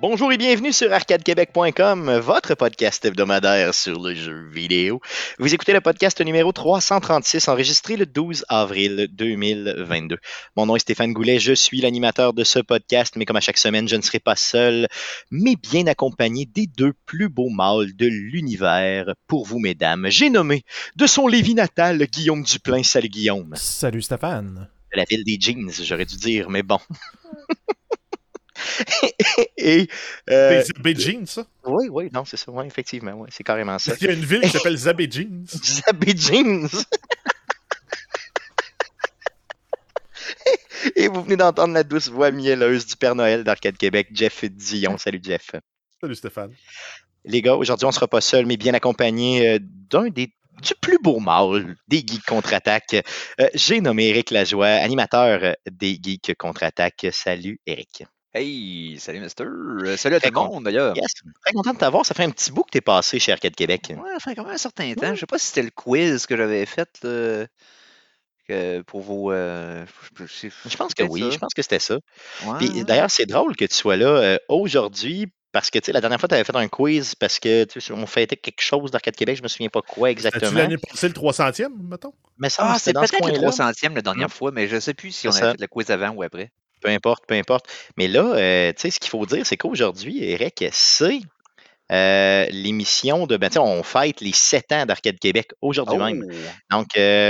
Bonjour et bienvenue sur arcadequebec.com, votre podcast hebdomadaire sur le jeu vidéo. Vous écoutez le podcast numéro 336, enregistré le 12 avril 2022. Mon nom est Stéphane Goulet, je suis l'animateur de ce podcast, mais comme à chaque semaine, je ne serai pas seul, mais bien accompagné des deux plus beaux mâles de l'univers pour vous, mesdames. J'ai nommé de son Lévis natal Guillaume Duplain. Salut Guillaume. Salut Stéphane. De la ville des jeans, j'aurais dû dire, mais bon. Et C'est Zabé Jeans, ça? oui, non, c'est ça, oui, effectivement, oui, c'est carrément ça. Il y a une ville qui s'appelle Zabé Jeans. Zabé Jeans. Et vous venez d'entendre la douce voix mielleuse du Père Noël d'Arcade Québec, Jeff Dion. Salut Jeff. Salut Stéphane. Les gars, aujourd'hui, on ne sera pas seul, mais bien accompagné du plus beau mâle des Geeks Contre-Attaque. J'ai nommé Éric Lajoie, animateur des Geeks Contre-Attaque. Salut Éric. Hey, salut Mister. Salut à tout le monde d'ailleurs. Yes, très content de t'avoir. Ça fait un petit bout que tu es passé chez Arcade Québec. Ouais, ça fait quand même un certain temps. Je sais pas si c'était le quiz que j'avais fait pour vos. Je pense que oui, je pense que c'était ça. Ouais, Puis ouais. d'ailleurs, c'est drôle que tu sois là aujourd'hui parce que tu sais, la dernière fois, tu avais fait un quiz parce que tu sais, on fêtait quelque chose d'Arcade Québec, je me souviens pas quoi C'était-tu exactement. l'année passée le 300e, mettons? Mais ça, c'était C'est dans ce peut-être le coin-là. 300e la dernière fois, mais je sais plus si on C'est avait ça. fait le quiz avant ou après. Peu importe, peu importe. Mais là, tu sais, ce qu'il faut dire, c'est qu'aujourd'hui, Eric, c'est l'émission de. Ben, tu sais, on fête les 7 ans d'Arcade Québec aujourd'hui même. Oh! Donc,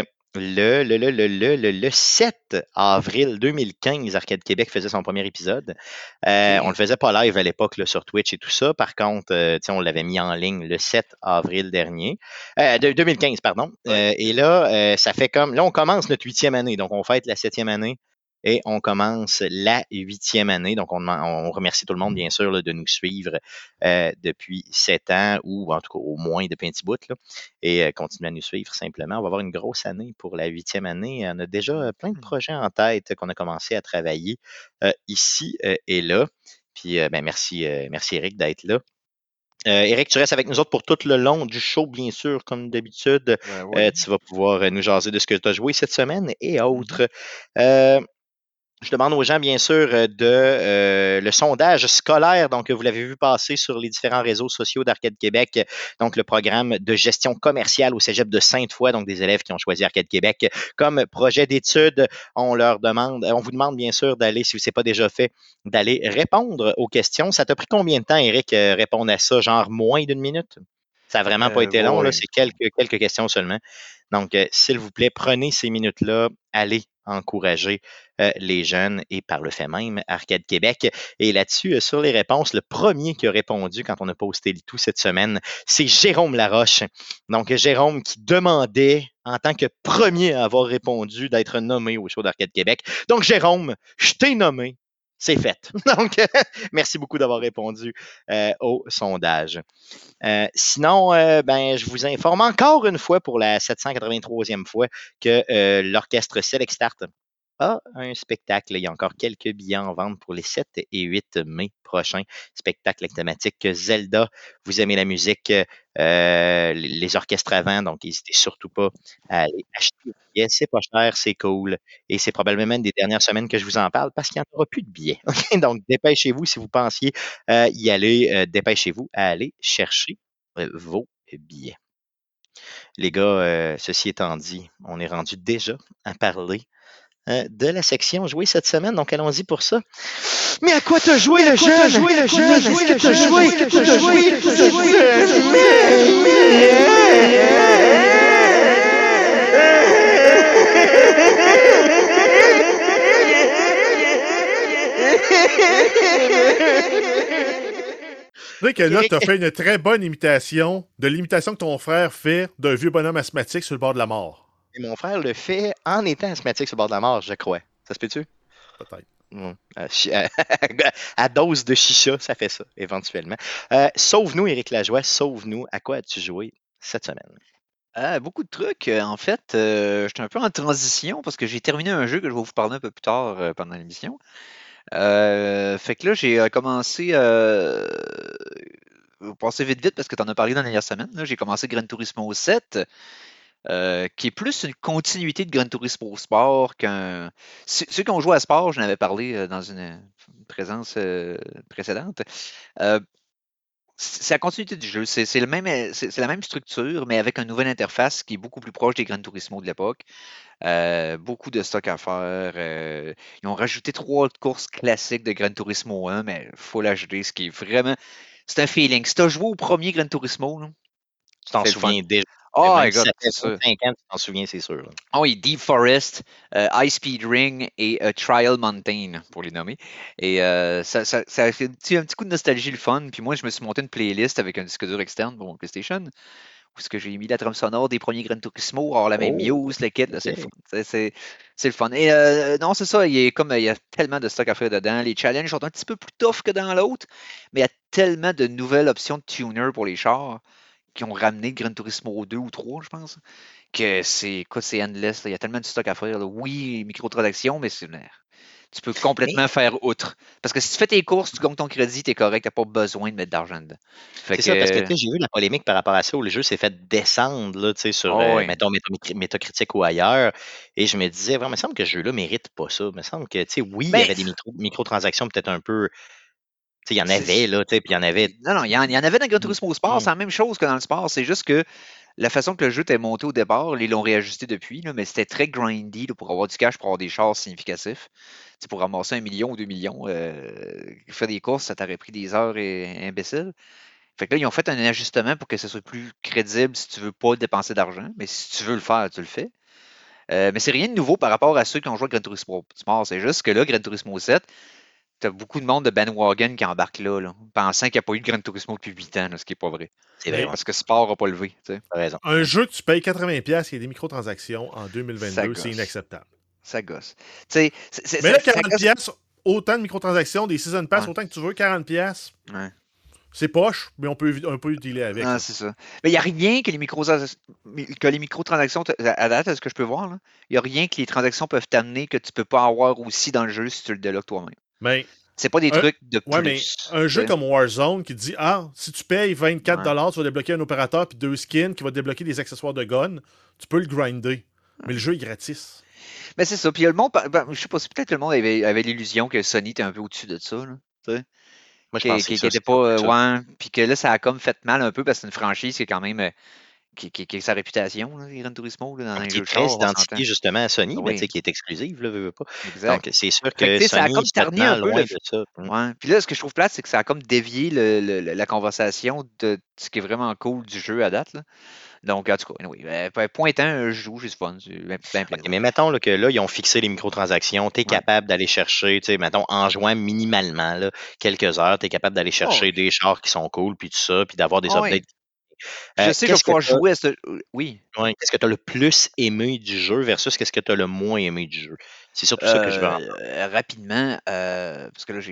le 7 avril 2015, Arcade Québec faisait son premier épisode. On le faisait pas live à l'époque là, sur Twitch et tout ça. Par contre, tu sais, on l'avait mis en ligne le 7 avril dernier. De 2015, pardon. Et là, ça fait comme. Là, on commence notre 8e année. Donc, on fête la 7e année. Et on commence la 8e année. Donc, on remercie tout le monde, bien sûr, là, de nous suivre depuis 7 ans ou en tout cas au moins depuis un petit bout. Là, et continuer à nous suivre simplement. On va avoir une grosse année pour la 8e année. On a déjà plein de projets en tête qu'on a commencé à travailler ici et là. Puis, ben, merci Eric d'être là. Eric, tu restes avec nous autres pour tout le long du show, bien sûr, comme d'habitude. Oui. Tu vas pouvoir nous jaser de ce que tu as joué cette semaine et autres. Je demande aux gens, bien sûr, de le sondage scolaire. Donc, vous l'avez vu passer sur les différents réseaux sociaux d'Arcade Québec. Donc, le programme de gestion commerciale au cégep de Sainte-Foy. Donc, des élèves qui ont choisi Arcade Québec comme projet d'études. On vous demande, bien sûr, d'aller, si ce n'est pas déjà fait, d'aller répondre aux questions. Ça t'a pris combien de temps, Eric, répondre à ça? Genre moins d'une minute? Ça n'a vraiment pas été long, là. Ouais. C'est quelques questions seulement. Donc, s'il vous plaît, prenez ces minutes-là. Allez encourager les jeunes et par le fait même Arcade Québec. Et là-dessus, sur les réponses, le premier qui a répondu quand on a posté le tout cette semaine, c'est Jérôme Laroche. Donc, Jérôme qui demandait en tant que premier à avoir répondu d'être nommé au show d'Arcade Québec. Donc, Jérôme, je t'ai nommé. C'est fait. Donc, merci beaucoup d'avoir répondu au sondage. Sinon, ben, je vous informe encore une fois pour la 783e fois que l'orchestre Select Start a un spectacle. Il y a encore quelques billets en vente pour les 7 et 8 mai prochains. Spectacle thématique Zelda. Vous aimez la musique, les orchestres avant, donc n'hésitez surtout pas à aller acheter des billets. C'est pas cher, c'est cool. Et c'est probablement une des dernières semaines que je vous en parle parce qu'il n'y en aura plus de billets. Donc, dépêchez-vous si vous pensiez y aller. Dépêchez-vous à aller chercher vos billets. Les gars, ceci étant dit, on est rendu déjà à parler de la section jouée cette semaine, donc allons-y pour ça. Mais à quoi t'as joué le jeune? Est-ce que t'as joué? Tu sais que là, tu as fait une très bonne imitation de l'imitation que ton frère fait d'un vieux bonhomme asthmatique sur le bord de la mort. Et mon frère le fait en étant asthmatique sur le bord de la mort, je crois. Ça se peut-tu? Peut-être. À dose de chicha, ça fait ça, éventuellement. Sauve-nous, Éric Lajoie, sauve-nous. À quoi as-tu joué cette semaine? Beaucoup de trucs. En fait, j'étais un peu en transition parce que j'ai terminé un jeu que je vais vous parler un peu plus tard pendant l'émission. Fait que là, j'ai commencé. Vous passez vite parce que tu en as parlé dans la dernière semaine. Là, j'ai commencé Gran Turismo 7. qui est plus une continuité de Gran Turismo Sport qu'un. Ceux qui ont joué à Sport, j'en avais parlé dans une présence précédente. C'est la continuité du jeu. C'est la même structure, mais avec une nouvelle interface qui est beaucoup plus proche des Gran Turismo de l'époque. Beaucoup de stock à faire. Ils ont rajouté 3 courses classiques de Gran Turismo 1, mais Full HD, ce qui est vraiment. C'est un feeling. Si tu as joué au premier Gran Turismo, là, Tu t'en c'est le fun. souviens déjà. Oh Même my si god, ça fait c'est ça. 25 ans, tu t'en souviens, c'est sûr. Là. Ah oui, Deep Forest, High Speed Ring et Trial Mountain, pour les nommer. Et ça a fait un petit coup de nostalgie, le fun. Puis moi, je me suis monté une playlist avec un disque dur externe pour mon PlayStation, où ce que j'ai mis la trame sonore des premiers Gran Turismo, alors la même Oh, Muse, le kit, là, c'est le ok. fun. C'est le fun. Et non, c'est ça, il y a tellement de stock à faire dedans. Les challenges sont un petit peu plus tough que dans l'autre, mais il y a tellement de nouvelles options de tuner pour les chars qui ont ramené Gran Turismo 2 ou 3, je pense, que c'est endless. Là. Il y a tellement de stock à faire. Là. Oui, microtransactions, mais tu peux Mais complètement faire outre. Parce que si tu fais tes courses, tu gagnes ton crédit, t'es correct, t'as pas besoin de mettre d'argent dedans. Fait c'est ça, parce que que, tu sais, j'ai vu la polémique par rapport à ça, où le jeu s'est fait descendre là, tu sais, sur, oh oui. mettons, Metacritic ou ailleurs. Et je me disais, vraiment, il me semble que ce jeu-là mérite pas ça. Il me semble que, tu sais, oui, il y Ben, avait des microtransactions peut-être un peu. Tu sais, il y en avait, c'est- là, tu sais, puis il y en avait. non, non, il y en avait dans Gran Mm, Turismo Sport, mm. c'est la même chose que dans le sport. C'est juste que la façon que le jeu était monté au départ, ils l'ont réajusté depuis, là, mais c'était très grindy là, pour avoir du cash, pour avoir des chars significatifs. Tu sais, pour ramasser 1 million ou 2 millions, faire des courses, ça t'aurait pris des heures imbéciles. Fait que là, ils ont fait un ajustement pour que ce soit plus crédible si tu veux pas dépenser d'argent. Mais si tu veux le faire, tu le fais. Mais c'est rien de nouveau par rapport à ceux qui ont joué à Gran Turismo Sport. C'est juste que là, Gran Turismo 7, t'as beaucoup de monde de bandwagon qui embarque là, pensant qu'il n'y a pas eu de Gran Turismo depuis 8 ans, là, ce qui n'est pas vrai. C'est vrai, Mais ouais, Parce que Sport n'a pas levé. Tu sais. t'as raison. un jeu que tu payes 80$, il y a des microtransactions en Ça 2022, c'est gosse. inacceptable. Ça gosse. Tu sais, Mais là, ça gosse. 40$, autant de microtransactions, des Season Pass, Ouais, autant que tu veux, 40$, ouais. c'est poche, mais on peut dealer avec. Non, Là. c'est ça. Mais il n'y a rien que les microtransactions, à date, à ce que je peux voir, là, il n'y a rien que les transactions peuvent t'amener que tu ne peux pas avoir aussi dans le jeu si tu le débloques toi-même. Mais, C'est pas des un, trucs de ouais, mais plus. un Tu jeu sais. comme Warzone qui te dit si tu payes 24$, Ouais. tu vas débloquer un opérateur puis 2 skins qui va te débloquer des accessoires de gun, tu peux le grinder. Mais le jeu est gratis. Mais c'est ça. Puis le monde, je sais pas si peut-être le monde avait l'illusion que Sony était un peu au-dessus de ça. Là, tu sais. Moi, je pense Qui que c'est qui ça, était c'est surtout pas. ça. Ouais. Puis que là, ça a comme fait mal un peu parce que c'est une franchise qui est quand même. Qui a sa réputation, là, Gran Turismo, là, dans Donc, les qui jeux est de très char, on s'entend. identifié justement à Sony, mais tu sais, Oui, qui est exclusive, là, veux pas. exact. Donc, c'est sûr Fait que, que tu sais, ça a Sony, comme terni un nettement peu loin de ça. Mm. Ouais. Puis là, ce que je trouve plate, c'est que ça a comme dévié la conversation de ce qui est vraiment cool du jeu à date. Là. Donc, en tout cas, anyway, point étant, je joue, j'ai du fun, j'ai bien OK, plaisir. mais mettons là, que là, ils ont fixé les microtransactions. Tu es Ouais. capable d'aller chercher, tu sais, mettons, en jouant minimalement là, quelques heures, tu es capable d'aller Oh, chercher oui. des chars qui sont cool, puis tout ça, puis d'avoir des Oh, oui. updates. Puis je sais que je vais Qu'est-ce que pouvoir tu jouer à ce. Oui. qu'est-ce que tu as le plus aimé du jeu versus qu'est-ce que tu as le moins aimé du jeu? C'est surtout ça que je veux entendre. Rapidement, parce que là,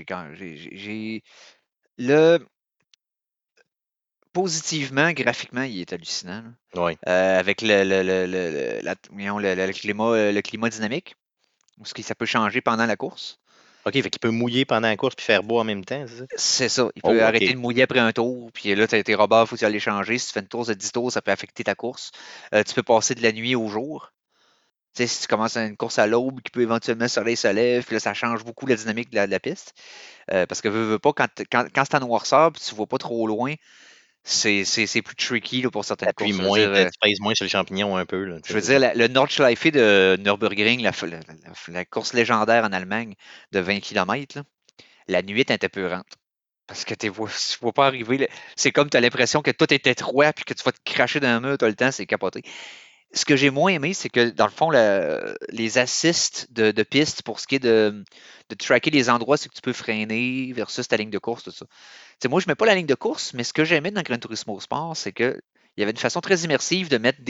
le positivement, graphiquement, il est hallucinant. Là. Oui. Avec voyons, le climat dynamique, ce qui ça peut changer pendant la course. OK, fait qu'il peut mouiller pendant la course puis faire beau en même temps, c'est ça? C'est ça. Il peut Oh, OK. arrêter de mouiller après un tour, puis là, tes robots, il faut que tu ailles les changer. Si tu fais une course de 10 tours, ça peut affecter ta course. Tu peux passer de la nuit au jour. Tu sais, si tu commences une course à l'aube, qui peut éventuellement le soleil se lève, puis là, ça change beaucoup la dynamique de la piste. Parce que veux pas, quand c'est en noirceur, puis tu vois pas trop loin, c'est plus tricky là, pour certaines T'appuies courses. moins, tu pèses moins sur le champignon un peu, là, tu Je sais, veux c'est ça. dire, le Nordschleife de Nürburgring, la course légendaire en Allemagne de 20 km, la nuit est interpurante. Parce que tu vois pas arriver. C'est comme tu as l'impression que tout est étroit puis que tu vas te cracher dans un mur tout le temps, c'est capoté. Ce que j'ai moins aimé, c'est que dans le fond, les assists de piste pour ce qui est de tracker les endroits, c'est que tu peux freiner versus ta ligne de course, tout ça. T'sais, moi, je ne mets pas la ligne de course, mais ce que j'aimais dans Gran Turismo Sport, c'est qu'il y avait une façon très immersive de mettre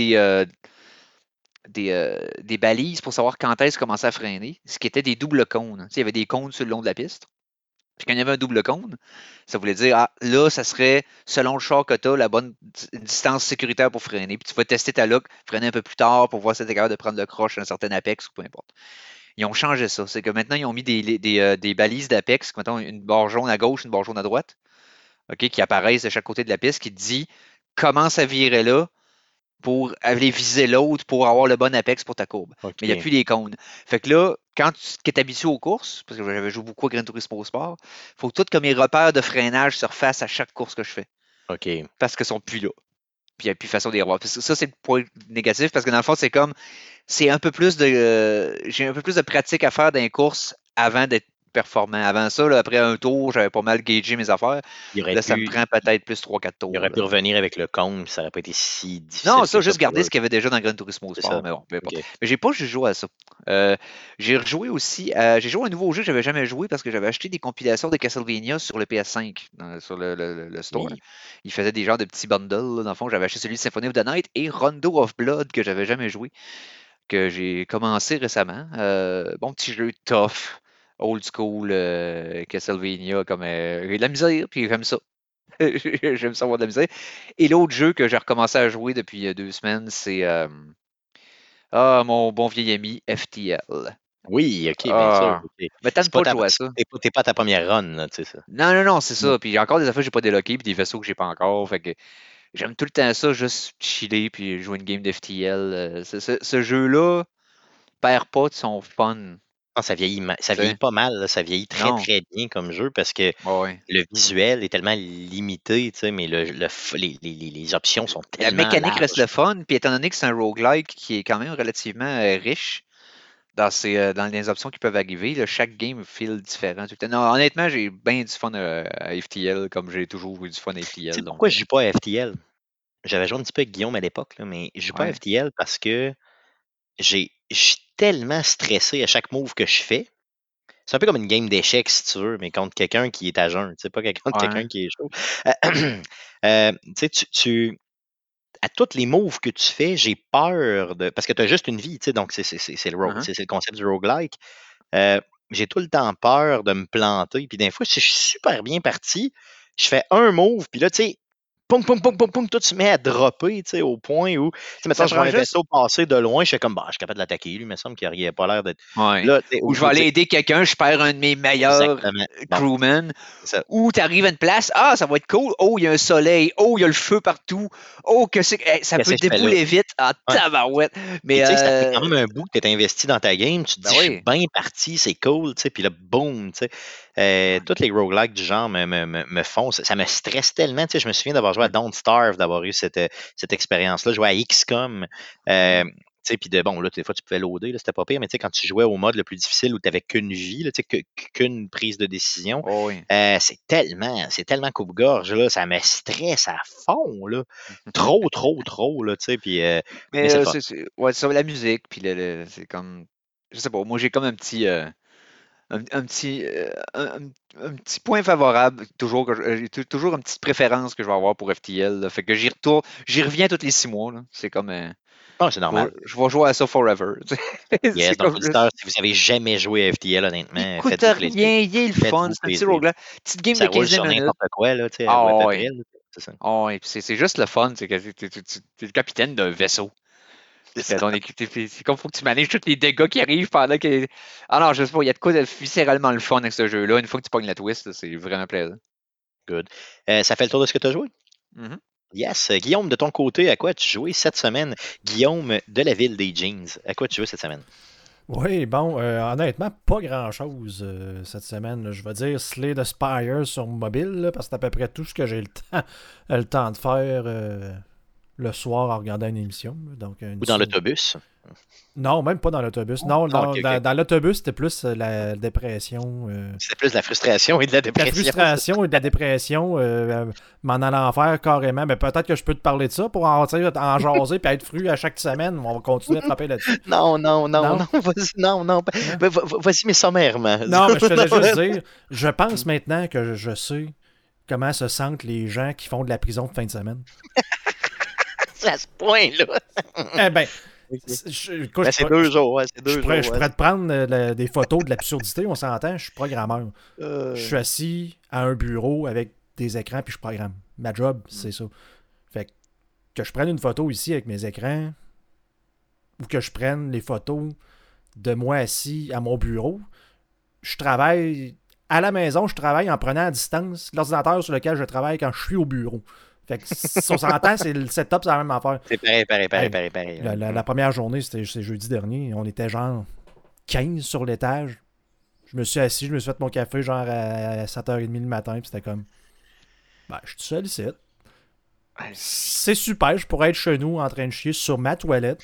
des balises pour savoir quand est-ce commencer à freiner, ce qui était des doubles cônes. Il y avait des cônes sur le long de la piste. Puis quand il y avait un double cône, ça voulait dire, là, ça serait, selon le char que tu as, la bonne distance sécuritaire pour freiner. Puis tu vas tester ta lock, freiner un peu plus tard pour voir si tu es capable de prendre le croche à un certain apex ou peu importe. Ils ont changé ça. C'est que maintenant, ils ont mis des balises d'apex, mettons une barre jaune à gauche, une barre jaune à droite, OK, qui apparaissent de chaque côté de la piste, qui te dit commence à virer là, pour aller viser l'autre pour avoir le bon apex pour ta courbe. OK. Mais il n'y a plus les cônes. Fait que là, quand tu es habitué aux courses, parce que j'avais joué beaucoup à Gran Turismo Sport, il faut que tout comme mes repères de freinage se refassent à chaque course que je fais. OK. Parce qu'ils sont plus là. Puis il n'y a plus façon de les revoir. Ça, c'est le point négatif, parce que dans le fond, c'est comme j'ai un peu plus de pratique à faire dans les courses avant d'être performant. Avant ça, là, après un tour, j'avais pas mal gagé mes affaires. Là, ça me prend peut-être plus 3-4 tours. Il aurait pu revenir avec le cône, ça n'aurait pas été si difficile. Non, ça, juste garder ce qu'il y avait déjà dans Gran Turismo Sport. Mais bon, peu importe. OK. Mais j'ai pas juste joué à ça. J'ai rejoué aussi. J'ai joué à un nouveau jeu que j'avais jamais joué parce que j'avais acheté des compilations de Castlevania sur le PS5, sur le store. Oui. Il faisait des genres de petits bundles. Là, dans le fond, j'avais acheté celui de Symphony of the Night et Rondo of Blood que j'avais jamais joué, que j'ai commencé récemment. Bon petit jeu tough, old school, Castlevania, comme de la misère, puis j'aime ça. J'aime ça avoir de la misère. Et l'autre jeu que j'ai recommencé à jouer depuis 2 semaines, c'est mon bon vieil ami FTL. Oui, OK, bien sûr. OK. Mais t'as pas de jouer à ça. T'es pas à ta première run, là, tu sais ça. Non, c'est ça. Puis j'ai encore des affaires que j'ai pas débloquées, puis des vaisseaux que j'ai pas encore. Fait que j'aime tout le temps ça, juste chiller puis jouer une game d'FTL. Ce jeu-là perd pas de son fun. Non, ça vieillit pas mal, là, ça vieillit très, très bien comme jeu parce que le visuel est tellement limité, tu sais, mais les options sont tellement La mécanique larges. reste le fun, puis étant donné que c'est un roguelike qui est quand même relativement riche dans les options qui peuvent arriver, là, chaque game feel différent tout le temps. Non, honnêtement, j'ai bien du fun à FTL, comme j'ai toujours eu du fun à Tu sais FTL. pourquoi je joue pas à FTL? J'avais joué un petit peu avec Guillaume à l'époque, là, mais je joue pas à Ouais. FTL parce que je suis tellement stressé à chaque move que je fais. C'est un peu comme une game d'échecs, si tu veux, mais contre quelqu'un qui est à jeun, tu sais, pas contre quelqu'un qui est chaud. Tu sais, à tous les moves que tu fais, j'ai peur de. Parce que tu as juste une vie, tu sais, donc c'est le concept du roguelike. J'ai tout le temps peur de me planter. Puis des fois, si je suis super bien parti, je fais un move, puis là, tu sais, poum, poum, poum, poum, poum, tout se met à dropper, tu sais, au point où, tu sais, maintenant, je vois un vaisseau passer de loin, je fais comme, bah, je suis capable de l'attaquer, lui, il me semble qu'il n'a pas l'air d'être. Ouais. Là, ou je vais aller aider quelqu'un, je perds un de mes meilleurs crewmen. Ça. Ou tu arrives à une place, ça va être cool. Oh, il y a un soleil. Oh, il y a le feu partout. Oh, ça peut débouler vite. Ah, tabarouette. Mais tu sais, ça fait quand même un bout que tu es investi dans ta game. Tu te dis, je suis bien parti, c'est cool, tu sais, puis là, boum, tu sais. Toutes les roguelikes du genre me font, ça me stresse tellement. Tu sais, je me souviens d'avoir joué à Don't Starve, d'avoir eu cette expérience-là, jouer à XCOM. Tu sais, puis bon, là, des fois, tu pouvais loader, là, c'était pas pire, mais tu sais, quand tu jouais au mode le plus difficile où tu n'avais qu'une vie, là, tu sais, qu'une prise de décision, c'est tellement coupe-gorge, là, ça me stresse à fond, là. Trop, là, tu sais, puis. Mais c'est la musique, puis c'est comme. Je sais pas, moi, j'ai comme un petit. Un petit point favorable, toujours une petite préférence que je vais avoir pour FTL. Là, fait que j'y reviens tous les 6 mois. Là. C'est comme. C'est normal. Je vais jouer à ça forever. Yes, donc, auditeurs, si vous avez jamais joué à FTL, honnêtement, écoute rien, il est le fun, c'est un petit roguelike. Petite game ça de 15 minutes. N'importe quoi, là, tu sais, c'est ça. C'est juste le fun, c'est que tu es le capitaine d'un vaisseau. C'est comme faut que tu manages tous les dégâts qui arrivent pendant que. Ah non, je sais pas, il y a de quoi de viscéralement le fun avec ce jeu-là. Une fois que tu pognes la twist, c'est vraiment plaisant. Good. Ça fait le tour de ce que tu as joué? Mm-hmm. Yes. Guillaume, de ton côté, à quoi as-tu joué cette semaine? Guillaume de la ville des jeans, à quoi as-tu joué cette semaine? Oui, bon, honnêtement, pas grand-chose cette semaine. Là. Je vais dire Slay the Spire sur mobile, là, parce que c'est à peu près tout ce que j'ai le temps de faire le soir en regardant une émission. Là. Donc, ou dans l'autobus? Non, même pas dans l'autobus. Non, okay. Dans l'autobus, c'était plus la dépression. C'était plus de la frustration et de la dépression. La frustration et de la dépression, m'en allant faire carrément. Mais peut-être que je peux te parler de ça pour en jaser et être fru à chaque semaine. On va continuer à frapper là-dessus. Non. Vas-y, mais sommairement. Non, mais je te laisse juste dire, je pense maintenant que je sais comment se sentent les gens qui font de la prison de fin de semaine. C'est à ce point-là. Eh bien... c'est 2 jours. Je pourrais te prendre des photos de l'absurdité, on s'entend, je suis programmeur. Je suis assis à un bureau avec des écrans puis je programme. Ma job, c'est ça. Fait que je prenne une photo ici avec mes écrans ou que je prenne les photos de moi assis à mon bureau, je travaille à la maison, je travaille en prenant à distance l'ordinateur sur lequel je travaille quand je suis au bureau. Fait que si on s'entend, c'est le setup, c'est la même affaire. C'est pareil. La première journée, c'est jeudi dernier. On était genre 15 sur l'étage. Je me suis assis, je me suis fait mon café genre à 7h30 le matin, puis c'était comme... Ben, je suis tout seul ici. C'est super, je pourrais être chez nous en train de chier sur ma toilette.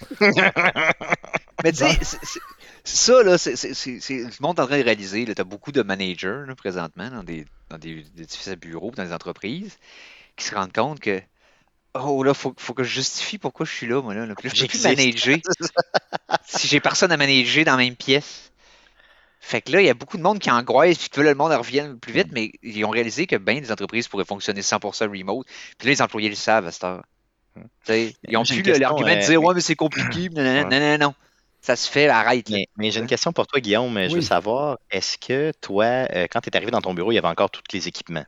Mais tu sais, ça, là, c'est le monde est en train de réaliser. Tu as beaucoup de managers là, présentement dans des édifices à bureaux, dans des entreprises, qui se rendent compte que oh là, faut que je justifie pourquoi je suis là, moi là. Puis là, je peux plus manager si j'ai personne à manager dans la même pièce. Fait que là, il y a beaucoup de monde qui angoisse puis que le monde revienne plus vite, mais ils ont réalisé que bien des entreprises pourraient fonctionner 100% remote. Puis là, les employés le savent à cette heure. Ils n'ont plus l'argument de dire ouais, mais c'est compliqué. Non. Ça se fait, arrête. Mais j'ai une question pour toi, Guillaume. Je veux savoir, est-ce que toi, quand tu es arrivé dans ton bureau, il y avait encore tous les équipements?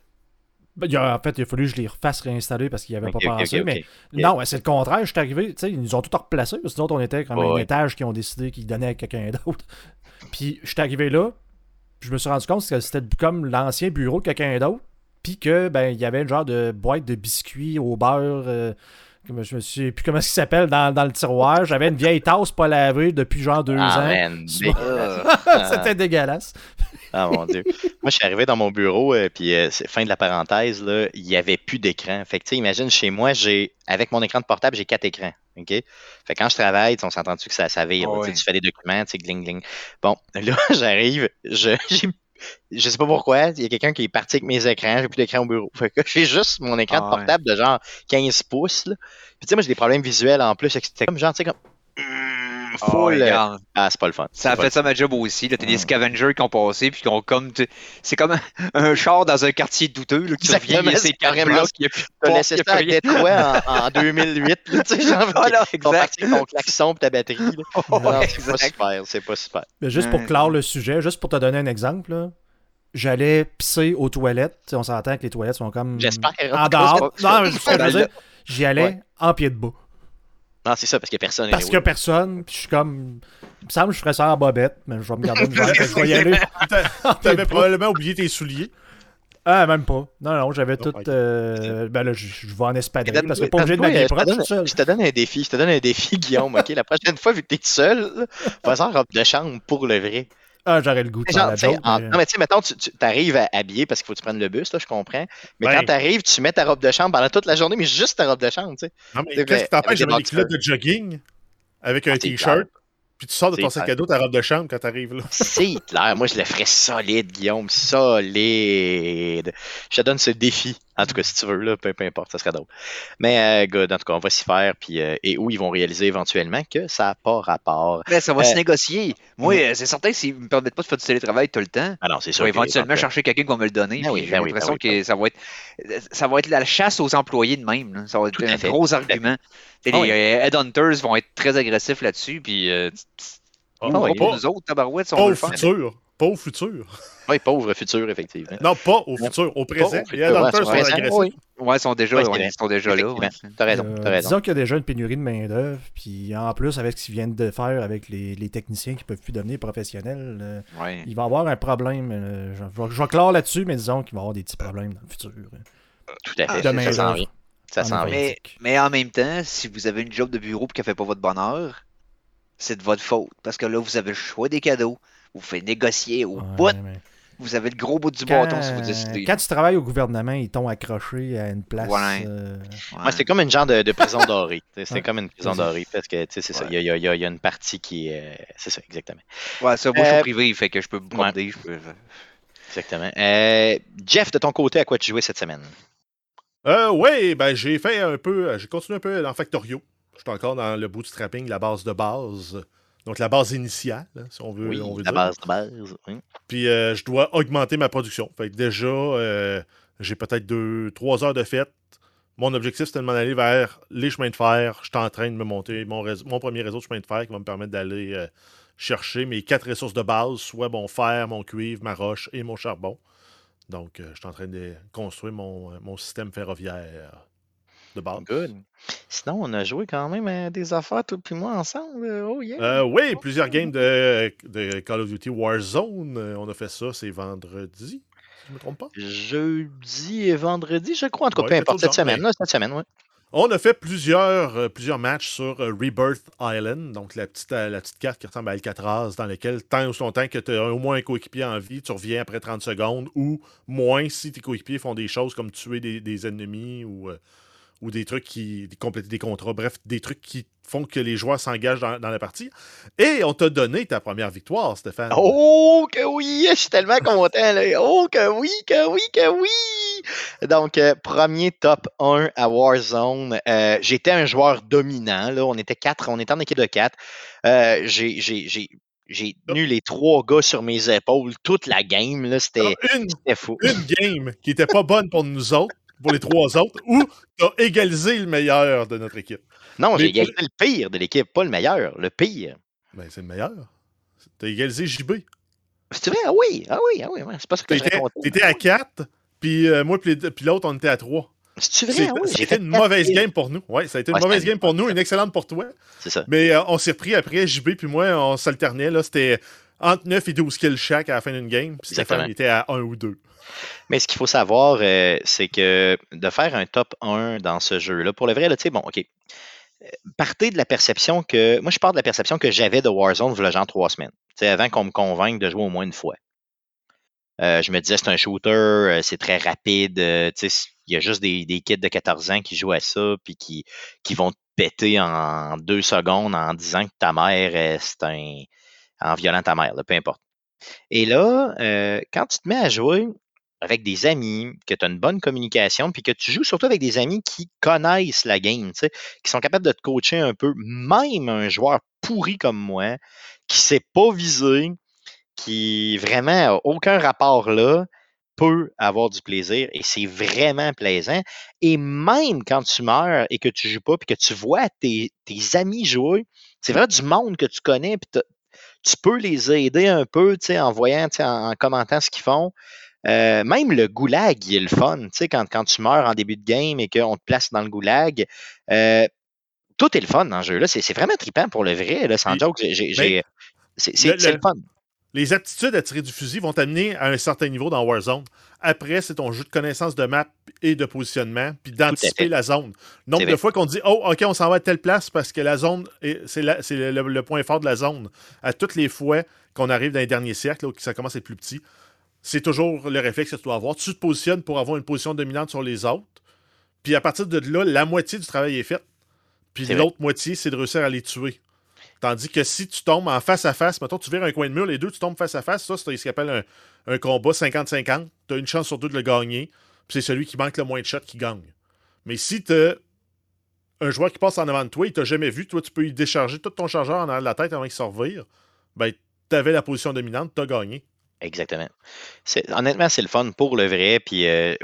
En fait, il a fallu que je les refasse réinstaller parce qu'ils n'avaient pas pensé. Mais non, c'est le contraire. Je suis arrivé, ils nous ont tout replacé. Parce que nous autres, on était comme un étage qui ont décidé qu'ils donnaient à quelqu'un d'autre. Puis je suis arrivé là, puis je me suis rendu compte que c'était comme l'ancien bureau de quelqu'un d'autre. Puis que il y avait une genre de boîte de biscuits au beurre. Je me suis plus comment ça s'appelle dans le tiroir. J'avais une vieille tasse pas lavée depuis genre 2 ans. C'était dégueulasse. Ah mon Dieu. Moi, je suis arrivé dans mon bureau, puis fin de la parenthèse, là, il n'y avait plus d'écran. Fait que tu sais, imagine, chez moi, avec mon écran de portable, j'ai 4 écrans. OK? Fait que quand je travaille, on s'entend-tu que ça vire. Tu fais des documents, tu sais, gling, gling. Bon, là, j'arrive, je sais pas pourquoi, il y a quelqu'un qui est parti avec mes écrans, j'ai plus d'écran au bureau. Fait que j'ai juste mon écran de portable de genre 15 pouces. Là. Puis tu sais, moi j'ai des problèmes visuels en plus. C'était comme genre, tu sais, comme full. C'est pas le fun. Ça a fait ça ma job aussi. T'as des scavengers qui ont passé, puis qui ont comme. C'est comme un char dans un quartier douteux, là, qui revient, c'est carrément ce qu'il y a plus de porte. T'as laissé ça à Détroit en 2008. Tu sais, genre, exact. Ton klaxon et ta batterie. Non, c'est pas super. Mais juste pour clore le sujet, juste pour te donner un exemple, là. J'allais pisser aux toilettes. T'sais, on s'entend que les toilettes sont comme. J'espère. En dehors. Non, j'y allais en pied de bas. Non, c'est ça, parce qu'il n'y a personne. Parce qu'il n'y a personne, puis je suis comme. Il me semble que je ferais ça en bobette, mais je vais me garder une jambe, je vais y aller. T'avais probablement oublié tes souliers. Ah, même pas. Non, j'avais tout. Ben là, je vais en espadrille parce que pas obligé de m'habiller propre tout seul. Je te donne un défi, Guillaume, ok? La prochaine fois, vu que t'es tout seul, fais en robe de chambre pour le vrai. Ah, j'aurais le goût de faire la joke. Non, mais tu sais, mettons, tu arrives à habiller parce qu'il faut que tu prennes le bus, là, je comprends. Mais quand tu arrives, tu mets ta robe de chambre pendant toute la journée, mais juste ta robe de chambre, tu sais. Non, mais qu'est-ce qui t'empêche d'avoir des culottes de jogging avec un t-shirt, puis tu sors de ton sac à dos ta robe de chambre quand t'arrives là. C'est clair. Moi, je le ferais solide, Guillaume. Solide. Je te donne ce défi. En tout cas, si tu veux, là, peu importe, ça serait drôle. Mais, good, en tout cas, on va s'y faire. Puis, et où ils vont réaliser éventuellement que ça n'a pas rapport. Mais ça va se négocier. Moi, c'est certain que s'ils ne me permettent pas de faire du télétravail tout le temps, ah non, c'est sûr. Je vais éventuellement chercher quelqu'un qui va me le donner. J'ai l'impression que ça va être la chasse aux employés de même. Là. Ça va être un gros argument. Les headhunters vont être très agressifs là-dessus. Puis, nous autres, tabarouettes, pauvre futur. Pauvre futur. Oui, pauvre futur, effectivement. Non, pas au futur, au présent. Les headhunters sont agressifs. Oui, ils sont déjà là. T'as raison. Disons qu'il y a déjà une pénurie de main-d'œuvre. Puis, en plus, avec ce qu'ils viennent de faire avec les techniciens qui ne peuvent plus devenir professionnels, il va y avoir un problème. Je vais clore là-dessus, mais disons qu'il va y avoir des petits problèmes dans le futur. Tout à fait. Ça s'en vient. Mais en même temps, si vous avez une job de bureau et qu'elle ne fait pas votre bonheur, c'est de votre faute. Parce que là, vous avez le choix des cadeaux. Vous faites négocier au bout. Vous avez le gros bout du bâton si vous décidez. Quand tu travailles au gouvernement, ils t'ont accroché à une place. C'est comme une genre de prison dorée. C'est comme une prison dorée. Parce que c'est ça. Il y a une partie qui est. C'est ça, exactement. Ouais, ça, moi, je suis privé, fait que je peux me promener. Exactement. Jeff, de ton côté, à quoi tu jouais cette semaine? Oui, j'ai fait un peu. J'ai continué un peu dans Factorio. Je suis encore dans le bootstrapping, la base de base. Donc, la base initiale, si on veut, on veut la dire. Base de base, oui. Puis, je dois augmenter ma production. Fait que déjà, j'ai peut-être 2-3 heures de fête. Mon objectif, c'était de m'en aller vers les chemins de fer. Je suis en train de me monter mon premier réseau de chemins de fer qui va me permettre d'aller chercher mes 4 ressources de base, soit mon fer, mon cuivre, ma roche et mon charbon. Donc, je suis en train de construire mon système ferroviaire de base. Good. Sinon, on a joué quand même à des affaires, toi et moi, ensemble. Oh yeah! Oui, plusieurs games de Call of Duty Warzone. On a fait ça, c'est vendredi. je ne me trompe pas. Jeudi et vendredi, je crois. En tout cas, Ouais, peu quelque importe, chose cette du genre, semaine. Là, cette semaine, oui. On a fait plusieurs matchs sur Rebirth Island, donc la petite carte qui ressemble à Alcatraz, dans laquelle, tant ou longtemps que tu as au moins un coéquipier en vie, tu reviens après 30 secondes, ou moins si tes coéquipiers font des choses comme tuer des ennemis ou des trucs compléter des contrats, bref, des trucs qui font que les joueurs s'engagent dans la partie. Et on t'a donné ta première victoire, Stéphane. Oh, que oui! Je suis tellement content, là. Oh, que oui, que oui, que oui! Donc, premier top 1 à Warzone. J'étais un joueur dominant, là. On était en équipe de 4. J'ai tenu les 3 gars sur mes épaules toute la game, là. C'était fou. Une game qui n'était pas bonne pour nous autres, pour les 3 autres, ou t'as égalisé le meilleur de notre équipe. Non, j'ai égalisé le pire de l'équipe, pas le meilleur, le pire. Ben, c'est le meilleur. T'as égalisé JB. C'est vrai? Ah oui, ouais. C'est pas ça que je racontais. T'étais à 4, puis moi puis l'autre, on était à 3. C'est vrai? Oui, ça a été une mauvaise game pour nous. Ouais, ça a été une mauvaise game pour nous, une excellente pour toi. C'est ça. Mais on s'est repris après, JB puis moi, on s'alternait. Là, c'était entre 9 et 12 kills chaque à la fin d'une game. Puis Stéphane était à 1 ou 2. Mais ce qu'il faut savoir, c'est que de faire un top 1 dans ce jeu-là, pour le vrai, tu sais, bon, OK. Partez de la perception que. Moi, je pars de la perception que j'avais de Warzone, il y a genre 3 semaines. Tu sais, avant qu'on me convainque de jouer au moins une fois. Je me disais, c'est un shooter, c'est très rapide. Tu sais, il y a juste des kids de 14 ans qui jouent à ça, puis qui vont te péter en 2 secondes en disant que ta mère, en violant ta mère, là, peu importe. Et là, quand tu te mets à jouer avec des amis, que tu as une bonne communication, puis que tu joues surtout avec des amis qui connaissent la game, tu sais, qui sont capables de te coacher un peu, même un joueur pourri comme moi, qui ne sait pas viser, qui vraiment n'a aucun rapport là, peut avoir du plaisir et c'est vraiment plaisant. Et même quand tu meurs et que tu joues pas, puis que tu vois tes amis jouer, c'est vraiment du monde que tu connais, puis tu peux les aider un peu, tu sais, en voyant, tu sais, en commentant ce qu'ils font. Même le goulag, il est le fun, tu sais, quand tu meurs en début de game et qu'on te place dans le goulag. Tout est le fun dans le jeu. Là. C'est vraiment trippant pour le vrai, là, sans joke. C'est le fun. Les aptitudes à tirer du fusil vont t'amener à un certain niveau dans Warzone. Après, c'est ton jeu de connaissance de map et de positionnement, puis d'anticiper la zone. Nombre de fois qu'on dit « Oh, OK, on s'en va à telle place parce que la zone, c'est le point fort de la zone. » À toutes les fois qu'on arrive dans les derniers cercles, là, où ça commence à être plus petit, c'est toujours le réflexe que tu dois avoir. Tu te positionnes pour avoir une position dominante sur les autres. Puis à partir de là, la moitié du travail est fait. Puis l'autre moitié, c'est de réussir à les tuer. Tandis que si tu tombes en face à face, mettons, tu vires un coin de mur, les deux, tu tombes face à face, ça, c'est ce qu'on appelle un combat 50-50. Tu as une chance sur deux de le gagner. Puis c'est celui qui manque le moins de shots qui gagne. Mais si tu as un joueur qui passe en avant de toi, il t'a jamais vu, toi, tu peux y décharger tout ton chargeur en arrière de la tête avant qu'il se revire. Ben, tu avais la position dominante, tu as gagné. Exactement. Honnêtement, c'est le fun pour le vrai. Puis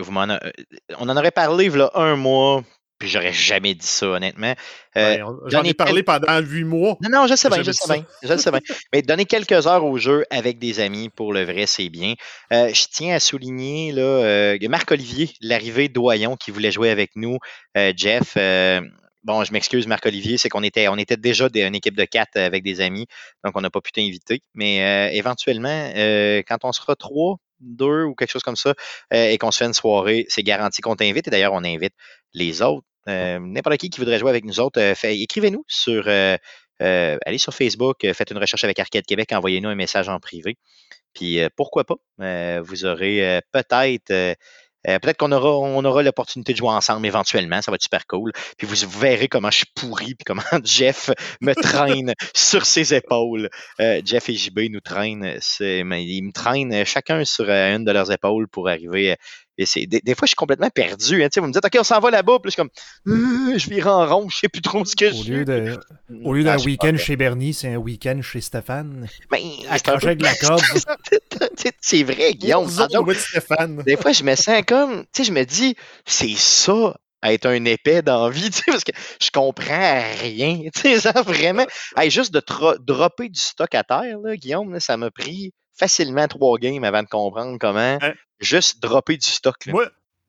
on en aurait parlé il y a un mois, puis j'aurais jamais dit ça, honnêtement. J'en ai parlé pendant 8 mois. Non, je sais bien. Mais donner quelques heures au jeu avec des amis, pour le vrai, c'est bien. Je tiens à souligner là, Marc-Olivier, l'arrivée d'Oyon qui voulait jouer avec nous. Jeff, bon, je m'excuse, Marc-Olivier, c'est qu'on était déjà une équipe de 4 avec des amis, donc on n'a pas pu t'inviter. Mais éventuellement, quand on sera 3, 2 ou quelque chose comme ça, et qu'on se fait une soirée, c'est garanti qu'on t'invite. Et d'ailleurs, on invite les autres. N'importe qui voudrait jouer avec nous autres, écrivez-nous allez sur Facebook, faites une recherche avec Arcade Québec, envoyez-nous un message en privé. Puis pourquoi pas, vous aurez peut-être qu'on aura l'opportunité de jouer ensemble éventuellement, ça va être super cool. Puis vous verrez comment je suis pourri, puis comment Jeff me traîne sur ses épaules. Jeff et JB nous traînent, ils me traînent chacun sur une de leurs épaules pour arriver. Et des fois, je suis complètement perdu. Hein, vous me dites, OK, on s'en va là-bas. Puis je suis comme, je vire en rond, je sais plus trop ce que je fais. Au lieu d'un week-end chez Bernie, c'est un week-end chez Stéphane. Accroché avec la corde. C'est vrai, Guillaume. Des fois, je me sens comme, je me dis, c'est ça, être un épais dans la vie, parce que je comprends rien. Vraiment, juste de dropper du stock à terre, là, Guillaume, là, ça m'a pris facilement 3 games avant de comprendre comment juste dropper du stock. Là.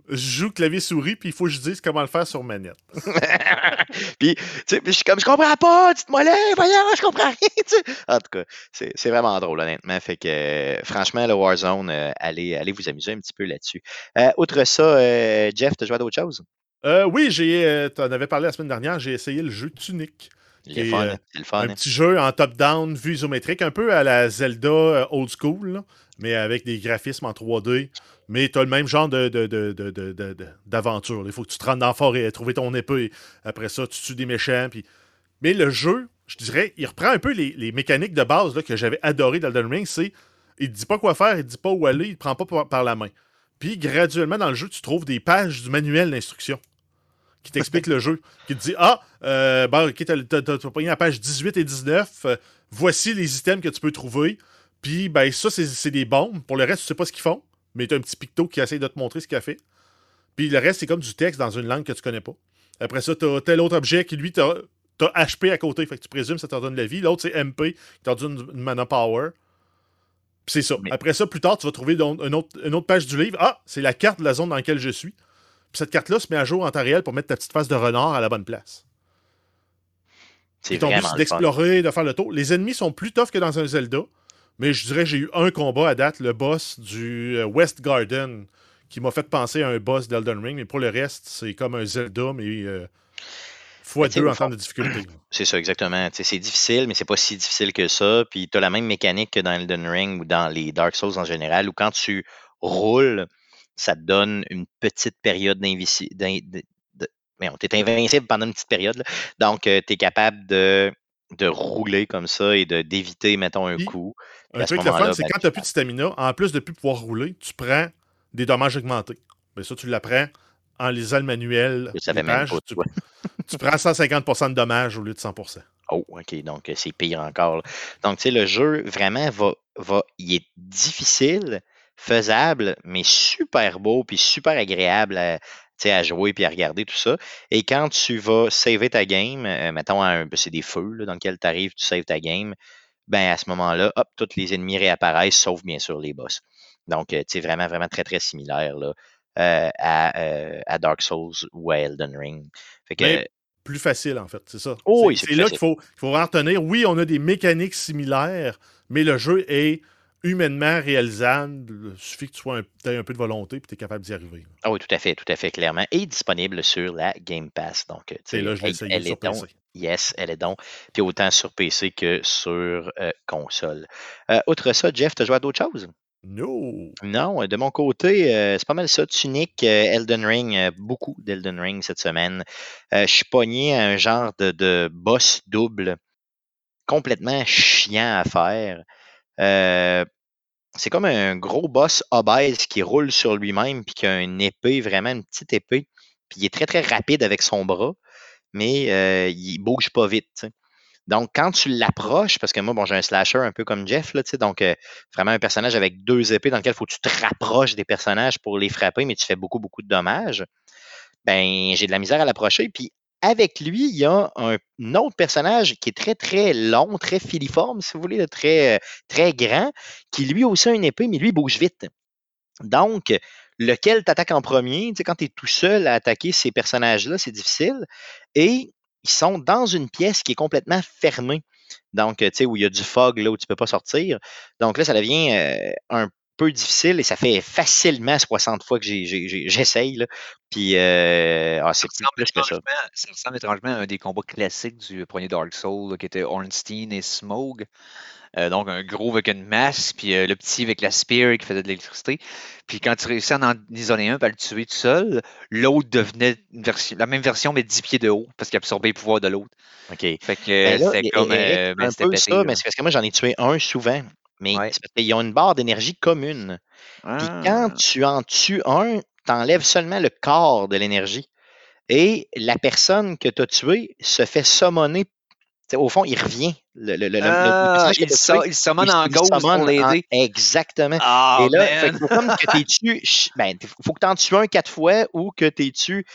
Je joue clavier-souris, puis il faut que je dise comment le faire sur manette. Puis, tu sais, je suis comme, je comprends pas, dites-moi là, voyons, je comprends rien. Tu sais. En tout cas, c'est vraiment drôle, honnêtement. Fait que, franchement, le Warzone, allez vous amuser un petit peu là-dessus. Outre ça, Jeff, t'as joué à d'autres choses? Oui, t'en avais parlé la semaine dernière, j'ai essayé le jeu Tunic. Il est fun, c'est le fun. Un petit jeu en top-down, vue isométrique, un peu à la Zelda old school, là, mais avec des graphismes en 3D. Mais tu as le même genre d'aventure. Il faut que tu te rendes dans la forêt, trouver ton épée. Après ça, tu tues des méchants. Puis... Mais le jeu, je dirais, il reprend un peu les mécaniques de base là, que j'avais adoré dans Elden Ring. C'est, il te dit pas quoi faire, il te dit pas où aller, il te prend pas par la main. Puis graduellement, dans le jeu, tu trouves des pages du manuel d'instruction qui t'explique le jeu, qui te dit ok, t'as pris la page 18 et 19, voici les items que tu peux trouver, puis ben ça c'est des bombes, pour le reste tu sais pas ce qu'ils font, mais t'as un petit picto qui essaie de te montrer ce qu'il a fait, puis le reste c'est comme du texte dans une langue que tu connais pas. Après ça t'as tel autre objet qui lui t'as HP à côté, fait que tu présumes que ça te donne la vie, l'autre c'est MP qui t'en donne une mana power. Puis c'est ça. Mais... Après ça, plus tard, tu vas trouver une autre page du livre. C'est la carte de la zone dans laquelle je suis. Puis cette carte-là se met à jour en temps réel pour mettre ta petite face de renard à la bonne place. C'est ton but, c'est d'explorer, de faire le tour. Les ennemis sont plus tough que dans un Zelda, mais je dirais que j'ai eu un combat à date, le boss du West Garden, qui m'a fait penser à un boss d'Elden Ring, mais pour le reste, c'est comme un Zelda, mais x2 en termes de difficulté. C'est ça, exactement. T'sais, c'est difficile, mais c'est pas si difficile que ça. Puis tu as la même mécanique que dans Elden Ring ou dans les Dark Souls en général, où quand tu roules, ça te donne une petite période d'invincibilité. Mais tu es invincible pendant une petite période. Là. Donc, tu es capable de rouler comme ça et d'éviter, mettons, un coup. Un truc le fun, c'est quand tu n'as plus de stamina, en plus de ne plus pouvoir rouler, tu prends des dommages augmentés. Mais ça, tu l'apprends en lisant le manuel. Ça fait même pas, tu prends 150% de dommages au lieu de 100%. Oh, OK. Donc, c'est pire encore. Là. Donc, tu sais, le jeu, vraiment, il est difficile, faisable, mais super beau puis super agréable à jouer puis à regarder tout ça. Et quand tu vas saver ta game, mettons, c'est des feux là, dans lesquels tu arrives, tu saves ta game, ben à ce moment-là, hop, tous les ennemis réapparaissent, sauf bien sûr les boss. Donc, c'est vraiment, vraiment très, très similaire là, à Dark Souls ou à Elden Ring. Fait que, plus facile, en fait, c'est ça. Oh, c'est là qu'il faut en retenir. Oui, on a des mécaniques similaires, mais le jeu est humainement réalisable. Il suffit que tu aies un peu de volonté et tu es capable d'y arriver. Ah oui, tout à fait, clairement. Et disponible sur la Game Pass. Donc, là, je l'ai essayé sur PC. Yes, elle est donc. Puis autant sur PC que sur console. Outre ça, Jeff, tu as joué à d'autres choses? No. Non, de mon côté, c'est pas mal ça. Tunic, Elden Ring, beaucoup d'Elden Ring cette semaine. Je suis pogné à un genre de boss double complètement chiant à faire. C'est comme un gros boss obèse qui roule sur lui-même puis qui a une épée, vraiment une petite épée. Puis il est très, très rapide avec son bras, mais il bouge pas vite. T'sais. Donc, quand tu l'approches, parce que moi, j'ai un slasher un peu comme Jeff, là, donc vraiment un personnage avec 2 épées dans lequel il faut que tu te rapproches des personnages pour les frapper, mais tu fais beaucoup, beaucoup de dommages. Ben, j'ai de la misère à l'approcher. Puis avec lui, il y a un autre personnage qui est très, très long, très filiforme, si vous voulez, là, très, très grand, qui lui aussi a une épée, mais lui, il bouge vite. Donc, lequel t'attaque en premier? Tu sais, quand tu es tout seul à attaquer ces personnages-là, c'est difficile. Et ils sont dans une pièce qui est complètement fermée. Donc, tu sais, où il y a du fog, là, où tu ne peux pas sortir. Donc là, ça devient un peu difficile et ça fait facilement 60 fois que j'essaye. Là. Puis, c'est plus que ça. Ça ressemble étrangement à un des combats classiques du premier Dark Souls, là, qui était Ornstein et Smough. Donc, un gros avec une masse, puis le petit avec la spear qui faisait de l'électricité. Puis quand tu réussis à en isoler un, à le tuer tout seul, l'autre devenait la même version, mais 10 pieds de haut, parce qu'il absorbait les pouvoirs de l'autre. OK. Fait que c'était comme... un peu pété, ça, mais c'est parce que moi, j'en ai tué un souvent. Mais c'est parce qu'ils ont une barre d'énergie commune. Puis quand tu en tues un, tu enlèves seulement le corps de l'énergie. Et la personne que tu as tuée se fait summoner. T'sais, au fond, il revient. Le personnage il summon en ghost pour l'aider. Exactement. Et là, il faut comme que tu tues. Faut que tu en tues un 4 fois ou que tu tues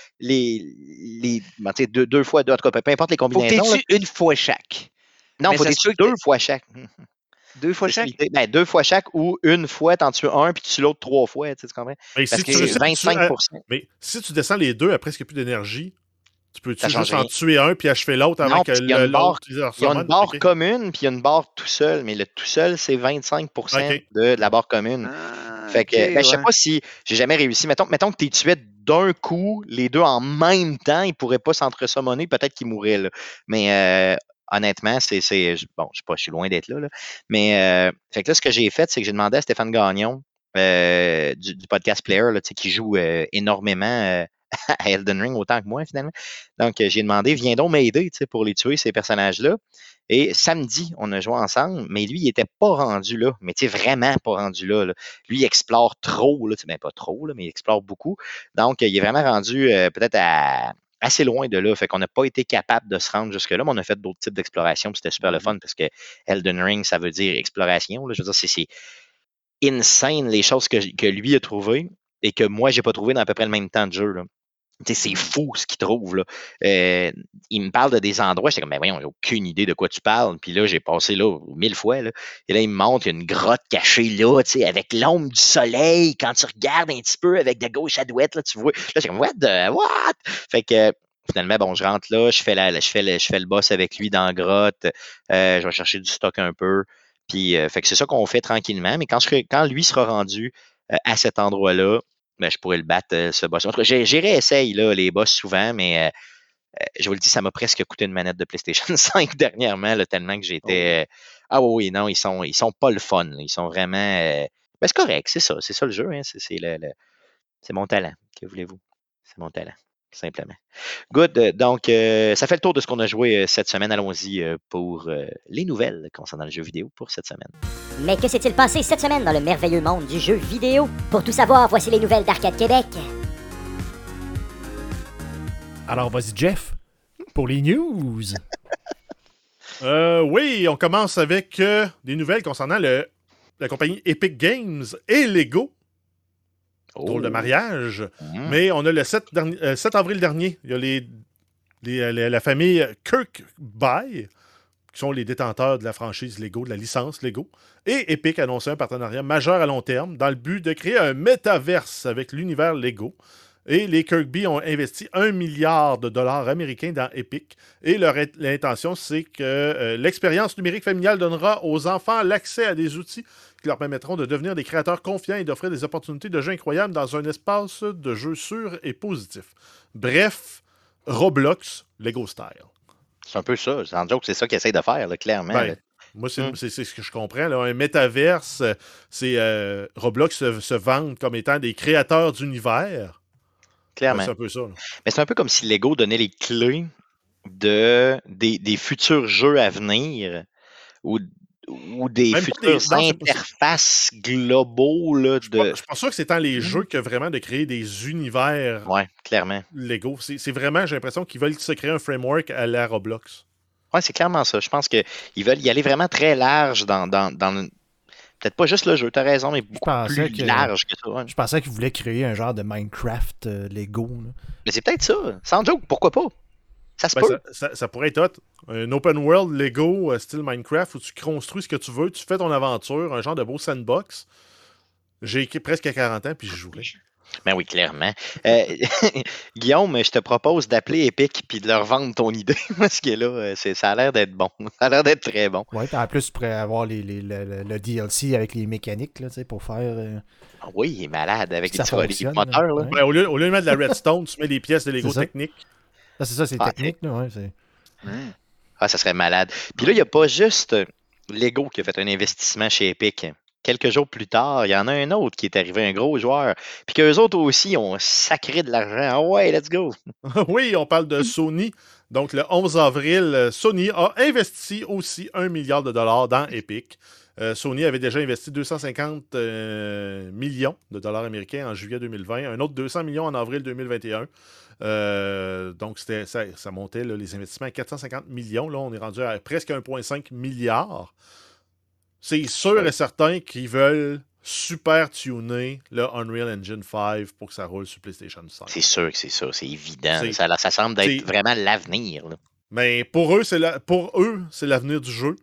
deux fois, en tout cas, peu importe les combinaisons. Faut que tu tues une fois chaque. Non, il faut que tu tues 2 fois chaque. 2 fois chaque? Ben, 2 fois chaque ou une fois, t'en tues un puis tu tues l'autre 3 fois, tu comprends? Mais Parce si que tu c'est 25%. mais si tu descends les deux à presque plus d'énergie, tu peux Ça juste change en rien. tuer un puis achever l'autre avant Non, que parce qu'il y a une barre, l'autre il y a une barre commune puis il y a une barre tout seul, mais le tout seul, c'est 25% de la barre commune. Fait que, ben, je sais pas si j'ai jamais réussi. Mettons que tu tuais d'un coup les deux en même temps, ils pourraient pas s'entre-summoner, peut-être qu'ils mourraient, là. Mais honnêtement, bon, je sais pas, je suis loin d'être là. Mais fait que là, ce que j'ai fait, c'est que j'ai demandé à Stéphane Gagnon du podcast Player, là, qui joue énormément à Elden Ring autant que moi, finalement. Donc, j'ai demandé, viens donc m'aider pour les tuer, ces personnages-là. Et samedi, on a joué ensemble, mais lui, il n'était pas rendu là. Mais tu sais, vraiment pas rendu là. Lui, il explore trop, là, ben, pas trop, là, mais il explore beaucoup. Donc, il est vraiment rendu peut-être assez loin de là. Fait qu'on n'a pas été capable de se rendre jusque-là, mais on a fait d'autres types d'exploration, puis c'était super le fun parce que Elden Ring, ça veut dire exploration. Là. Je veux dire, c'est insane les choses que lui a trouvées et que moi, j'ai pas trouvé dans à peu près le même temps de jeu. Là. C'est fou ce qu'il trouve. Là. Il me parle de des endroits. J'étais comme, mais voyons, j'ai aucune idée de quoi tu parles. Puis là, j'ai passé là 1000 fois. Là. Et là, il me montre une grotte cachée là, avec l'ombre du soleil. Quand tu regardes un petit peu avec de gauche à droite, là, tu vois. Là, j'ai comme, what? Fait que finalement, bon, je rentre là, je fais le boss avec lui dans la grotte. Je vais chercher du stock un peu. Puis, fait que c'est ça qu'on fait tranquillement. Mais quand lui sera rendu à cet endroit-là, ben, je pourrais le battre, ce boss. En tout cas, j'ai réessayé là, les boss souvent, mais je vous le dis, ça m'a presque coûté une manette de PlayStation 5 dernièrement, là, tellement que j'étais. Ah oui, non, ils sont pas le fun. Là. Ils sont vraiment. Ben, c'est correct, c'est ça le jeu. Hein, c'est mon talent. Que voulez-vous? C'est mon talent, simplement. Good. Donc, ça fait le tour de ce qu'on a joué cette semaine. Allons-y pour les nouvelles concernant le jeu vidéo pour cette semaine. Mais que s'est-il passé cette semaine dans le merveilleux monde du jeu vidéo? Pour tout savoir, voici les nouvelles d'Arcade Québec. Alors, vas-y, Jeff, pour les news. Oui, on commence avec des nouvelles concernant la compagnie Epic Games et Lego. Drôle de mariage. Mais on a le 7 avril dernier, il y a la famille Kirkby, qui sont les détenteurs de la franchise Lego, de la licence Lego. Et Epic a annoncé un partenariat majeur à long terme dans le but de créer un métaverse avec l'univers Lego. Et les Kirkby ont investi 1 milliard de dollars américains dans Epic. Et l'intention, c'est que l'expérience numérique familiale donnera aux enfants l'accès à des outils qui leur permettront de devenir des créateurs confiants et d'offrir des opportunités de jeu incroyables dans un espace de jeu sûr et positif. Bref, Roblox, Lego style. C'est un peu ça. Sans joke, c'est ça qu'ils essayent de faire, là, clairement. Ben, moi, c'est ce que je comprends. Là. Un métaverse, c'est Roblox se vend comme étant des créateurs d'univers. Clairement. Ben, c'est un peu ça. Là. Mais c'est un peu comme si Lego donnait les clés des futurs jeux à venir ou des Même futures interfaces globaux. Là, je suis pas sûr que c'est tant les jeux que vraiment de créer des univers clairement. Lego. C'est vraiment, j'ai l'impression qu'ils veulent se créer un framework à la Roblox. Oui, c'est clairement ça. Je pense qu'ils veulent y aller vraiment très large dans peut-être pas juste le jeu, t'as raison, mais beaucoup plus large que ça. Ouais. Je pensais qu'ils voulaient créer un genre de Minecraft Lego. Là. Mais c'est peut-être ça. Sans joke, pourquoi pas? Ça se peut. Ça pourrait être hot. Un open world Lego style Minecraft où tu construis ce que tu veux, tu fais ton aventure, un genre de beau sandbox. J'ai presque 40 ans puis je jouerai. Ben oui, clairement. Guillaume, je te propose d'appeler Epic puis de leur vendre ton idée. Parce que là, ça a l'air d'être bon. Ça a l'air d'être très bon. Oui, en plus, tu pourrais avoir le DLC avec les mécaniques là, pour faire. Oui, il est malade avec les moteurs. Là. Ouais, au lieu de mettre de la redstone, tu mets des pièces de Lego techniques. Ah, c'est ça, c'est technique. Là, ouais, ça serait malade. Puis là, il n'y a pas juste Lego qui a fait un investissement chez Epic. Quelques jours plus tard, il y en a un autre qui est arrivé, un gros joueur, puis qu'eux autres aussi ont sacré de l'argent. Ah ouais, let's go! Oui, on parle de Sony. Donc, le 11 avril, Sony a investi aussi 1 milliard de dollars dans Epic. Sony avait déjà investi 250 millions de dollars américains en juillet 2020, un autre 200 millions en avril 2021. Donc, ça montait là, les investissements à 450 millions. Là, on est rendu à presque 1,5 milliard. C'est sûr et certain qu'ils veulent super tuner le Unreal Engine 5 pour que ça roule sur PlayStation 5. C'est sûr que c'est ça, c'est évident. Ça semble être vraiment l'avenir. Là. Mais pour eux, c'est l'avenir du jeu.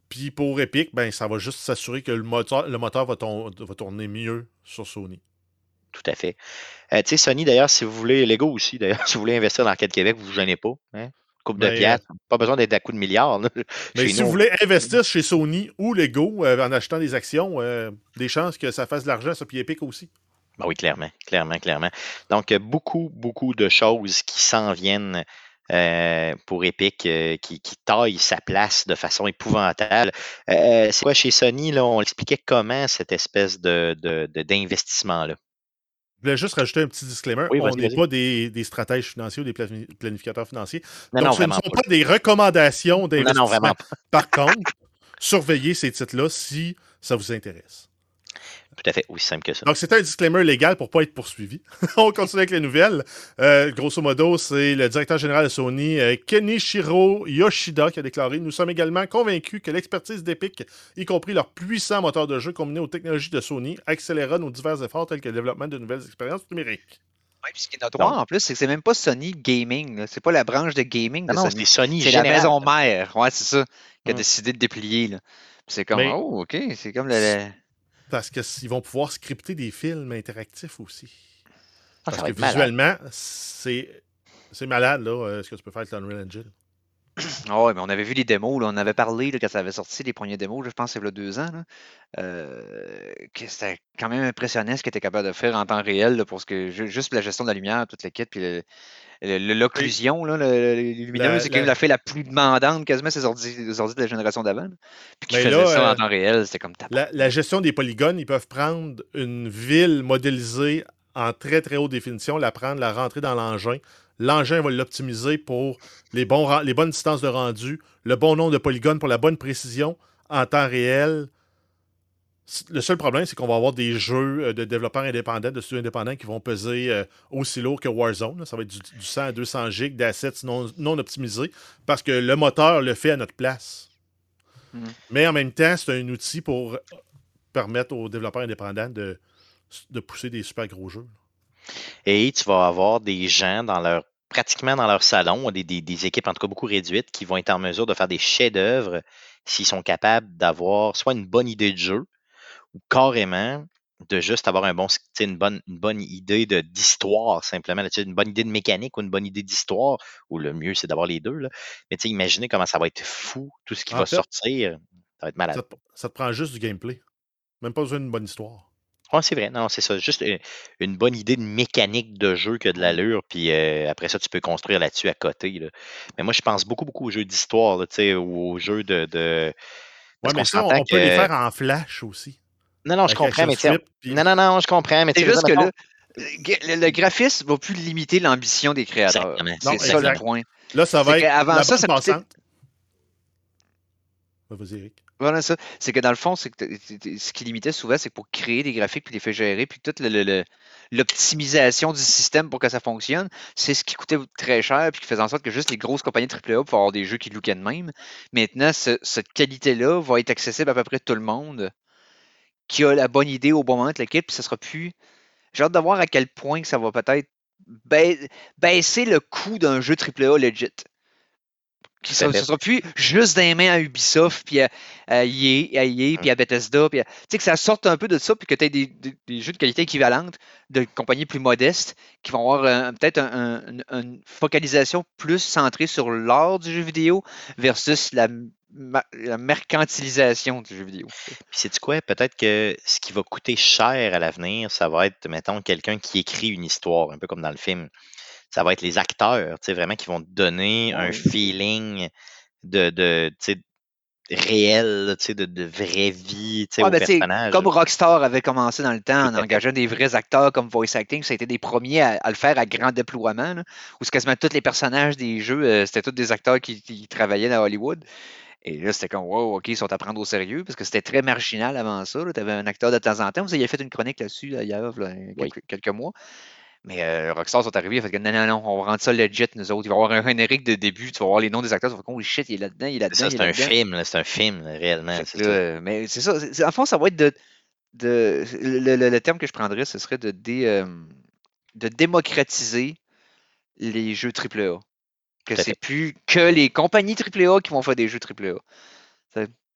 Puis pour Epic, ben, ça va juste s'assurer que le moteur va tourner mieux sur Sony. Tout à fait. Tu sais, Sony, d'ailleurs, si vous voulez, Lego aussi, d'ailleurs, si vous voulez investir dans l'Arcade Québec, vous ne vous gênez pas. Hein? Coupe de piastres, pas besoin d'être à coups de milliards. Là. Mais si vous voulez investir chez Sony ou Lego en achetant des actions, des chances que ça fasse de l'argent, ça, puis Epic aussi. Ben oui, clairement. Donc, beaucoup de choses qui s'en viennent pour Epic, qui taille sa place de façon épouvantable. C'est quoi chez Sony, là, on expliquait comment cette espèce d'investissement-là. Je voulais juste rajouter un petit disclaimer. Oui, on n'est pas des stratèges financiers ou des planificateurs financiers. Non, donc, ce ne sont pas des recommandations d'investissement. Non, vraiment pas. Par contre, surveillez ces titres-là si ça vous intéresse. Tout à fait, aussi simple que ça. Donc, c'est un disclaimer légal pour ne pas être poursuivi. On continue avec les nouvelles. Grosso modo, c'est le directeur général de Sony, Kenichiro Yoshida, qui a déclaré « Nous sommes également convaincus que l'expertise d'Epic, y compris leur puissant moteur de jeu combiné aux technologies de Sony, accélérera nos divers efforts tels que le développement de nouvelles expériences numériques. » Oui, puis ce qui est notoire en plus, c'est que c'est même pas Sony Gaming. C'est pas la branche de gaming de non, Sony. c'est Sony c'est général. La maison mère. Ouais, c'est ça. Qui a décidé de déplier. Là. C'est comme, oh, OK. C'est comme Parce qu'ils vont pouvoir scripter des films interactifs aussi. Parce que malade. visuellement, c'est malade, là, ce que tu peux faire avec l'Unreal Engine. Ah oui, mais on avait vu les démos, là, on avait parlé là, quand ça avait sorti, les premiers démos, je pense que c'est il y a 2 ans, que c'était quand même impressionnant ce qu'il était capable de faire en temps réel là, pour juste la gestion de la lumière, toute l'équipe, puis l'occlusion, les lumineuses, c'est quand même la fait la plus demandante quasiment ces ordi de la génération d'avant. Puis qui faisait ça en temps réel, c'était comme la gestion des polygones, ils peuvent prendre une ville modélisée en très très haute définition, la rentrer dans l'engin. L'engin va l'optimiser pour les bonnes distances de rendu, le bon nombre de polygones pour la bonne précision en temps réel. Le seul problème, c'est qu'on va avoir des jeux de développeurs indépendants, de studios indépendants qui vont peser aussi lourd que Warzone. Là. Ça va être du 100 à 200 gigs d'assets non optimisés parce que le moteur le fait à notre place. Mais en même temps, c'est un outil pour permettre aux développeurs indépendants de pousser des super gros jeux. Et tu vas avoir des gens pratiquement dans leur salon, des équipes en tout cas beaucoup réduites, qui vont être en mesure de faire des chefs-d'œuvre s'ils sont capables d'avoir soit une bonne idée de jeu ou carrément de juste avoir une bonne idée d'histoire, simplement. Là, une bonne idée de mécanique ou une bonne idée d'histoire, ou le mieux, c'est d'avoir les deux. Là. Mais imaginez comment ça va être fou, tout ce qui va sortir. Ça va être malade. Ça te prend juste du gameplay. Même pas besoin d'une bonne histoire. Oui, c'est vrai. Non, c'est ça. Juste une bonne idée de mécanique de jeu qui a de l'allure. Puis après ça, tu peux construire là-dessus à côté. Là. Mais moi, je pense beaucoup aux jeux d'histoire, ou aux jeux de. Oui, mais ça, on peut les faire en flash aussi. Non, je comprends, mais non, je comprends. Mais c'est juste que là, le graphisme ne va plus limiter l'ambition des créateurs. C'est ça le point. Là, ça va être avant ça, Vas-y, Eric. Voilà ça. C'est que dans le fond, ce qui limitait souvent, c'est que pour créer des graphiques puis les faire gérer, puis toute l'optimisation du système pour que ça fonctionne, c'est ce qui coûtait très cher puis qui faisait en sorte que juste les grosses compagnies AAA pouvaient avoir des jeux qui lookaient de même. Maintenant, cette qualité-là va être accessible à peu près tout le monde qui a la bonne idée au bon moment de l'équipe, puis ça sera plus. J'ai hâte de voir à quel point que ça va peut-être baisser le coût d'un jeu AAA legit. Ça ne sera plus juste des mains à Ubisoft, puis à EA, puis à Bethesda. Puis que ça sorte un peu de ça, puis que tu aies des jeux de qualité équivalente de compagnies plus modestes qui vont avoir peut-être une focalisation plus centrée sur l'art du jeu vidéo versus la mercantilisation du jeu vidéo. Puis sais-tu quoi? Peut-être que ce qui va coûter cher à l'avenir, ça va être, mettons, quelqu'un qui écrit une histoire, un peu comme dans le film. Ça va être les acteurs, vraiment, qui vont te donner un feeling de réel, de vraie vie au personnage. Comme Rockstar avait commencé dans le temps en engageant des vrais acteurs comme voice acting, ça a été des premiers à le faire à grand déploiement, là, où quasiment tous les personnages des jeux, c'était tous des acteurs qui travaillaient dans Hollywood. Et là, c'était comme, wow, OK, ils sont à prendre au sérieux, parce que c'était très marginal avant ça. Tu avais un acteur de temps en temps. Vous aviez fait une chronique là-dessus, d'ailleurs, quelques mois. Mais Rockstar sont arrivés, ils ont fait non, on va rendre ça legit, nous autres. Il va y avoir un générique de début, tu vas voir les noms des acteurs, tu vas dire, holy shit, il est là-dedans, C'est un film, réellement. Mais c'est ça. En fond, ça va être le terme que je prendrais, ce serait de démocratiser les jeux AAA. Que c'est plus que les compagnies AAA qui vont faire des jeux AAA.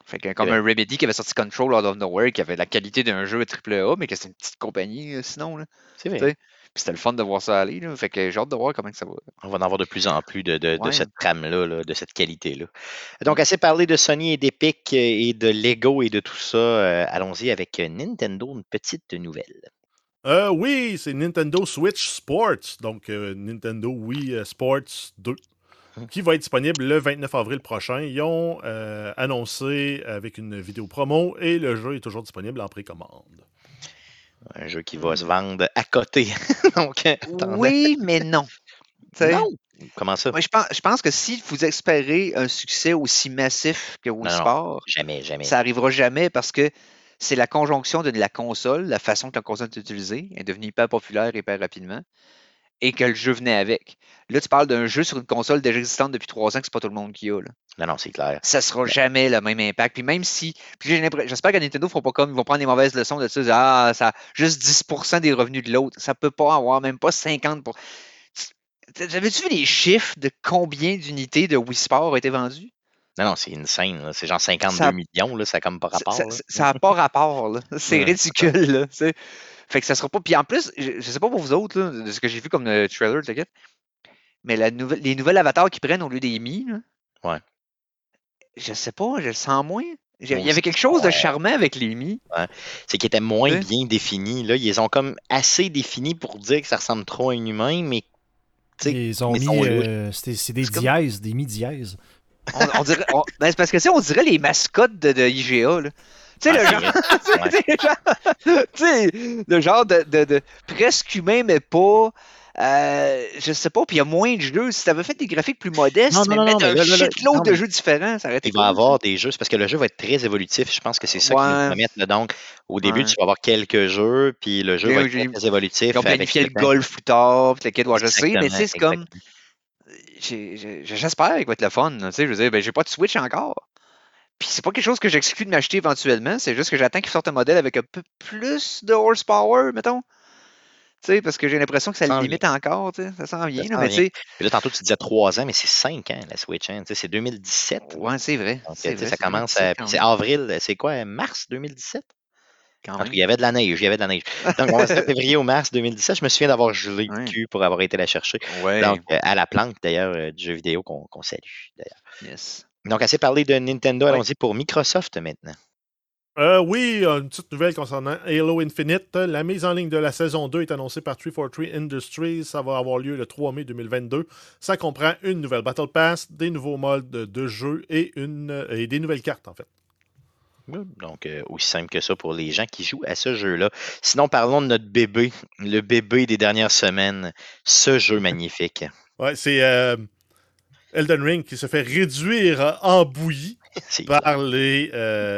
Fait que comme un Remedy qui avait sorti Control Out of Nowhere, qui avait la qualité d'un jeu AAA, mais que c'est une petite compagnie sinon. Là. C'est vrai. Puis c'était le fun de voir ça aller. Là. Fait que j'ai hâte de voir comment ça va. On va en avoir de plus en plus de cette trame-là, là, de cette qualité-là. Donc, assez parlé de Sony et d'Epic et de Lego et de tout ça. Allons-y avec Nintendo, une petite nouvelle. Oui, c'est Nintendo Switch Sports, donc Nintendo Wii Sports 2, qui va être disponible le 29 avril prochain. Ils ont annoncé avec une vidéo promo et le jeu est toujours disponible en précommande. Un jeu qui va se vendre à côté. Donc, oui, mais non. Non. Comment ça? Moi, je pense que si vous espérez un succès aussi massif que Wii Sport, jamais. Ça n'arrivera jamais parce que c'est la conjonction de la console, la façon que la console est utilisée, est devenue hyper populaire hyper rapidement, et que le jeu venait avec. Là, tu parles d'un jeu sur une console déjà existante depuis 3 ans que c'est pas tout le monde qui a. Là. Non, c'est clair. Ça sera jamais le même impact. Puis même si. Puis j'espère que Nintendo ne fera pas comme. Ils vont prendre des mauvaises leçons de ça. Ça a juste 10% des revenus de l'autre. Ça peut pas avoir même pas 50%. J'avais-tu vu les chiffres de combien d'unités de Wii Sport ont été vendues? Non, c'est insane. Là. C'est genre 52 millions. Là. Ça n'a comme pas rapport. Ça n'a pas rapport. Là. C'est ridicule. Là, fait que ça sera pas. Puis en plus, je sais pas pour vous autres, là, de ce que j'ai vu comme le trailer, t'inquiète, mais les nouvelles avatars qu'ils prennent au lieu des Mi, là, ouais. Je sais pas, je le sens moins. Il y avait quelque chose de charmant avec les Mi. Ouais. C'est qu'ils étaient moins bien définis. Là. Ils ont comme assez définis pour dire que ça ressemble trop à un humain, mais. Ils ont mis. C'est des dièses, des Mi dièses. On dirait, ben c'est parce que on dirait les mascottes de IGA. Là. Tu sais, le genre de presque humain, mais pas. Je sais pas, puis il y a moins de jeux. Si tu avais fait des graphiques plus modestes, mettre un shitload de jeux différents, ça aurait été cool. Il va y avoir des jeux, c'est parce que le jeu va être très évolutif. Je pense que c'est ça qu'ils nous promettent. Là. Donc, au début, tu vas avoir quelques jeux, puis le jeu va être très évolutif. Ils ont planifié le golf plus tard, puis le kid, je sais, mais tu sais, c'est comme. J'espère qu'il va être le fun. Je veux dire, j'ai pas de Switch encore. Puis c'est pas quelque chose que j'exclus de m'acheter éventuellement. C'est juste que j'attends qu'ils sortent un modèle avec un peu plus de horsepower, mettons. Parce que j'ai l'impression que ça le limite encore. Ça s'en vient. Mais là, tantôt, tu disais 3 ans, mais c'est 5 ans, la Switch. Hein, c'est 2017. Ouais, c'est vrai. Donc, ça commence c'est avril. C'est quoi, mars 2017? Il y avait de la neige. Donc, on va faire février ou mars 2017. Je me souviens d'avoir gelé le cul pour avoir été la chercher. Ouais. Donc, à la planque, d'ailleurs, du jeu vidéo qu'on salue, d'ailleurs. Yes. Donc, assez parlé de Nintendo, allons-y pour Microsoft maintenant. Oui, une petite nouvelle concernant Halo Infinite. La mise en ligne de la saison 2 est annoncée par 343 Industries. Ça va avoir lieu le 3 mai 2022. Ça comprend une nouvelle Battle Pass, des nouveaux modes de jeu et des nouvelles cartes, en fait. Donc, aussi simple que ça pour les gens qui jouent à ce jeu-là. Sinon, parlons de notre bébé, le bébé des dernières semaines, ce jeu magnifique. Ouais, c'est Elden Ring qui se fait réduire en bouillie par les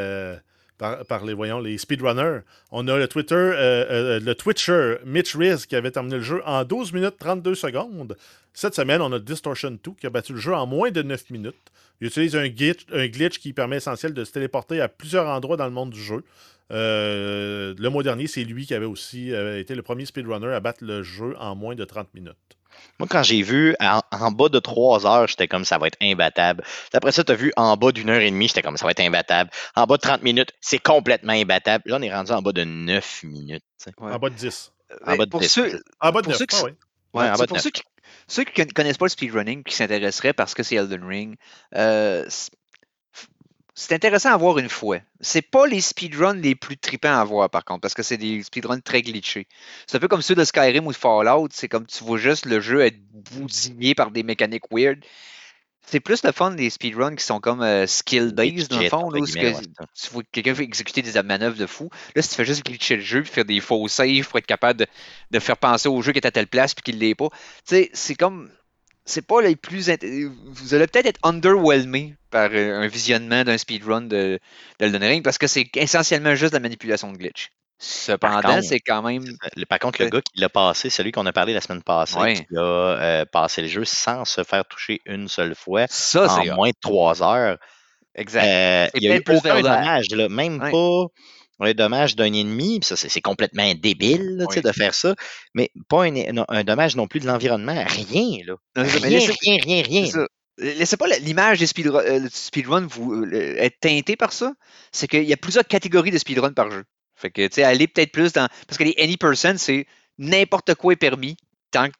les speedrunners. On a le Twitcher Mitch Riz qui avait terminé le jeu en 12 minutes 32 secondes. Cette semaine, on a Distortion 2 qui a battu le jeu en moins de 9 minutes. Il utilise un glitch qui permet essentiel de se téléporter à plusieurs endroits dans le monde du jeu. Le mois dernier, c'est lui qui avait aussi été le premier speedrunner à battre le jeu en moins de 30 minutes. Moi, quand j'ai vu en bas de 3 heures, j'étais comme ça va être imbattable. Après ça, tu as vu en bas d'1 heure et demie, j'étais comme ça va être imbattable. En bas de 30 minutes, c'est complètement imbattable. Là, on est rendu en bas de 9 minutes. Ouais. En bas de 10. En bas de 10. En bas de 9. Pour ceux qui ne connaissent pas le speedrunning qui s'intéresseraient parce que c'est Elden Ring, c'est intéressant à voir une fois. C'est pas les speedruns les plus tripants à voir, par contre, parce que c'est des speedruns très glitchés. C'est un peu comme ceux de Skyrim ou de Fallout. C'est comme tu vois juste le jeu être bousillé par des mécaniques weird. C'est plus le fun des speedruns qui sont comme skill-based, dans le fond, là, où tu vois quelqu'un fait exécuter des manœuvres de fou. Là, si tu fais juste glitcher le jeu puis faire des faux saves pour être capable de faire penser au jeu qui est à telle place puis qu'il l'est pas, tu sais, c'est comme... C'est pas les plus... Vous allez peut-être être underwhelmé par un visionnement d'un speedrun d'Elden Ring parce que c'est essentiellement juste la manipulation de glitch. Cependant, c'est quand même... Par contre, le gars qui l'a passé, celui qu'on a parlé la semaine passée, qui a passé le jeu sans se faire toucher une seule fois, en moins de 3 heures. Exact. Il n'y a eu aucun dommage, là, même pas... Un dommage d'un ennemi, ça c'est complètement débile là, de faire ça, mais pas un dommage non plus de l'environnement, rien. Là. Rien. laissez pas l'image des speedrun vous être teintée par ça. C'est qu'il y a plusieurs catégories de speedrun par jeu. Fait que, tu sais, allez peut-être plus dans... Parce que les any%, c'est n'importe quoi est permis tant que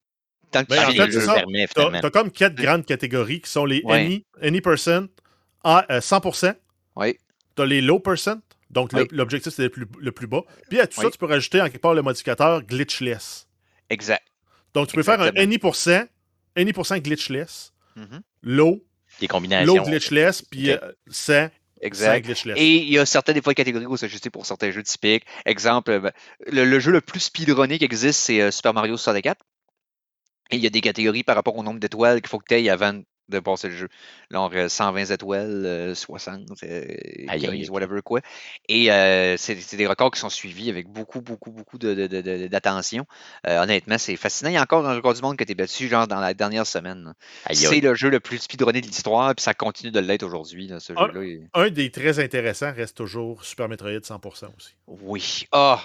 En tu fait, finis le c'est jeu. ça. permet, finalement. T'as comme 4 grandes catégories qui sont les Ouais. any percent à 100%. Oui. T'as les low percent. Donc, Oui. l'objectif, c'est le plus bas. Puis à tout ça, Oui. tu peux rajouter en quelque part le modificateur glitchless. Exact. Donc, tu peux faire un Exactement. any% glitchless, Mhm. low, Des combinations. low glitchless, puis Ok. 100 Exact. glitchless. Et il y a certaines des fois catégories où s'ajuster pour certains jeux typiques. Exemple, le jeu le plus speedrunné qui existe, c'est Super Mario 64. Et il y a des catégories par rapport au nombre d'étoiles qu'il faut que tu aies avant de passer le jeu. Genre 120 étoiles, 60, Aïe, aïe, 15, ok. whatever quoi. Et c'est des records qui sont suivis avec beaucoup d'attention. Honnêtement, c'est fascinant. Il y a encore un record du monde qui a été battu genre dans la dernière semaine. là. Aïe, C'est aïe. le jeu le plus speedrunné de l'histoire, puis ça continue de l'être aujourd'hui, là, ce jeu-là. Un des très intéressants reste toujours Super Metroid 100% aussi. Oui. Ah!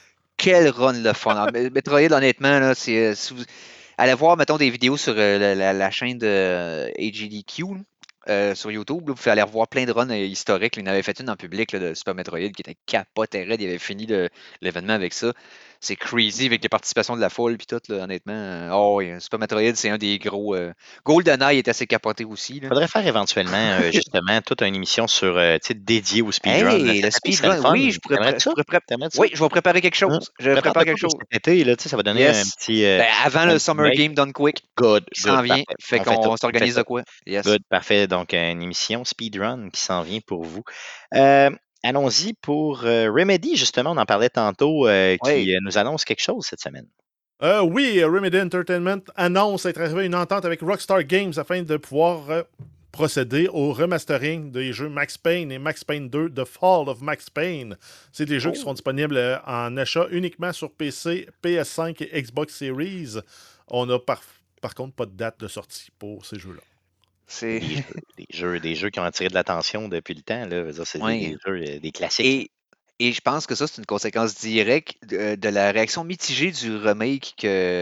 Quel run le fun! Alors, Metroid, honnêtement, là, c'est... si vous... Allez voir, mettons, des vidéos sur la chaîne de AGDQ sur YouTube. Là, vous pouvez aller revoir plein de runs historiques. Là. Il en avait fait une en public là, de Super Metroid qui était capoté raide. Il avait fini l'événement avec ça. C'est crazy avec les participations de la foule puis tout, là, honnêtement. Oh, oui, Super Metroid, c'est un des gros... GoldenEye est assez capoté aussi. Là. Faudrait faire éventuellement, justement, toute une émission sur, dédiée au speedrun. Hey, le speedrun, oui, je pourrais T'aimerais ça? préparer. Ça? Oui, je vais préparer quelque Hein? chose. Je prépare quelque Prépare-toi chose. pour cet été, là, tu sais, ça va donner un Yes. petit. Ben, avant un le petit Summer break. Game Done Quick Good, qui s'en good, vient. parfait. Fait On fait ça, qu'on on s'organise fait de quoi? Yes. Good, parfait. Donc, une émission speedrun qui s'en vient pour vous. Allons-y pour Remedy, justement, on en parlait tantôt, Oui. qui nous annonce quelque chose cette semaine. Oui, Remedy Entertainment annonce être arrivé à une entente avec Rockstar Games afin de pouvoir procéder au remastering des jeux Max Payne et Max Payne 2 The Fall of Max Payne. C'est des jeux qui seront disponibles en achat uniquement sur PC, PS5 et Xbox Series. On n'a par contre pas de date de sortie pour ces jeux-là. C'est... Des jeux qui ont attiré de l'attention depuis le temps. Là. C'est Oui. des jeux, des classiques. Et je pense que ça, c'est une conséquence directe de la réaction mitigée du remake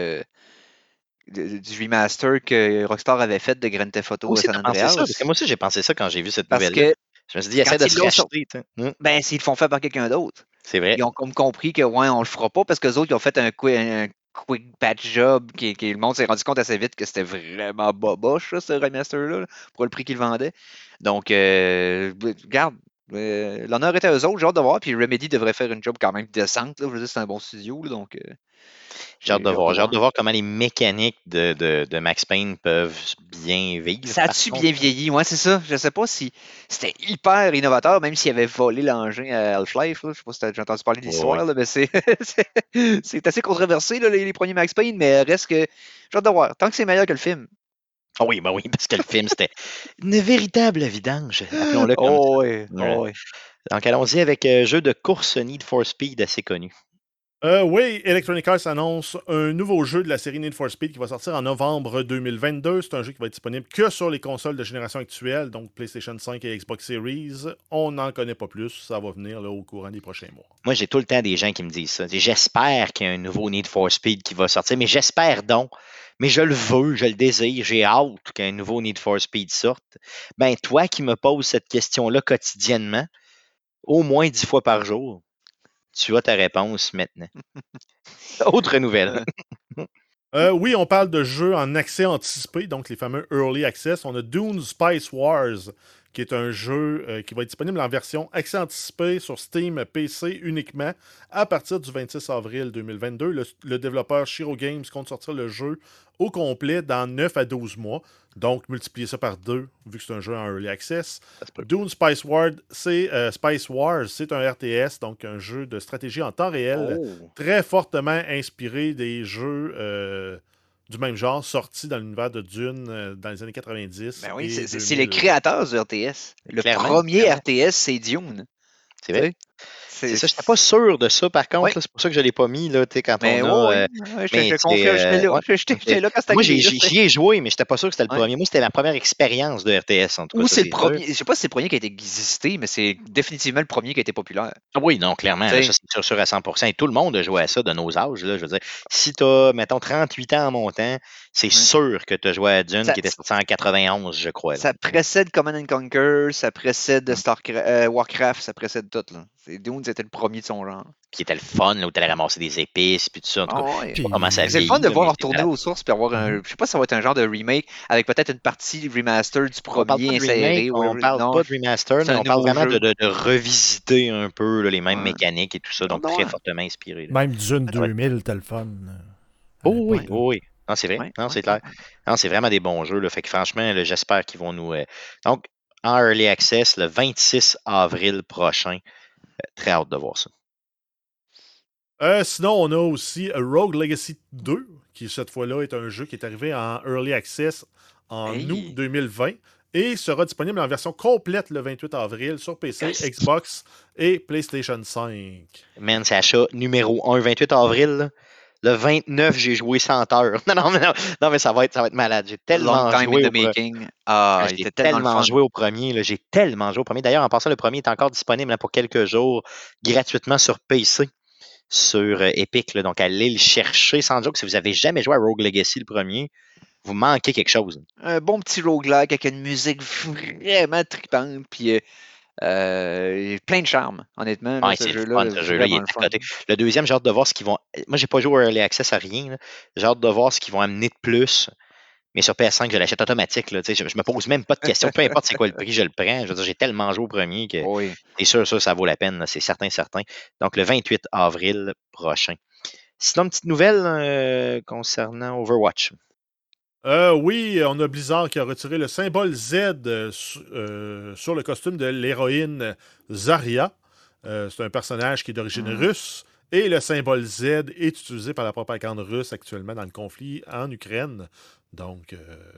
du remaster que Rockstar avait fait de Grand Theft Auto Moi aussi, San t'as pensé ça? Andreas. Parce que moi aussi, j'ai pensé ça quand j'ai vu cette Parce nouvelle-là. que Je me suis dit, essaie quand de ils se l'ont sorti, racheter. ben, s'ils le font faire par quelqu'un d'autre. C'est vrai. Ils ont comme compris que ouais, on le fera pas parce que les autres ils ont fait un quick patch job qui le monde s'est rendu compte assez vite que c'était vraiment boboche ce remaster-là pour le prix qu'ils vendaient. Donc regarde, l'honneur était à eux autres, j'ai hâte de voir. Puis Remedy devrait faire une job quand même décente. Là. Je veux dire, c'est un bon studio. Là, donc j'ai hâte de voir. J'ai hâte de voir comment les mécaniques de Max Payne peuvent bien vivre. Ça a-tu bien vieilli? Ouais, c'est ça. Je sais pas si c'était hyper innovateur, même s'il avait volé l'engin à Half-Life. Je sais pas si t'as déjà entendu parler de l'histoire, là, mais c'est assez controversé, là, les premiers Max Payne, mais reste que j'ai hâte de voir. Tant que c'est meilleur que le film. Ah oui, ben oui, parce que le film, c'était une véritable vidange, appelons-le comme ça. Oh oui, oh oui. Donc, allons-y avec un jeu de course Need for Speed assez connu. Oui, Electronic Arts annonce un nouveau jeu de la série Need for Speed qui va sortir en novembre 2022. C'est un jeu qui va être disponible que sur les consoles de génération actuelle, donc PlayStation 5 et Xbox Series. On n'en connaît pas plus. Ça va venir là, au courant des prochains mois. Moi, j'ai tout le temps des gens qui me disent ça. J'espère qu'il y a un nouveau Need for Speed qui va sortir, mais j'espère donc. Mais je le veux, je le désire, j'ai hâte qu'un nouveau Need for Speed sorte. Ben, toi qui me poses cette question-là quotidiennement, au moins 10 fois par jour, tu as ta réponse maintenant. Autre nouvelle. Oui, on parle de jeux en accès anticipé, donc les fameux Early Access. On a Dune Spice Wars, qui est un jeu qui va être disponible en version accès anticipé sur Steam PC uniquement à partir du 26 avril 2022. Le développeur Shiro Games compte sortir le jeu au complet dans 9 à 12 mois. Donc, multiplier ça par 2, vu que c'est un jeu en Early Access. Dune Spice Wars, c'est un RTS, donc un jeu de stratégie en temps réel, très fortement inspiré des jeux du même genre, sortis dans l'univers de Dune dans les années 90. Ben oui, c'est les créateurs du RTS. Le premier RTS, c'est Dune. C'est vrai. C'est ça, je n'étais pas sûr de ça, par contre. C'est pour ça que je ne l'ai pas mis là, quand mais on a. je te confirme, j'étais là quand c'était moi, j'y ai joué, mais je n'étais pas sûr que c'était le premier. Moi, c'était ma première expérience de RTS, en tout cas. Ou c'est le premier. Je ne sais pas si c'est le premier qui a existé, mais c'est définitivement le premier qui a été populaire. Oui, non, clairement. Là, ça, c'est sûr à 100%. Et tout le monde a joué à ça de nos âges. Là, je veux dire, si tu as, mettons, 38 ans en montant, C'est sûr que tu as joué à Dune, qui était sorti en 91, je crois. Là. Ça précède Command & Conquer, ça précède Warcraft, ça précède tout. Là. Dune, c'était le premier de son genre. Puis c'était le fun, là, où tu allais ramasser des épices, puis tout ça. En tout cas, ouais. je sais pas comment ça c'est le fun de vieillit, voir retourner aux sources, puis avoir un. Je sais pas si ça va être un genre de remake, avec peut-être une partie remaster du premier inséré. On parle pas de remaster, mais on parle vraiment de revisiter un peu là, les mêmes mécaniques et tout ça, donc très fortement inspiré. Là. Même Dune 2000, t'as le fun. Oui. Non, c'est vrai. Non, c'est clair. Non, c'est vraiment des bons jeux. Là. Fait que franchement, là, j'espère qu'ils vont nous. Donc, en Early Access, le 26 avril prochain. Très hâte de voir ça. Sinon, on a aussi Rogue Legacy 2, qui cette fois-là est un jeu qui est arrivé en Early Access en août 2020 et sera disponible en version complète le 28 avril sur PC, Xbox et PlayStation 5. Man, c'est achat numéro 1, 28 avril. Là. Le 29, j'ai joué 100 heures. Non, mais ça va être malade. J'ai tellement joué j'ai tellement joué au premier. Là. J'ai tellement joué au premier. D'ailleurs, en passant, le premier est encore disponible là, pour quelques jours gratuitement sur PC, sur Epic. Là. Donc, allez le chercher sans joke. Si vous n'avez jamais joué à Rogue Legacy, le premier, vous manquez quelque chose. Un bon petit roguelike avec une musique vraiment trippante. Puis plein de charme, honnêtement. Ouais, c'est le fun, ce jeu-là, il est à côté. Le deuxième, j'ai hâte de voir ce qu'ils vont... Moi, j'ai pas joué au Early Access à rien. Là. J'ai hâte de voir ce qu'ils vont amener de plus. Mais sur PS5, je l'achète automatique. Là. Je me pose même pas de questions. Peu importe c'est quoi le prix, je le prends. Je veux dire, j'ai tellement joué au premier que c'est sûr, ça vaut la peine. Là. C'est certain. Donc, le 28 avril prochain. Sinon, une petite nouvelle concernant Overwatch. Oui, on a Blizzard qui a retiré le symbole Z sur le costume de l'héroïne Zarya. C'est un personnage qui est d'origine russe. Et le symbole Z est utilisé par la propagande russe actuellement dans le conflit en Ukraine. Donc,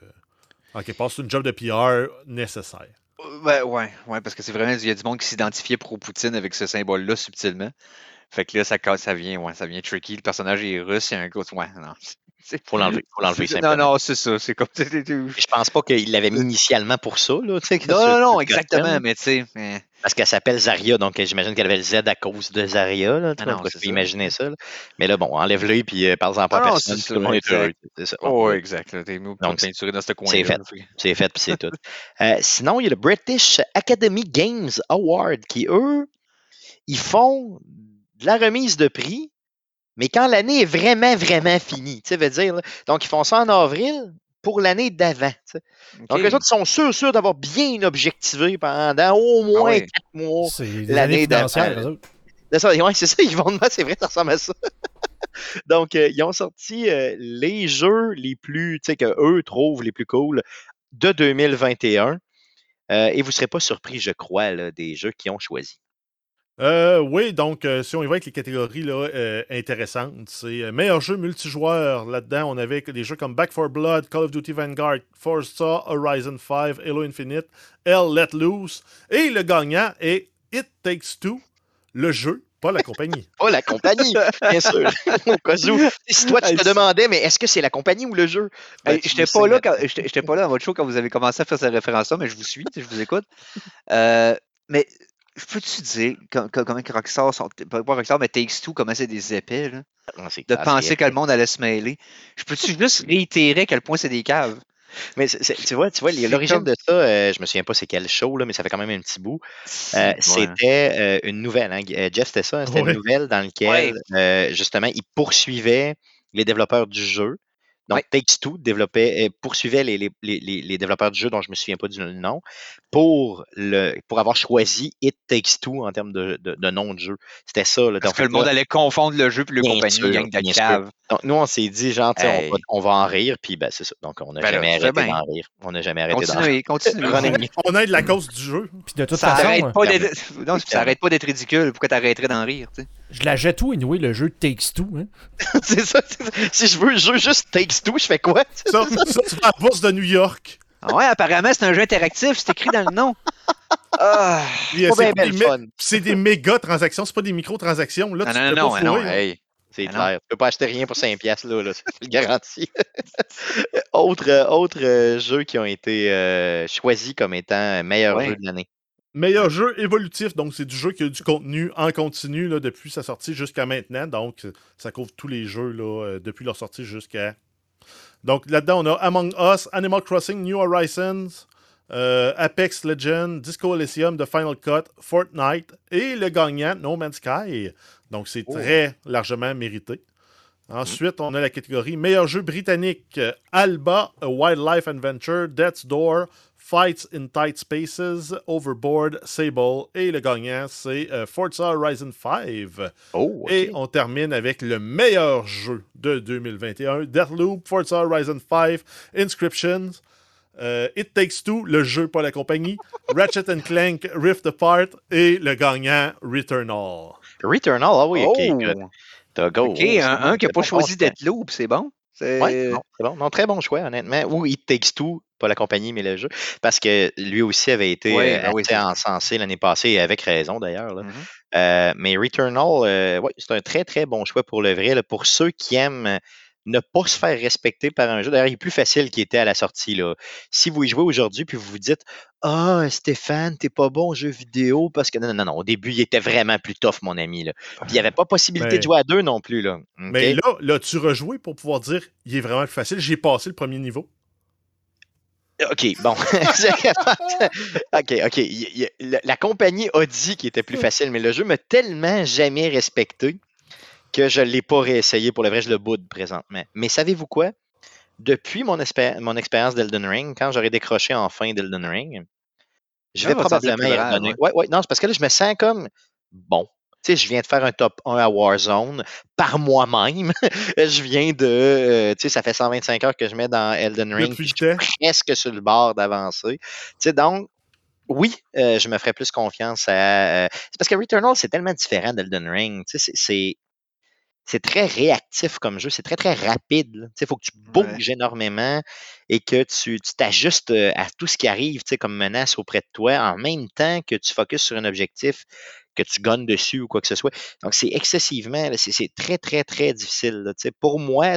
en quelque part, c'est une job de PR nécessaire. Ouais, parce que c'est vraiment, il y a du monde qui s'identifiait pro-Poutine avec ce symbole-là subtilement. Fait que là, ça vient tricky. Le personnage est russe, il y a un gros. Ouais, non. Faut l'enlever simplement. Non, c'est ça. C'est comme. Je pense pas qu'il l'avait mis initialement pour ça. Là, non, exactement, mais tu sais. Parce qu'elle s'appelle Zarya, donc j'imagine qu'elle avait le Z à cause de Zarya. Là, tu peux imaginer ça. Là. Mais là, bon, enlève-le et puis parle-en pas à personne. Tout le monde est heureux. C'est ça. Exact. Donc, peinturé dans ce coin. C'est fait, puis c'est tout. Sinon, il y a le British Academy Games Award qui, eux, ils font de la remise de prix, mais quand l'année est vraiment, vraiment finie. Tu sais, veut dire, là, donc, ils font ça en avril pour l'année d'avant. Tu sais. Donc, les autres sont sûrs d'avoir bien objectivé pendant au moins 4 mois l'année d'avant. C'est ça, ils vont demander, c'est vrai, ça ressemble à ça. Donc, ils ont sorti les jeux les plus, tu sais, qu'eux trouvent les plus cool de 2021. Et vous ne serez pas surpris, je crois, là, des jeux qu'ils ont choisis. Oui, donc si on y va avec les catégories là, intéressantes, c'est meilleur jeu multijoueur. Là-dedans, on avait des jeux comme Back 4 Blood, Call of Duty Vanguard, Forza Horizon 5, Halo Infinite, Hell Let Loose. Et le gagnant est It Takes Two, le jeu, pas la compagnie. Pas la compagnie, bien sûr. Au cas où. Si toi, tu te demandais, mais est-ce que c'est la compagnie ou le jeu? Ben, j'étais pas là à votre show quand vous avez commencé à faire cette référence-là, mais je vous suis, je vous écoute. Mais peux-tu dire comment Rockstar sont. Pas Rockstar, mais Takes-Two, comment c'est des épais, là? De penser que le monde allait se mêler. Je peux-tu juste réitérer à quel point c'est des caves? Mais tu vois, l'origine de ça, je me souviens pas c'est quel show, là, mais ça fait quand même un petit bout. C'était une nouvelle. Hein. Jeff, c'était ça, c'était une nouvelle dans laquelle, justement, il poursuivait les développeurs du jeu. Donc, Takes-Two poursuivait les développeurs du jeu dont je ne me souviens pas du nom pour avoir choisi It Takes-Two en termes de nom de jeu. C'était ça. Là, parce que le monde allait confondre le jeu et le compagnie, gang de cave. Donc, nous, on s'est dit, genre, on va en rire, puis ben, c'est ça. Donc, on n'a jamais arrêté d'en rire. On n'a jamais arrêté d'en rire. Continuez. On aide la cause du jeu. Puis de toute ça façon, ça arrête pas d'être ridicule. Pourquoi t'arrêterais d'en rire? T'sais? Je la jette tout, anyway, le jeu Takes-Two. Hein? C'est ça. Si je veux le jeu juste Takes-Two, je fais quoi? Ça, tu vas à la bourse de New York. Ah ouais, apparemment, c'est un jeu interactif. C'est écrit dans le nom. C'est des méga transactions, c'est pas des micro-transactions. Là, non. C'est clair. Tu peux pas acheter rien pour 5$, là, c'est le garantie. Autre jeux qui ont été choisis comme étant meilleur jeu de l'année. Meilleur jeu évolutif, donc c'est du jeu qui a du contenu en continu là, depuis sa sortie jusqu'à maintenant. Donc, ça couvre tous les jeux là, depuis leur sortie jusqu'à Donc là-dedans, on a Among Us, Animal Crossing, New Horizons, Apex Legends, Disco Elysium, The Final Cut, Fortnite et le gagnant, No Man's Sky. Donc c'est très largement mérité. Ensuite, on a la catégorie meilleur jeu britannique. Alba, A Wildlife Adventure, Death's Door, Fights in Tight Spaces, Overboard, Sable. Et le gagnant, c'est Forza Horizon 5. Et on termine avec le meilleur jeu de 2021. Deathloop, Forza Horizon 5, Inscriptions, It Takes Two, le jeu, pas la compagnie, Ratchet & Clank, Rift Apart et le gagnant, Returnal. Returnal, ah oui, ok. OK, un qui n'a pas choisi Deathloop, c'est bon? Oui, c'est bon. Non, très bon choix, honnêtement. Ou It Takes Two, pas la compagnie, mais le jeu. Parce que lui aussi avait été assez encensé l'année passée, et avec raison d'ailleurs. Mais Returnal, c'est un très, très bon choix pour le vrai. Là, pour ceux qui aiment ne pas se faire respecter par un jeu. D'ailleurs, il est plus facile qu'il était à la sortie. Là. Si vous y jouez aujourd'hui puis vous vous dites Ah, Stéphane, t'es pas bon au jeu vidéo parce que non. Au début, il était vraiment plus tough, mon ami. Là. Puis il n'y avait pas possibilité de jouer à deux non plus. Là. Okay? Mais là, tu rejoué pour pouvoir dire il est vraiment plus facile. J'ai passé le premier niveau. OK, bon. OK. La compagnie a dit qu'il était plus facile, mais le jeu m'a tellement jamais respecté que je ne l'ai pas réessayé. Pour le vrai, je le boude présentement. Mais savez-vous quoi? Depuis mon expérience d'Elden Ring, quand j'aurai décroché enfin d'Elden Ring, je vais probablement y redonner. Ouais, non, c'est parce que là, je me sens comme bon. Tu sais, je viens de faire un top 1 à Warzone par moi-même. Je viens de... tu sais, ça fait 125 heures que je mets dans Elden Ring. Je suis presque sur le bord d'avancer. Tu sais, donc, oui, je me ferais plus confiance à... c'est parce que Returnal, c'est tellement différent d'Elden Ring. Tu sais, c'est très réactif comme jeu, c'est très, très rapide. Il faut que tu bouges énormément et que tu t'ajustes à tout ce qui arrive comme menace auprès de toi en même temps que tu focuses sur un objectif que tu gagnes dessus ou quoi que ce soit. Donc, c'est excessivement, c'est très, très, très difficile. Là, pour moi,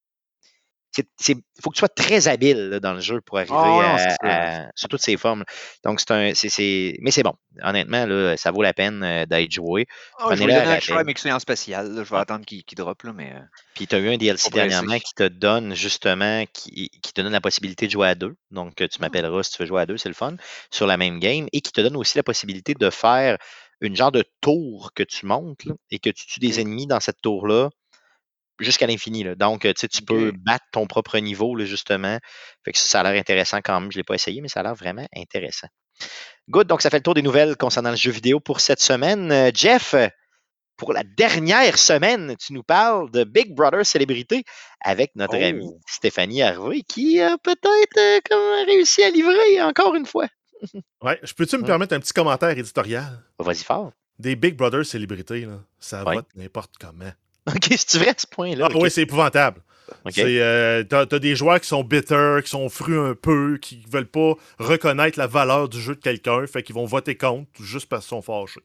il faut que tu sois très habile là, dans le jeu pour arriver sur toutes ces formes. Donc, mais c'est bon. Honnêtement, là, ça vaut la peine d'être joué. Je vais donner un try à mes clients spécial. Je vais attendre qu'il drop. Là, mais... Puis, tu as eu un DLC dernièrement qui te donne justement, qui te donne la possibilité de jouer à deux. Donc, tu m'appelleras si tu veux jouer à deux, c'est le fun, sur la même game. Et qui te donne aussi la possibilité de faire une genre de tour que tu montes là, et que tu tues des ennemis dans cette tour-là jusqu'à l'infini. Là. Donc, tu peux battre ton propre niveau, là, justement. Fait que ça a l'air intéressant quand même. Je ne l'ai pas essayé, mais ça a l'air vraiment intéressant. Good, donc ça fait le tour des nouvelles concernant le jeu vidéo pour cette semaine. Jeff, pour la dernière semaine, tu nous parles de Big Brother Célébrité avec notre amie Stéphanie Harvey, qui a peut-être réussi à livrer encore une fois. Ouais, peux-tu me permettre un petit commentaire éditorial? Vas-y fort. Des Big Brother Célébrités, là, ça vote n'importe comment. OK, c'est vrai à ce point-là. Ah oui, c'est épouvantable. Okay. T'as des joueurs qui sont bitter, qui sont frus un peu, qui veulent pas reconnaître la valeur du jeu de quelqu'un, fait qu'ils vont voter contre juste parce qu'ils sont fâchés.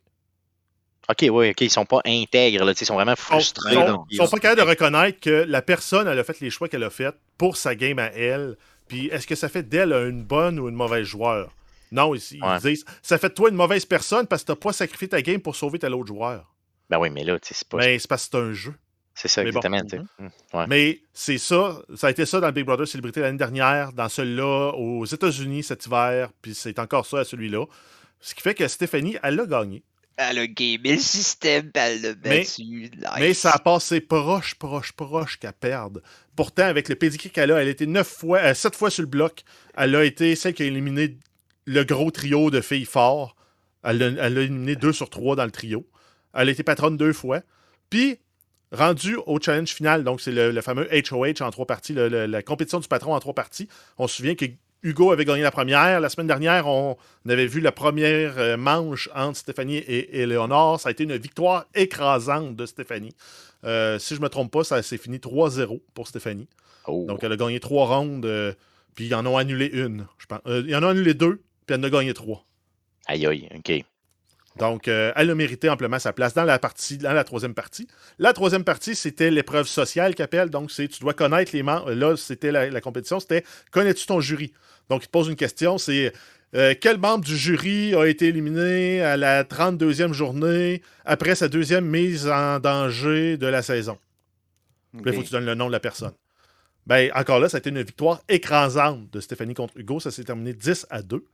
OK, ils sont pas intègres, là, ils sont vraiment frustrés. Ils sont pas capables de reconnaître que la personne, elle a fait les choix qu'elle a fait pour sa game à elle, puis est-ce que ça fait d'elle une bonne ou une mauvaise joueur? Non, ils disent, ça fait de toi une mauvaise personne parce que t'as pas sacrifié ta game pour sauver tel autre joueur. Ben oui, mais là, c'est pas... Mais c'est parce que c'est un jeu. C'est ça, exactement. Mais c'est ça a été ça dans le Big Brother Célébrité l'année dernière, dans celui-là aux États-Unis cet hiver, puis c'est encore ça à celui-là. Ce qui fait que Stéphanie, elle l'a gagné. Elle a gamé le système, elle l'a battu. Mais ça a passé proche qu'à perdre. Pourtant, avec le pédigré qu'elle a, elle a été 7 fois sur le bloc. Elle a été celle qui a éliminé le gros trio de filles forts. Elle a éliminé 2 sur 3 dans le trio. Elle a été patronne 2 fois. Puis, rendu au challenge final, donc c'est le fameux HOH en 3 parties, la compétition du patron en 3 parties. On se souvient que Hugo avait gagné la première. La semaine dernière, on avait vu la première manche entre Stéphanie et Éléonore. Ça a été une victoire écrasante de Stéphanie. Si je ne me trompe pas, ça s'est fini 3-0 pour Stéphanie. Donc, elle a gagné 3 rondes, puis ils en ont annulé une, je pense. Ils en ont annulé 2, puis elle en a gagné 3. Aïe, OK. Donc, elle a mérité amplement sa place dans la 3e partie. La 3e partie, c'était l'épreuve sociale qu'appelle. Donc, tu dois connaître les membres. Là, c'était la compétition, c'était connais-tu ton jury? Donc, il te pose une question, c'est quel membre du jury a été éliminé à la 32e journée après sa 2e mise en danger de la saison? Okay. Là, il faut que tu donnes le nom de la personne. Ben, encore là, ça a été une victoire écrasante de Stéphanie contre Hugo. Ça s'est terminé 10-2.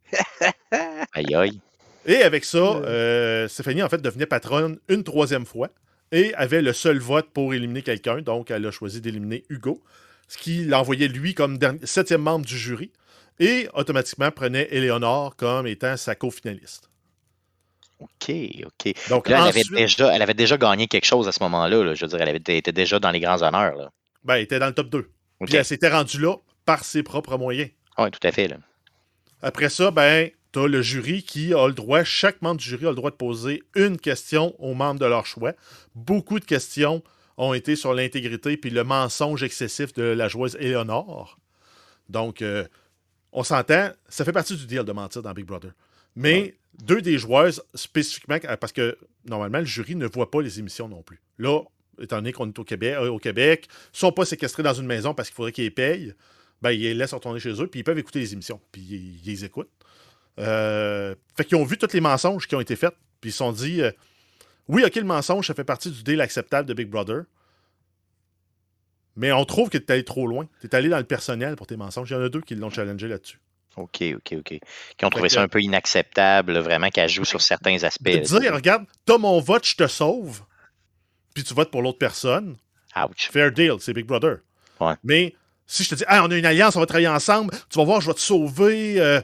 Aïe, aïe. Et avec ça, Stéphanie, en fait, devenait patronne une 3e fois et avait le seul vote pour éliminer quelqu'un. Donc, elle a choisi d'éliminer Hugo, ce qui l'envoyait, lui, comme 7e membre du jury. Et automatiquement prenait Éléonore comme étant sa co-finaliste. OK. Donc, Là, ensuite, elle avait déjà gagné quelque chose à ce moment-là. Là. Je veux dire, elle était déjà dans les grands honneurs. Là. ben, elle était dans le top 2. OK. Puis elle s'était rendue là par ses propres moyens. Oui, tout à fait. Là. Après ça, ben, t'as le jury qui a le droit, chaque membre du jury a le droit de poser une question aux membres de leur choix. Beaucoup de questions ont été sur l'intégrité puis le mensonge excessif de la joueuse Éléonore. Donc, on s'entend, ça fait partie du deal de mentir dans Big Brother. Mais 2 des joueuses, spécifiquement, parce que normalement, le jury ne voit pas les émissions non plus. Là, étant donné qu'on est au Québec, ne sont pas séquestrés dans une maison parce qu'il faudrait qu'ils les payent, ben, ils les laissent retourner chez eux, puis ils peuvent écouter les émissions, puis ils les écoutent. Fait qu'ils ont vu tous les mensonges qui ont été faits, puis ils se sont dit oui, ok, le mensonge, ça fait partie du deal acceptable de Big Brother, mais on trouve que tu es allé trop loin. Tu es allé dans le personnel pour tes mensonges. Il y en a 2 qui l'ont challengé là-dessus. OK. Qui ont trouvé ça un peu inacceptable, vraiment, qu'elle joue sur certains aspects. De dire, regarde, t'as mon vote, je te sauve, puis tu votes pour l'autre personne. Ouch. Fair deal, c'est Big Brother. Ouais. Mais si je te dis, on a une alliance, on va travailler ensemble, tu vas voir, je vais te sauver,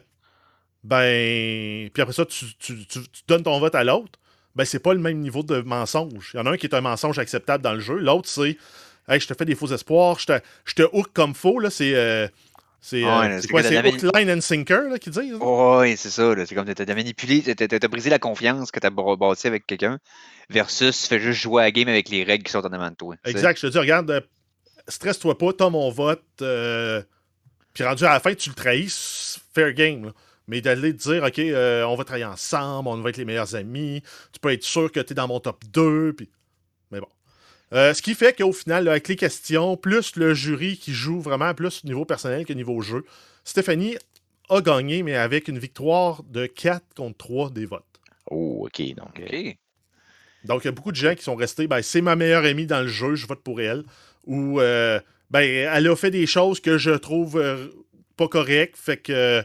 ben. Puis après ça, tu donnes ton vote à l'autre, ben, c'est pas le même niveau de mensonge. Il y en a un qui est un mensonge acceptable dans le jeu, l'autre, c'est, hey, je te fais des faux espoirs, je te hook comme faux, là, c'est quoi? C'est hook, line and sinker, là, qu'ils disent? Oui, c'est ça. Là. C'est comme t'as manipulé, t'as brisé la confiance que t'as bâti avec quelqu'un versus tu fais juste jouer à la game avec les règles qui sont en avant de toi. Exact. Je te dis, regarde, stresse-toi pas, t'as mon vote. Puis rendu à la fin, tu le trahis, fair game. Là. Mais d'aller te dire, OK, on va travailler ensemble, on va être les meilleurs amis, tu peux être sûr que t'es dans mon top 2. Puis... Mais bon. Ce qui fait qu'au final, là, avec les questions, plus le jury qui joue vraiment plus au niveau personnel que niveau jeu, Stéphanie a gagné, mais avec une victoire de 4-3 des votes. Oh, OK. Donc, Donc, il y a beaucoup de gens qui sont restés, ben, c'est ma meilleure amie dans le jeu, je vote pour elle. Ou, ben, elle a fait des choses que je trouve pas correctes, fait que,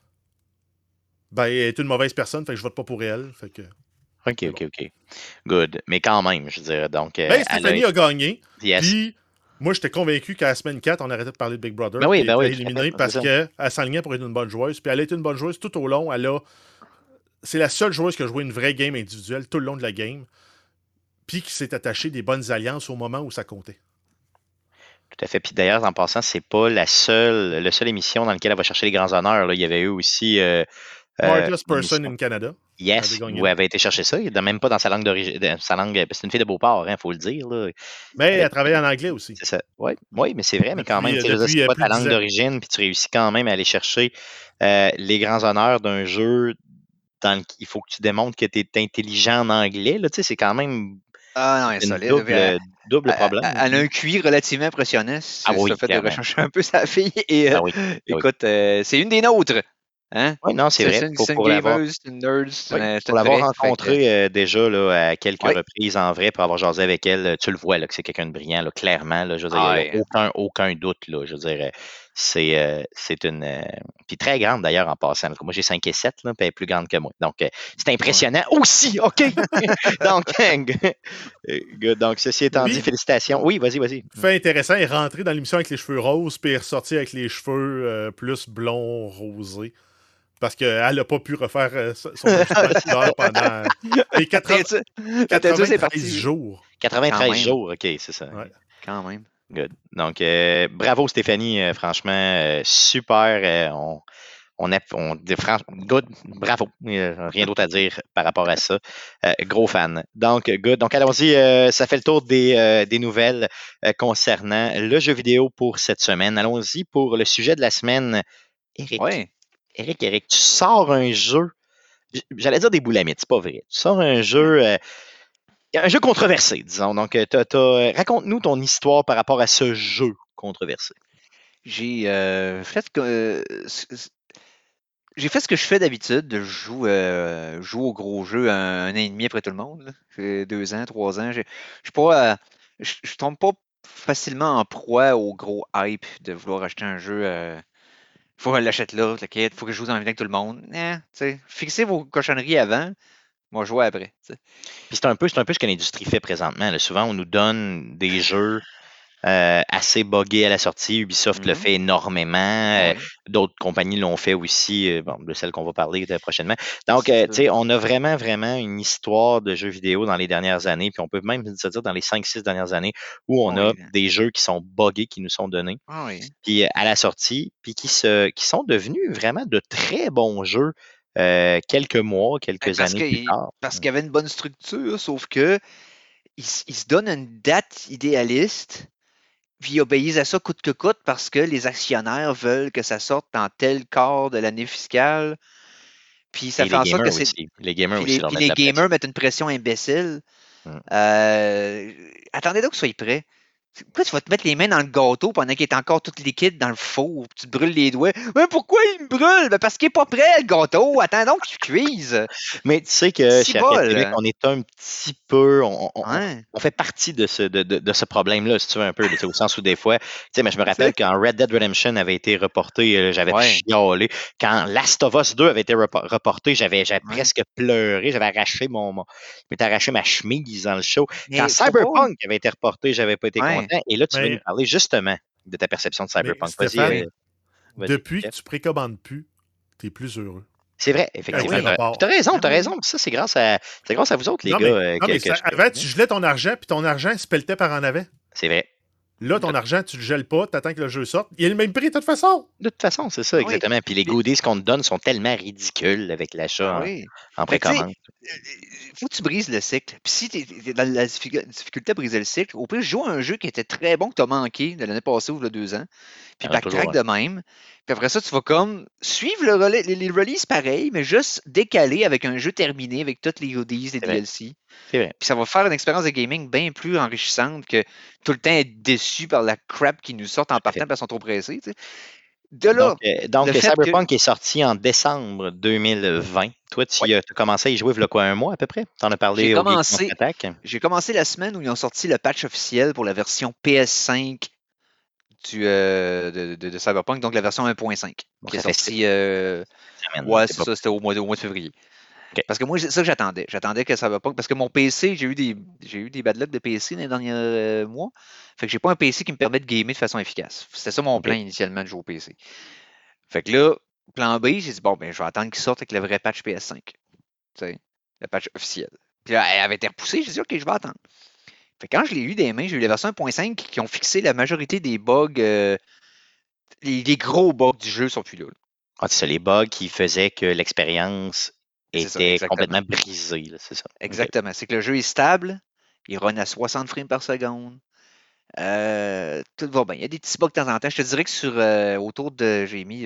ben, elle est une mauvaise personne, fait que je vote pas pour elle. Fait que, OK. Good. Mais quand même, je veux dire, donc... ben, Stéphanie a gagné. Yes. Puis, moi, j'étais convaincu qu'à la semaine 4, on arrêtait de parler de Big Brother. Ben oui, elle a tout éliminé à fait, parce qu'elle s'enlignait pour être une bonne joueuse. Puis, elle a été une bonne joueuse tout au long. C'est la seule joueuse qui a joué une vraie game individuelle tout le long de la game. Puis, qui s'est attachée des bonnes alliances au moment où ça comptait. Tout à fait. Puis d'ailleurs, en passant, c'est pas la seule émission dans laquelle elle va chercher les grands honneurs. Là. Il y avait eu aussi... Smartest Person in Canada. Yes, où elle avait été chercher ça. Même pas dans sa langue d'origine. C'est une fille de Beauport, il faut le dire. Là. Mais elle travaille en anglais aussi. C'est ça. Oui, mais c'est vrai, mais quand même, depuis c'est pas ta langue d'origine, puis tu réussis quand même à aller chercher les grands honneurs d'un jeu dans lequel il faut que tu démontres que tu es intelligent en anglais. Là, c'est quand même double problème. Elle a un QI relativement impressionnant. Ah oui, ça fait de rechercher un peu sa fille. Et, écoute, c'est une des nôtres. Hein? Oui, non, c'est vrai. C'est une gameuse, c'est une nerd. Pour l'avoir rencontrée déjà là, à quelques reprises en vrai, pour avoir jasé avec elle, tu le vois là, que c'est quelqu'un de brillant, là, clairement. Là, je veux dire, il n'y a aucun doute. Là, je veux dire, c'est une. Puis très grande d'ailleurs en passant. Moi, j'ai 5 et 7, là, puis elle est plus grande que moi. Donc, c'est impressionnant aussi. OK. donc, ceci étant dit, félicitations. Oui, vas-y. Fait intéressant, elle est rentrée dans l'émission avec les cheveux roses, puis elle est ressortie avec les cheveux plus blonds, rosés. Parce qu'elle n'a pas pu refaire son couleur pendant les 93 jours. 93 jours, OK, c'est ça. Ouais. Quand même. Good. Donc, bravo Stéphanie, franchement, super. Good, bravo. Rien d'autre à dire par rapport à ça. Gros fan. Donc, good. Donc, allons-y. Ça fait le tour des nouvelles concernant le jeu vidéo pour cette semaine. Allons-y pour le sujet de la semaine. Eric. Ouais. Eric, tu sors un jeu, j'allais dire des boulamites, c'est pas vrai. Tu sors un jeu controversé, disons. Donc, raconte-nous ton histoire par rapport à ce jeu controversé. J'ai fait ce que je fais d'habitude. Je joue au gros jeu un an et demi après tout le monde. Là. 2 ans, 3 ans. Je tombe pas facilement en proie au gros hype de vouloir acheter un jeu. Faut que je l'achète là, t'inquiète, faut que je joue en même temps que tout le monde. Fixez vos cochonneries avant, moi jouer après. T'sais. Puis c'est un peu ce que l'industrie fait présentement. Là. Souvent, on nous donne des jeux assez buggés à la sortie. Ubisoft le fait énormément. Ouais. D'autres compagnies l'ont fait aussi, de celles qu'on va parler prochainement. Donc, C'est tu ça. sais, on a vraiment, vraiment une histoire de jeux vidéo dans les dernières années, puis on peut même se dire dans les 5-6 dernières années, où on a Oui. des jeux qui sont buggés, qui nous sont donnés, Ah oui. puis à la sortie, puis qui sont devenus vraiment de très bons jeux quelques mois, quelques années plus tard. Parce qu'il y avait une bonne structure, sauf que ils se donnent une date idéaliste, puis ils obéissent à ça coûte que coûte parce que les actionnaires veulent que ça sorte dans tel quart de l'année fiscale. Puis ça Et fait en les sorte gamers que c'est. aussi. Les gamers Puis aussi les, leur puis mettent de les la pression. gamers mettent une pression imbécile. Attendez donc que soyez prêts. Pourquoi tu vas te mettre les mains dans le gâteau pendant qu'il est encore tout liquide dans le four, puis tu te brûles les doigts? Mais pourquoi il me brûle? Ben parce qu'il n'est pas prêt, le gâteau. Attends donc qu'il cuise. Mais tu sais que Si chez Arcade bol. Québec, on est un petit peu, Hein? on fait partie de ce problème-là, si tu veux un peu, là, tu sais, au sens où des fois, tu sais, mais je me rappelle C'est- quand Red Dead Redemption avait été reporté, j'avais Ouais. chialé. Quand Last of Us 2 avait été reporté, j'avais Ouais. presque pleuré, j'avais arraché je m'étais arraché ma chemise dans le show. Quand Mais faut pas. Cyberpunk avait été reporté, j'avais pas été Ouais. content. Et là, tu veux Mais, nous parler justement de ta perception de mais Cyberpunk. Stéphane, Vas-y, depuis que Jeff. tu précommandes plus, t'es plus heureux. C'est vrai, Avec effectivement. les reports. Tu as raison, Ah tu as oui. raison. Puis ça, c'est grâce à vous autres, les Non, gars. mais avant, tu gelais ton argent, puis ton argent se pelletait par en avant. C'est vrai. Là, ton argent, tu le gèles pas, t'attends que le jeu sorte. Il est le même prix de toute façon. De toute façon, c'est ça, Oui. exactement. Puis les goodies qu'on te donne sont tellement ridicules avec l'achat Ah oui. en Fait que, tu sais, précommande. faut que tu brises le cycle. Puis si tu es dans la difficulté à briser le cycle, au pire, joue à un jeu qui était très bon, que tu as manqué de l'année passée ou de 2 ans, puis Il y en a backtrack toujours, de même. Puis après ça, tu vas comme suivre les releases pareil, mais juste décaler avec un jeu terminé, avec toutes les goodies, les C'est vrai. DLC. C'est vrai. Puis ça va faire une expérience de gaming bien plus enrichissante que tout le temps être déçu par la crap qui nous sort en partant parce qu'ils sont trop pressés. Tu sais. De là, Donc le fait Cyberpunk est sorti en décembre 2020. Toi, tu as commencé à y jouer il y a quoi, un mois à peu près? Tu en as parlé J'ai au commencé- Geek Attack. j'ai commencé la semaine où ils ont sorti le patch officiel pour la version PS5 de Cyberpunk, donc la version 1.5, Bon, qui est ça fait sortie. semaines, Ouais, c'est c'est pas- ça, c'était au mois de février. Ok. Parce que moi, c'est ça que j'attendais. J'attendais que Cyberpunk. Parce que mon PC, j'ai eu des bad luck de PC dans les derniers mois. Fait que j'ai pas un PC qui me permet de gamer de façon efficace. C'était ça mon Ok. plan initialement de jouer au PC. Fait que là, plan B, j'ai dit bon, ben, je vais attendre qu'il sorte avec le vrai patch PS5. Tu sais, le patch officiel. Puis là, elle avait été repoussée. J'ai dit ok, je vais attendre. Fait que quand je l'ai eu des mains, j'ai eu la version 1.5 qui ont fixé la majorité des bugs. Les gros bugs du jeu sont plus là. Ah, c'est ça, les bugs qui faisaient que l'expérience C'est ça, était exactement. complètement brisée. Là, c'est ça. Ok. Exactement. C'est que le jeu est stable, il run à 60 frames par seconde. Tout va bien. Il y a des petits bugs de temps en temps. Je te dirais que sur autour de. J'ai mis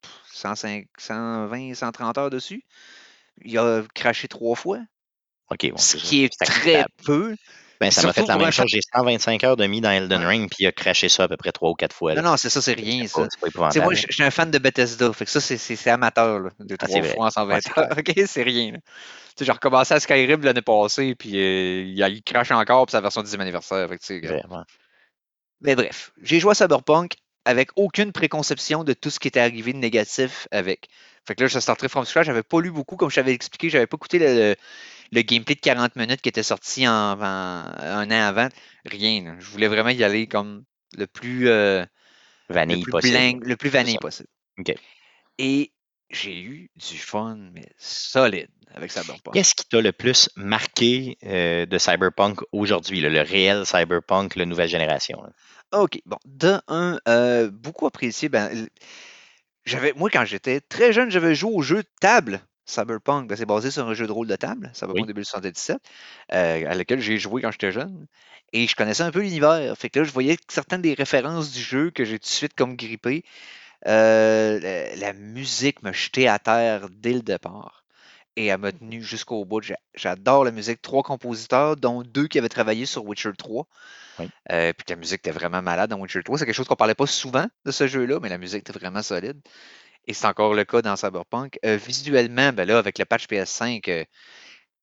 120, 130 heures dessus. Il a craché 3 fois. OK, bon, Ce c'est qui est c'est très acceptable. peu. Ben, ça m'a fait Surtout la pour même un chose. J'ai 125 heures de mis dans Elden Ouais. Ring, puis il a craché ça à peu près 3 ou 4 fois. Non, Là. non, c'est ça, c'est rien, C'est ça. pas Tu sais, moi, épouvantable. je suis un fan de Bethesda. Fait que ça, c'est amateur, là, de Ah, 3 c'est fois en 120 Ouais, c'est heures. OK, c'est rien. Là. Tu sais, j'ai recommencé à Skyrim l'année passée, puis il crache encore pour sa version 10e anniversaire. Fait que, tu sais, regarde. Vraiment. Mais bref, j'ai joué à Cyberpunk avec aucune préconception de tout ce qui était arrivé de négatif avec. Fait que là, je starterai from scratch. J'avais pas lu beaucoup, comme je t'avais expliqué. J'avais pas écouté le gameplay de 40 minutes qui était sorti un an avant. Rien. Là. Je voulais vraiment y aller comme le plus Vanille possible. le plus C'est vanille ça. possible. OK. Et j'ai eu du fun, mais solide avec Cyberpunk. Qu'est-ce qui t'a le plus marqué de Cyberpunk aujourd'hui, là, le réel Cyberpunk, la nouvelle génération? Là? OK, bon, de un, beaucoup apprécié. Moi, quand j'étais très jeune, j'avais joué au jeu de table Cyberpunk. C'est basé sur un jeu de rôle de table, Cyberpunk Oui. 2077, à lequel j'ai joué quand j'étais jeune. Et je connaissais un peu l'univers. Fait que là, je voyais certaines des références du jeu que j'ai tout de suite comme grippé. La musique me jetait à terre dès le départ. Et elle m'a tenu jusqu'au bout. J'adore la musique. 3 compositeurs, dont 2 qui avaient travaillé sur Witcher 3. Oui. Puis la musique était vraiment malade dans Witcher 3. C'est quelque chose qu'on parlait pas souvent de ce jeu-là, mais la musique était vraiment solide. Et c'est encore le cas dans Cyberpunk. Visuellement, ben là, avec le patch PS5,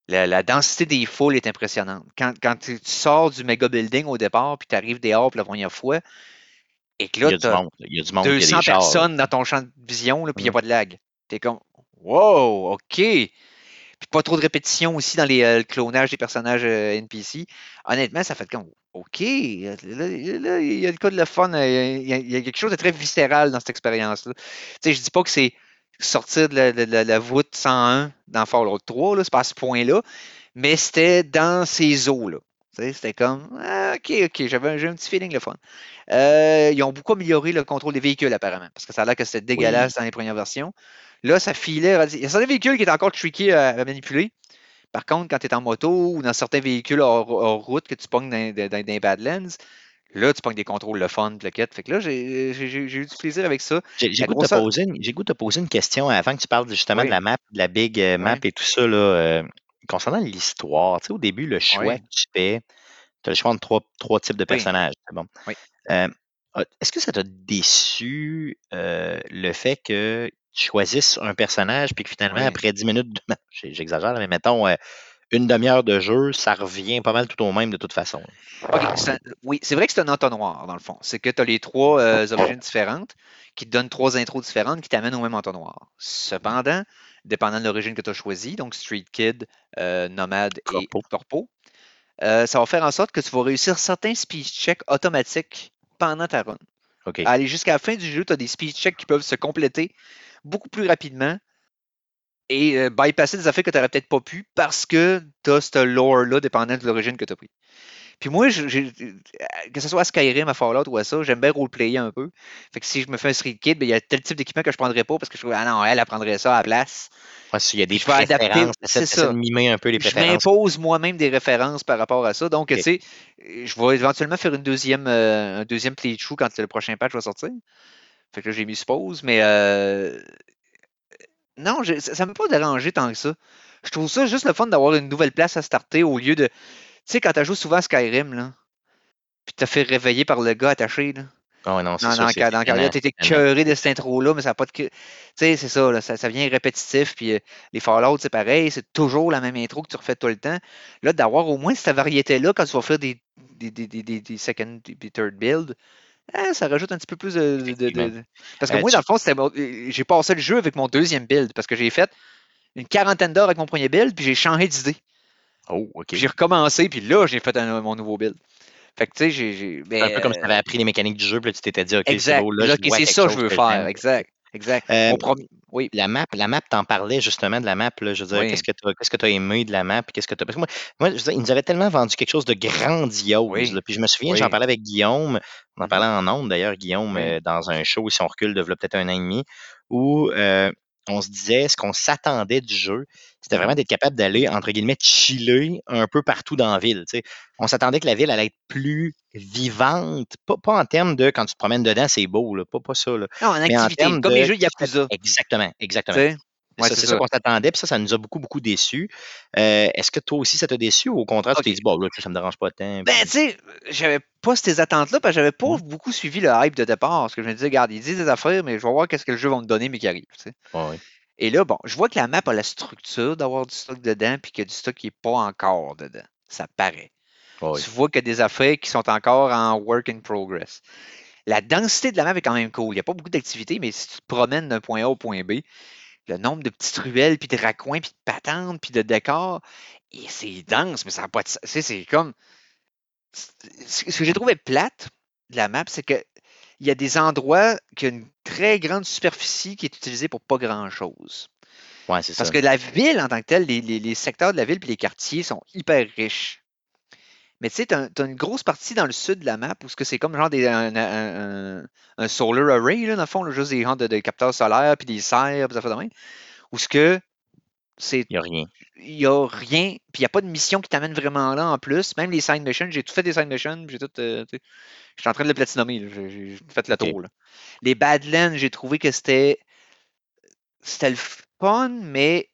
La densité des foules est impressionnante. Quand tu sors du méga building au départ, puis tu arrives dehors pour la première fois, et que Il là, y a tu du as monde. Il y a du monde, puis il y a 200 des chars. personnes dans ton champ de vision, puis il n'y a Mm. pas de lag. Tu es comme, wow, OK. Puis pas trop de répétition aussi dans le clonage des personnages NPC. Honnêtement, ça fait comme, OK. Là, il y a le cas de le fun. Il y a quelque chose de très viscéral dans cette expérience-là. Tu sais, je dis pas que c'est sortir de la voûte 101 dans Fallout 3, là, c'est pas à ce point-là, mais c'était dans ces eaux-là. C'était comme, OK, j'ai un petit feeling le fun. Ils ont beaucoup amélioré le contrôle des véhicules, apparemment, parce que ça a l'air que c'était dégueulasse dans les premières versions. Là, ça filait. Il y a certains véhicules qui étaient encore tricky à manipuler. Par contre, quand tu es en moto ou dans certains véhicules hors route que tu pognes dans les Badlands, là, tu pognes des contrôles le fun, le quête. Fait que là, j'ai eu du plaisir avec ça. J'ai La goût de te grosseur. poser une question avant que tu parles justement de Oui, la map, de la big map oui, et tout ça, là, concernant l'histoire. Tu sais, au début, le choix oui, que tu fais, tu as le choix entre trois types de oui, personnages. C'est bon. oui. Euh, Est-ce que ça t'a déçu le fait que tu choisisses un personnage puis que finalement, Oui. après 10 minutes, j'exagère, mais mettons une demi-heure de jeu, ça revient pas mal tout au même de toute façon. OK, oui, c'est vrai que c'est un entonnoir, dans le fond. C'est que tu as les trois origines différentes qui te donnent trois intros différentes qui t'amènent au même entonnoir. Cependant, dépendant de l'origine que tu as choisie, donc Street Kid, Nomade et Corpo. Corpo, ça va faire en sorte que tu vas réussir certains speed checks automatiques pendant ta run. OK. À aller jusqu'à la fin du jeu, tu as des speed checks qui peuvent se compléter beaucoup plus rapidement et bypasser des affaires que tu n'aurais peut-être pas pu parce que tu as ce lore-là dépendant de l'origine que tu as pris. Puis moi, que ce soit à Skyrim, à Fallout ou à ça, j'aime bien roleplayer un peu. Fait que si je me fais un Street Kid, ben, il y a tel type d'équipement que je prendrais pas parce que je trouve, ah non, elle prendrait ça à la place. Ouais, s'il y a des Je vais adapter, préférences, c'est essaie de ça. mimer un peu les Je préférences. m'impose moi-même des références par rapport à ça. Donc, OK. tu sais, je vais éventuellement faire un deuxième playthrough quand le prochain patch va sortir. Fait que là, j'ai mis sur pause, mais non, ça ne m'a pas dérangé tant que ça. Je trouve ça juste le fun d'avoir une nouvelle place à starter au lieu de. Tu sais, quand tu joué souvent à Skyrim, là, puis t'as fait réveiller par le gars attaché, là. Ah ouais, non, c'est Dans, sûr, dans, c'est dans le carrière, tannant, t'étais c'est tannant. cœuré de cette intro-là, mais ça n'a pas de. Tu sais, c'est ça, là, ça vient répétitif. Puis les Fallout, c'est pareil, c'est toujours la même intro que tu refais tout le temps. Là, d'avoir au moins cette variété-là quand tu vas faire des second et third builds, ça rajoute un petit peu plus Effectivement. Parce que moi, dans Tu... le fond, j'ai passé le jeu avec mon deuxième build parce que j'ai fait une quarantaine d'heures avec mon premier build, puis j'ai changé d'idée. Oh, OK. Puis j'ai recommencé, puis là, j'ai fait mon nouveau build. Fait que, tu sais, C'est un peu comme si tu avais appris les mécaniques du jeu, puis là, tu t'étais dit, OK, c'est exact. beau, Là, là, je OK, vois c'est quelque ça que chose je veux que faire. j'aime. Exact. Exact. Euh, Oui. La map, t'en parlais justement de la map, là, je veux dire, Oui. qu'est-ce que tu as aimé de la map, qu'est-ce que tu Parce que moi, je veux dire, ils nous avaient tellement vendu quelque chose de grandiose, Oui. là, puis je me souviens, Oui. j'en parlais avec Guillaume, on en Mhm. parlait en ondes d'ailleurs, Guillaume, Oui. dans un show, si on recule, de v'là peut-être un an et demi, où on se disait, ce qu'on s'attendait du jeu, c'était vraiment Mhm. d'être capable d'aller, entre guillemets, chiller un peu partout dans la ville, tu sais. On s'attendait que la ville allait être plus vivante, pas en termes de quand tu te promènes dedans, c'est beau, là, pas ça, là, Non, en mais en activité, termes comme les de jeux Yakuza. exactement, Tu exactement. sais? Ouais, C'est c'est ça ça. qu'on s'attendait, puis ça nous a beaucoup, beaucoup déçus. Est-ce que toi aussi, ça t'a déçu ou au contraire, tu OK. t'es dit, bon, là, ça me dérange pas tant, Ben, puis... tu sais, j'avais pas ces attentes-là, parce que j'avais pas Mmh. beaucoup suivi le hype de départ. Parce que je me disais, regarde, ils disent des affaires, mais je vais voir qu'est-ce que le jeu va me donner, mais qui arrive. Tu sais. Ouais, ouais. Et là, bon, je vois que la map a la structure d'avoir du stock dedans, puis qu'il y a du stock qui n'est pas encore dedans. Ça paraît. Ouais, Tu vois qu'il y a des affaires qui sont encore en work in progress. La densité de la map est quand même cool. Il n'y a pas beaucoup d'activités, mais si tu te promènes d'un point A au point B, le nombre de petites ruelles, puis de raccoins, puis de patentes, puis de décors, et c'est dense, mais ça n'a pas de sens. C'est comme. Ce que j'ai trouvé plate de la map, c'est qu'il y a des endroits qui ont une très grande superficie qui est utilisée pour pas grand-chose. Ouais, c'est Parce ça. que la ville en tant que telle, les secteurs de la ville et les quartiers sont hyper riches. Mais tu sais, tu as une grosse partie dans le sud de la map où c'est comme genre un solar array, là, dans le fond, là, juste des genres de capteurs solaires, puis des serres, puis ça fait de même. Où ce que c'est. Il n'y a rien. Il n'y a rien, puis il n'y a pas de mission qui t'amène vraiment là en plus. Même les side missions, j'ai tout fait des side missions, j'ai tout. Je suis en train de le platinomer, là, j'ai fait le OK. tour. Là. Les Badlands, j'ai trouvé que c'était le fun, mais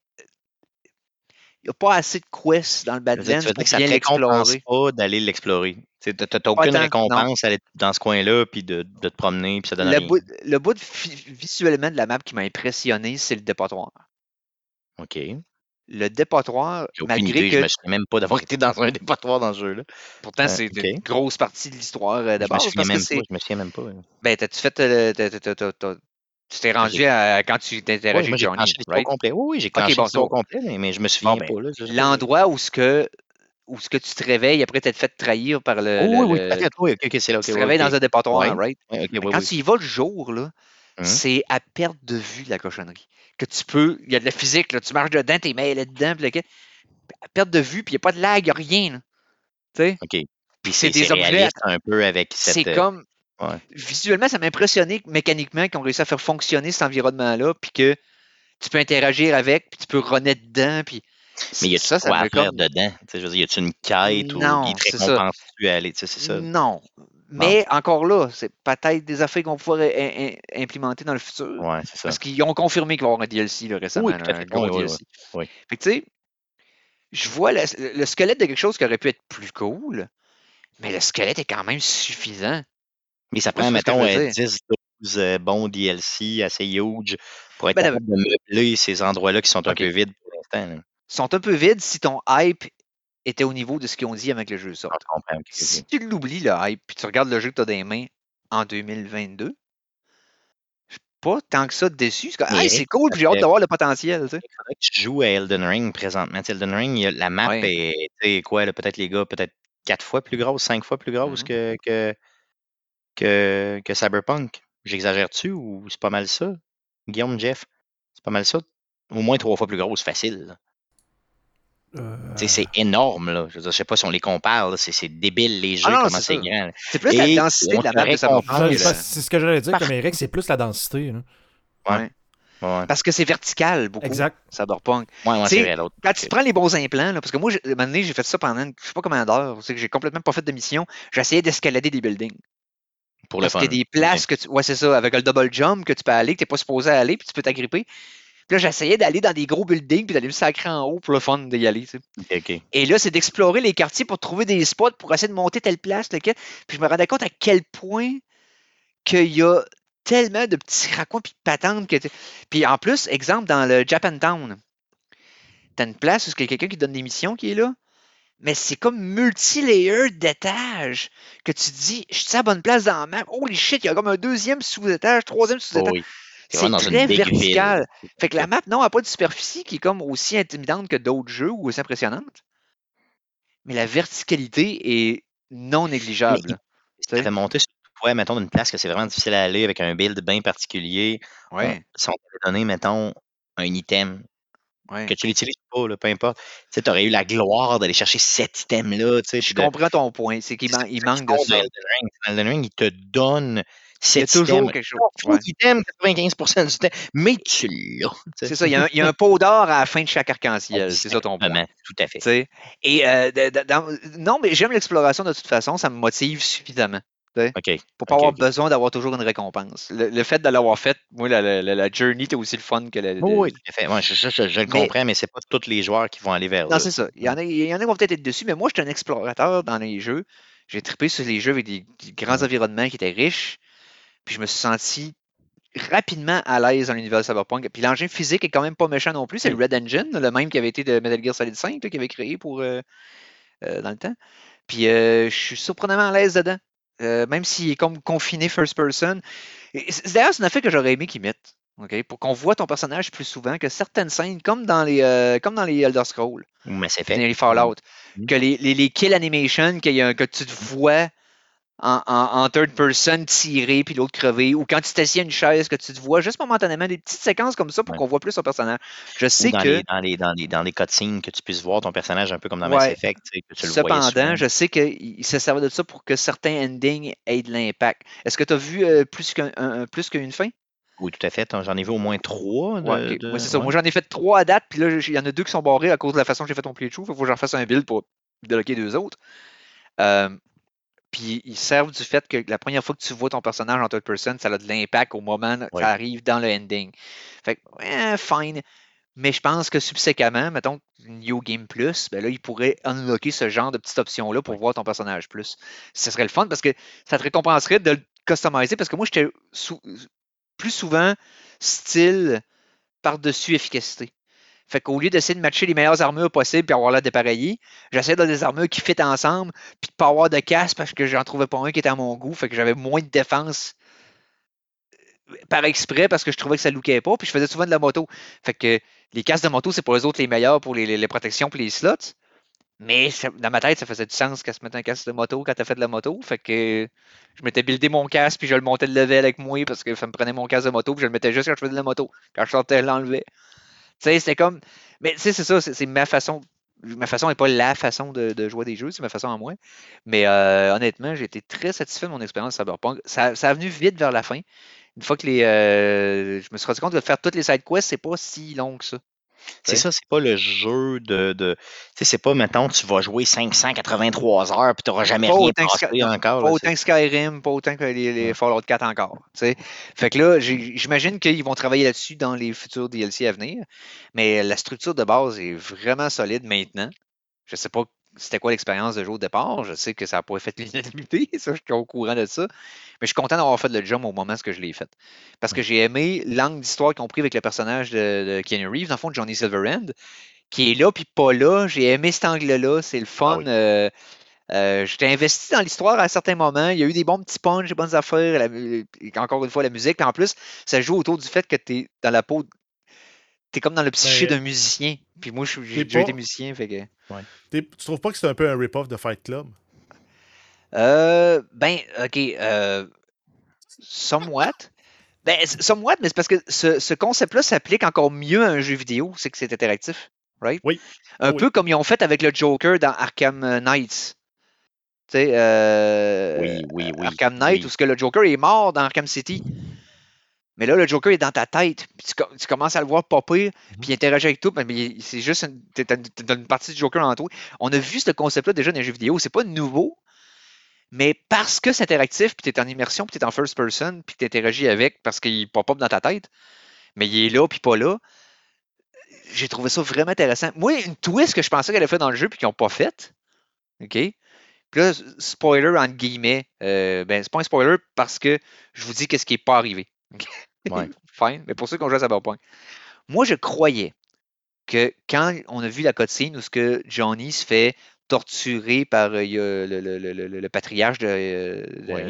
il n'y a pas assez de quests dans le Tu Badlands veux dire pour que ça ne bien te récompense l'explorer. pas d'aller l'explorer. Tu n'as Pas aucune tant, non. récompense à aller dans ce coin-là, puis de te promener, puis ça donne rien. Le bout visuellement de la map qui m'a impressionné, c'est le dépotoir. OK. le dépotoir, J'ai aucune malgré idée, je que me souviens même pas d'avoir été dans un dépotoir dans ce jeu-là. pourtant c'est OK. une grosse partie de l'histoire de Je me base, souviens parce que même pas, c'est. je me souviens même pas. Ben, t'as-tu fait. Tu t'es Moi, j'ai rendu à quand tu oui, t'interagis moi, avec j'ai Johnny, clenché l'histoire au right? complet. Oui, oui, j'ai Ok, clenché bon, c'est l'histoire au bon. complet, mais je me Bon, souviens ben, pas, là. Je sais pas. l'endroit où ce que tu te réveilles après t'être fait trahir par Oh, oui, oui, tout à fait. Oui, OK, c'est là. OK, tu te oui, réveilles dans un dépotoir, Oui. right? Oui, OK, Mais oui, quand oui. tu y vas le jour, là, c'est à perte de vue la cochonnerie. Que tu peux. Il y a de la physique, là, tu marches dedans, t'es mêlé dedans, puis à perte de vue, puis il n'y a pas de lag, il n'y a rien. Là, tu sais? OK. Puis C'est c'est des objets. réaliste un peu avec C'est cette. comme. Ouais. Visuellement, ça m'a impressionné mécaniquement qu'ils ont réussi à faire fonctionner cet environnement-là, puis que tu peux interagir avec, puis tu peux runner dedans, puis Mais y a-tu ça quoi à m'a faire comme. dedans? Tu sais, je veux dire, y a-tu une quête ou il Non, te c'est ça. récompense-tu à aller? Tu sais, c'est ça. Non. Bon, Mais encore là, c'est peut-être des affaires qu'on va pouvoir implémenter dans le futur. ouais, c'est ça. Parce qu'ils ont confirmé qu'il va y avoir un DLC là, récemment, Oui, là, tout à un fait. gros Oui, oui, oui. DLC. Oui. Fait que tu sais, je vois le squelette de quelque chose qui aurait pu être plus cool, mais le squelette est quand même suffisant. Mais ça Je sais pas si prend, tu vois ce que je mettons, veux dire. 10, 12 bons DLC assez huge pour être Ben, capable de meubler ces endroits-là qui sont un OK. peu vides pour l'instant. Là. Ils sont un peu vides si ton hype était au niveau de ce qu'ils ont dit avant que le jeu Ah, sorte. je comprends. OK, Si OK. tu l'oublies, le hype, puis tu regardes le jeu que tu as dans les mains en 2022, je suis pas tant que ça déçu. C'est comme, Mais hey, Eric, c'est cool, puis j'ai hâte de voir le potentiel. Tu sais. il faudrait que tu joues à Elden Ring présentement. Tu sais, Elden Ring, la map Ouais. est, tu sais, quoi, là, peut-être les gars, peut-être 4 fois plus grosse, 5 fois plus grosse Mhm. que Cyberpunk. J'exagère-tu ou c'est pas mal ça? Guillaume, Jeff, c'est pas mal ça? Au moins 3 fois plus grosse, facile. Là. Tu sais, c'est énorme, là. Je veux dire, je sais pas si on les compare, là. C'est débile, les Ah jeux, non, comment c'est c'est ça. grand. Là. C'est plus la Et densité on de la te map de Cyberpunk. récompense C'est ce que j'allais dire, par... comme Eric, c'est plus la densité. Là. Ouais, Ouais. ouais, Parce que c'est vertical, beaucoup, Exact. Cyberpunk. ouais, Tu c'est sais, vrai, l'autre. quand tu te prends les bons implants, là, parce que moi, un moment donné, j'ai fait ça pendant, je sais pas combien d'heures, c'est que j'ai complètement pas fait de mission. J'essayais d'escalader des buildings. Pour le Parce qu'il y fun. a des OK. places que tu. Ouais, c'est ça, avec le double jump que tu peux aller, que tu n'es pas supposé aller, puis tu peux t'agripper. Puis là, j'essayais d'aller dans des gros buildings, puis d'aller me sacrer en haut pour le fun d'y aller. Tu sais. OK, OK. Et là, c'est d'explorer les quartiers pour trouver des spots, pour essayer de monter telle place, lequel. Puis je me rendais compte à quel point qu'il y a tellement de petits raccoins puis de patentes. Puis en plus, exemple, dans le Japantown, tu as une place où il y a quelqu'un qui donne des missions qui est là. Mais c'est comme multi-layer d'étages que tu te dis, je suis à la bonne place dans la map. Holy shit, il y a comme un deuxième sous-étage, troisième Oh, sous-étage. oui. C'est C'est vraiment dans très une big ville. vertical. Fait que la map, non, elle n'a pas de superficie qui est comme aussi intimidante que d'autres jeux ou aussi impressionnante. Mais la verticalité est non Mais négligeable. si tu avais monté sur le toit, mettons, d'une place que c'est vraiment difficile à aller avec un build bien particulier, Ouais, si on t'avait donné, mettons, un item que ouais. tu l'utilises pas, là, peu importe, tu aurais eu la gloire d'aller chercher cet item-là, tu sais, Je puis de... comprends ton point. C'est qu'il C'est ça il qu'ils manque de font dans ça. Elden Ring. Dans Elden Ring, ils te donnent Il y a cet toujours item. quelque chose. Trop Ouais. d'item, 95% du temps, mais tu l'as. tu sais. C'est ça, il y a un pot d'or à la fin de chaque arc-en-ciel. C'est ça ton point. Exactement, tout à fait. Tu sais. Et non, mais j'aime l'exploration de toute façon, ça me motive suffisamment. Tu sais, OK. pour pas OK, avoir OK. besoin d'avoir toujours une récompense. Le fait de l'avoir fait, moi, la journey, c'est aussi le fun que Oui, oui, tout à fait. Ouais, je le Mais comprends, mais c'est pas tous les joueurs qui vont aller vers non, là. c'est tu sais. ça. Il y en a qui vont peut-être être dessus, mais moi, je suis un explorateur dans les jeux. J'ai trippé sur les jeux avec des grands environnements qui étaient riches. Puis je me suis senti rapidement à l'aise dans l'univers Cyberpunk. Puis l'engin physique est quand même pas méchant non plus. C'est le Red Engine, le même qui avait été de Metal Gear Solid 5, là, qui avait créé pour dans le temps. Puis je suis surprenamment à l'aise dedans. Même s'il est comme confiné first person. D'ailleurs, c'est un effet que j'aurais aimé qu'ils mettent. OK? Pour qu'on voit ton personnage plus souvent que certaines scènes, comme dans les Elder Scrolls, Ou Mass puis dans Effect. les Fallout, Mhm. que les kill animation, que tu te vois en third person tirer puis l'autre crever, ou quand tu t'assieds à une chaise, que tu te vois juste momentanément des petites séquences comme ça pour Ouais. qu'on voit plus ton personnage. Je Ou sais dans que, les cutscenes que tu puisses voir ton personnage un peu comme dans Mass ouais, Effect, tu sais, que tu le voyais cependant, souvent. je sais qu'il se servait de ça pour que certains endings aient de l'impact. Est-ce que tu as vu plus qu'une fin? Oui, tout à fait. J'en ai vu au moins 3 Ouais, ok. Ouais, c'est ça. ouais. Moi, j'en ai fait 3 à date, puis là, il y en a 2 qui sont barrés à cause de la façon que j'ai fait ton playthrough. Il faut que j'en fasse un build pour débloquer 2 autres. Puis ils servent du fait que la première fois que tu vois ton personnage en third person, ça a de l'impact au moment que Ouais. ça arrive dans le ending. Fait que, fine. Mais je pense que subséquemment, mettons, New Game Plus, ben là, il pourrait unlocker ce genre de petite option-là pour Ouais. voir ton personnage plus. Ce serait le fun parce que ça te récompenserait de le customiser parce que moi, j'étais plus souvent style par-dessus efficacité. Fait qu'au lieu d'essayer de matcher les meilleures armures possibles puis avoir l'air dépareillé, j'essayais d'avoir des armures qui fit ensemble puis de pas avoir de casse parce que j'en trouvais pas un qui était à mon goût. Fait que j'avais moins de défense par exprès parce que je trouvais que ça lookait pas. Puis je faisais souvent de la moto. Fait que les casques de moto, c'est pour eux autres les meilleurs pour les protections et les slots. Mais dans ma tête, ça faisait du sens qu'elle se mette un casque de moto quand t'as fait de la moto. Fait que je m'étais buildé mon casque puis je le montais de level avec moi parce que ça me prenait mon casque de moto puis je le mettais juste quand je faisais de la moto. Quand je sortais, je l'enlevais. Tu sais, c'était comme. Mais tu sais, c'est ça, c'est ma façon. Ma façon n'est pas la façon de jouer des jeux, c'est ma façon à moi. Mais honnêtement, j'ai été très satisfait de mon expérience Cyberpunk. Ça a venu vite vers la fin. Une fois que je me suis rendu compte que de faire toutes les side quests, c'est pas si long que ça. C'est ça, c'est pas le jeu de tu sais, c'est pas, mettons, tu vas jouer 583 heures puis tu n'auras jamais Pas rien autant que passé encore. Pas là, autant que Skyrim, pas autant que les Fallout 4 encore. T'sais. Fait que là, j'imagine qu'ils vont travailler là-dessus dans les futurs DLC à venir. Mais la structure de base est vraiment solide maintenant. Je sais pas c'était quoi l'expérience de jeu au départ. Je sais que ça n'a pas fait l'unanimité, ça, je suis au courant de ça. Mais je suis content d'avoir fait le jump au moment où je l'ai fait. Parce que j'ai aimé l'angle d'histoire qu'ils ont pris avec le personnage de Keanu Reeves, dans le fond, de Johnny Silverhand, qui est là puis pas là. J'ai aimé cet angle-là, c'est le fun. J'étais investi dans l'histoire à certains moments. Il y a eu des bons petits punchs, des bonnes affaires. Encore une fois, la musique. Puis en plus, ça joue autour du fait que tu es dans la peau. T'es comme dans le psyché d'un musicien. Puis moi, j'ai déjà été musicien. Fait que... Tu trouves pas que c'est un peu un rip-off de Fight Club? OK. Somewhat. Somewhat, mais c'est parce que ce concept-là s'applique encore mieux à un jeu vidéo. C'est que c'est interactif. Right? Oui. Un peu comme ils ont fait avec le Joker dans Arkham Knight. Tu sais, Arkham Knight, où le Joker est mort dans Arkham City. Mais là, le Joker est dans ta tête. Puis tu commences à le voir popper, puis il interagit avec tout. Mais c'est juste une partie du Joker en toi. On a vu ce concept-là déjà dans les jeux vidéo. C'est pas nouveau. Mais parce que c'est interactif, puis tu es en immersion, puis tu es en first person, puis tu interagis avec parce qu'il pop-up dans ta tête. Mais il est là, puis pas là. J'ai trouvé ça vraiment intéressant. Moi, une twist que je pensais qu'elle allait faire dans le jeu, puis qu'ils n'ont pas fait. OK? Puis là, spoiler entre guillemets. C'est pas un spoiler parce que je vous dis qu'est-ce qui n'est pas arrivé. Ouais. Fine. Mais pour ceux qui ont joué à Cyberpunk. Moi, je croyais que quand on a vu la cutscene où ce que Johnny se fait torturer par le patriarche de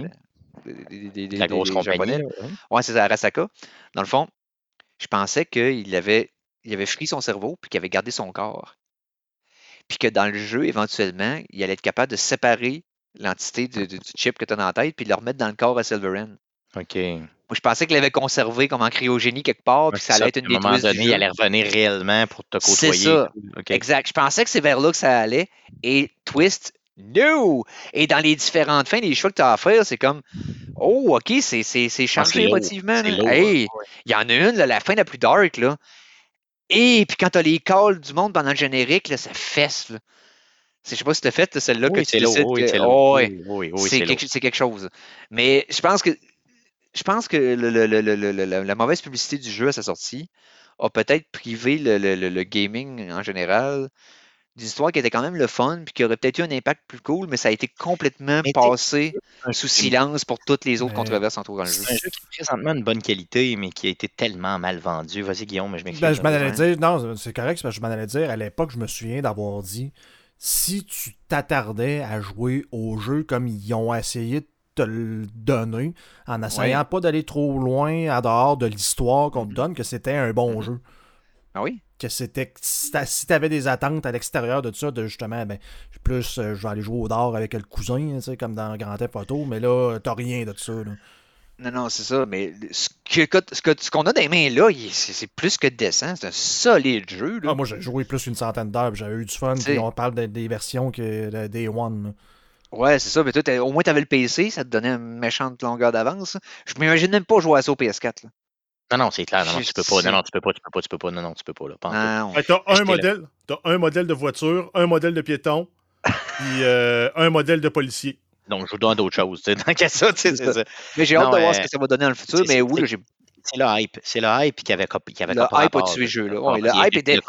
la grosse compagnie. Ouais, c'est ça, Arasaka. Dans le fond, je pensais qu'il avait frit son cerveau puis qu'il avait gardé son corps. Puis que dans le jeu, éventuellement, il allait être capable de séparer l'entité du chip que tu as dans la tête puis de le remettre dans le corps à Silverhand. OK. Moi, je pensais qu'il l'avait conservé comme en cryogénie quelque part, puis que ça allait être une des twists. À un moment donné, il allait revenir réellement pour te côtoyer. C'est ça. Okay. Exact. Je pensais que c'est vers là que ça allait. Et twist, no! Et dans les différentes fins, les choix que tu as à faire, c'est comme, oh, OK, c'est changé émotivement. Hey, il y en a une, là, la fin la plus dark, là. Et puis quand tu as les calls du monde pendant le générique, là, ça fesse, là. Je sais pas si tu as fait celle-là que tu décides que c'est quelque chose. Mais je pense que la mauvaise publicité du jeu à sa sortie a peut-être privé le gaming en général d'histoires qui étaient quand même le fun puis qui aurait peut-être eu un impact plus cool, mais ça a été complètement passé sous silence pour toutes les autres controverses entourant le jeu. C'est un jeu qui est présentement de bonne qualité, mais qui a été tellement mal vendu. Vas-y, Guillaume, je m'excuse. Je m'en allais dire, non, c'est correct, parce que je m'en allais dire, à l'époque, je me souviens d'avoir dit, si tu t'attardais à jouer au jeu comme ils ont essayé de te le donner, en essayant pas d'aller trop loin en dehors de l'histoire qu'on te donne, que c'était un bon jeu. Ah oui? Que c'était, si t'avais des attentes à l'extérieur de ça, de justement, je vais aller jouer au dard avec le cousin, tu sais, comme dans Grand Theft Auto, mais là, t'as rien de ça, là. Non, c'est ça, mais ce qu'on a dans les mains là, c'est plus que décent, c'est un solide jeu. Là. Moi, j'ai joué plus qu'une centaine d'heures, j'avais eu du fun, puis on parle des versions que Day One. Là. Ouais, c'est ça, mais toi, au moins, t'avais le PC, ça te donnait une méchante longueur d'avance. Je m'imagine même pas jouer à ça au PS4. Là. Non, c'est clair, tu peux pas. Non, tu peux pas. Tu peux pas, là. T'as un modèle de voiture, un modèle de piéton, puis un modèle de policier. Donc, je vous donne d'autres choses. Tant qu'à ça, c'est ça. Mais j'ai hâte de voir ce que ça va donner dans le futur. Mais oui, j'ai. C'est le hype. C'est le hype qui avait le hype a tué le jeu. Là. Le hype était.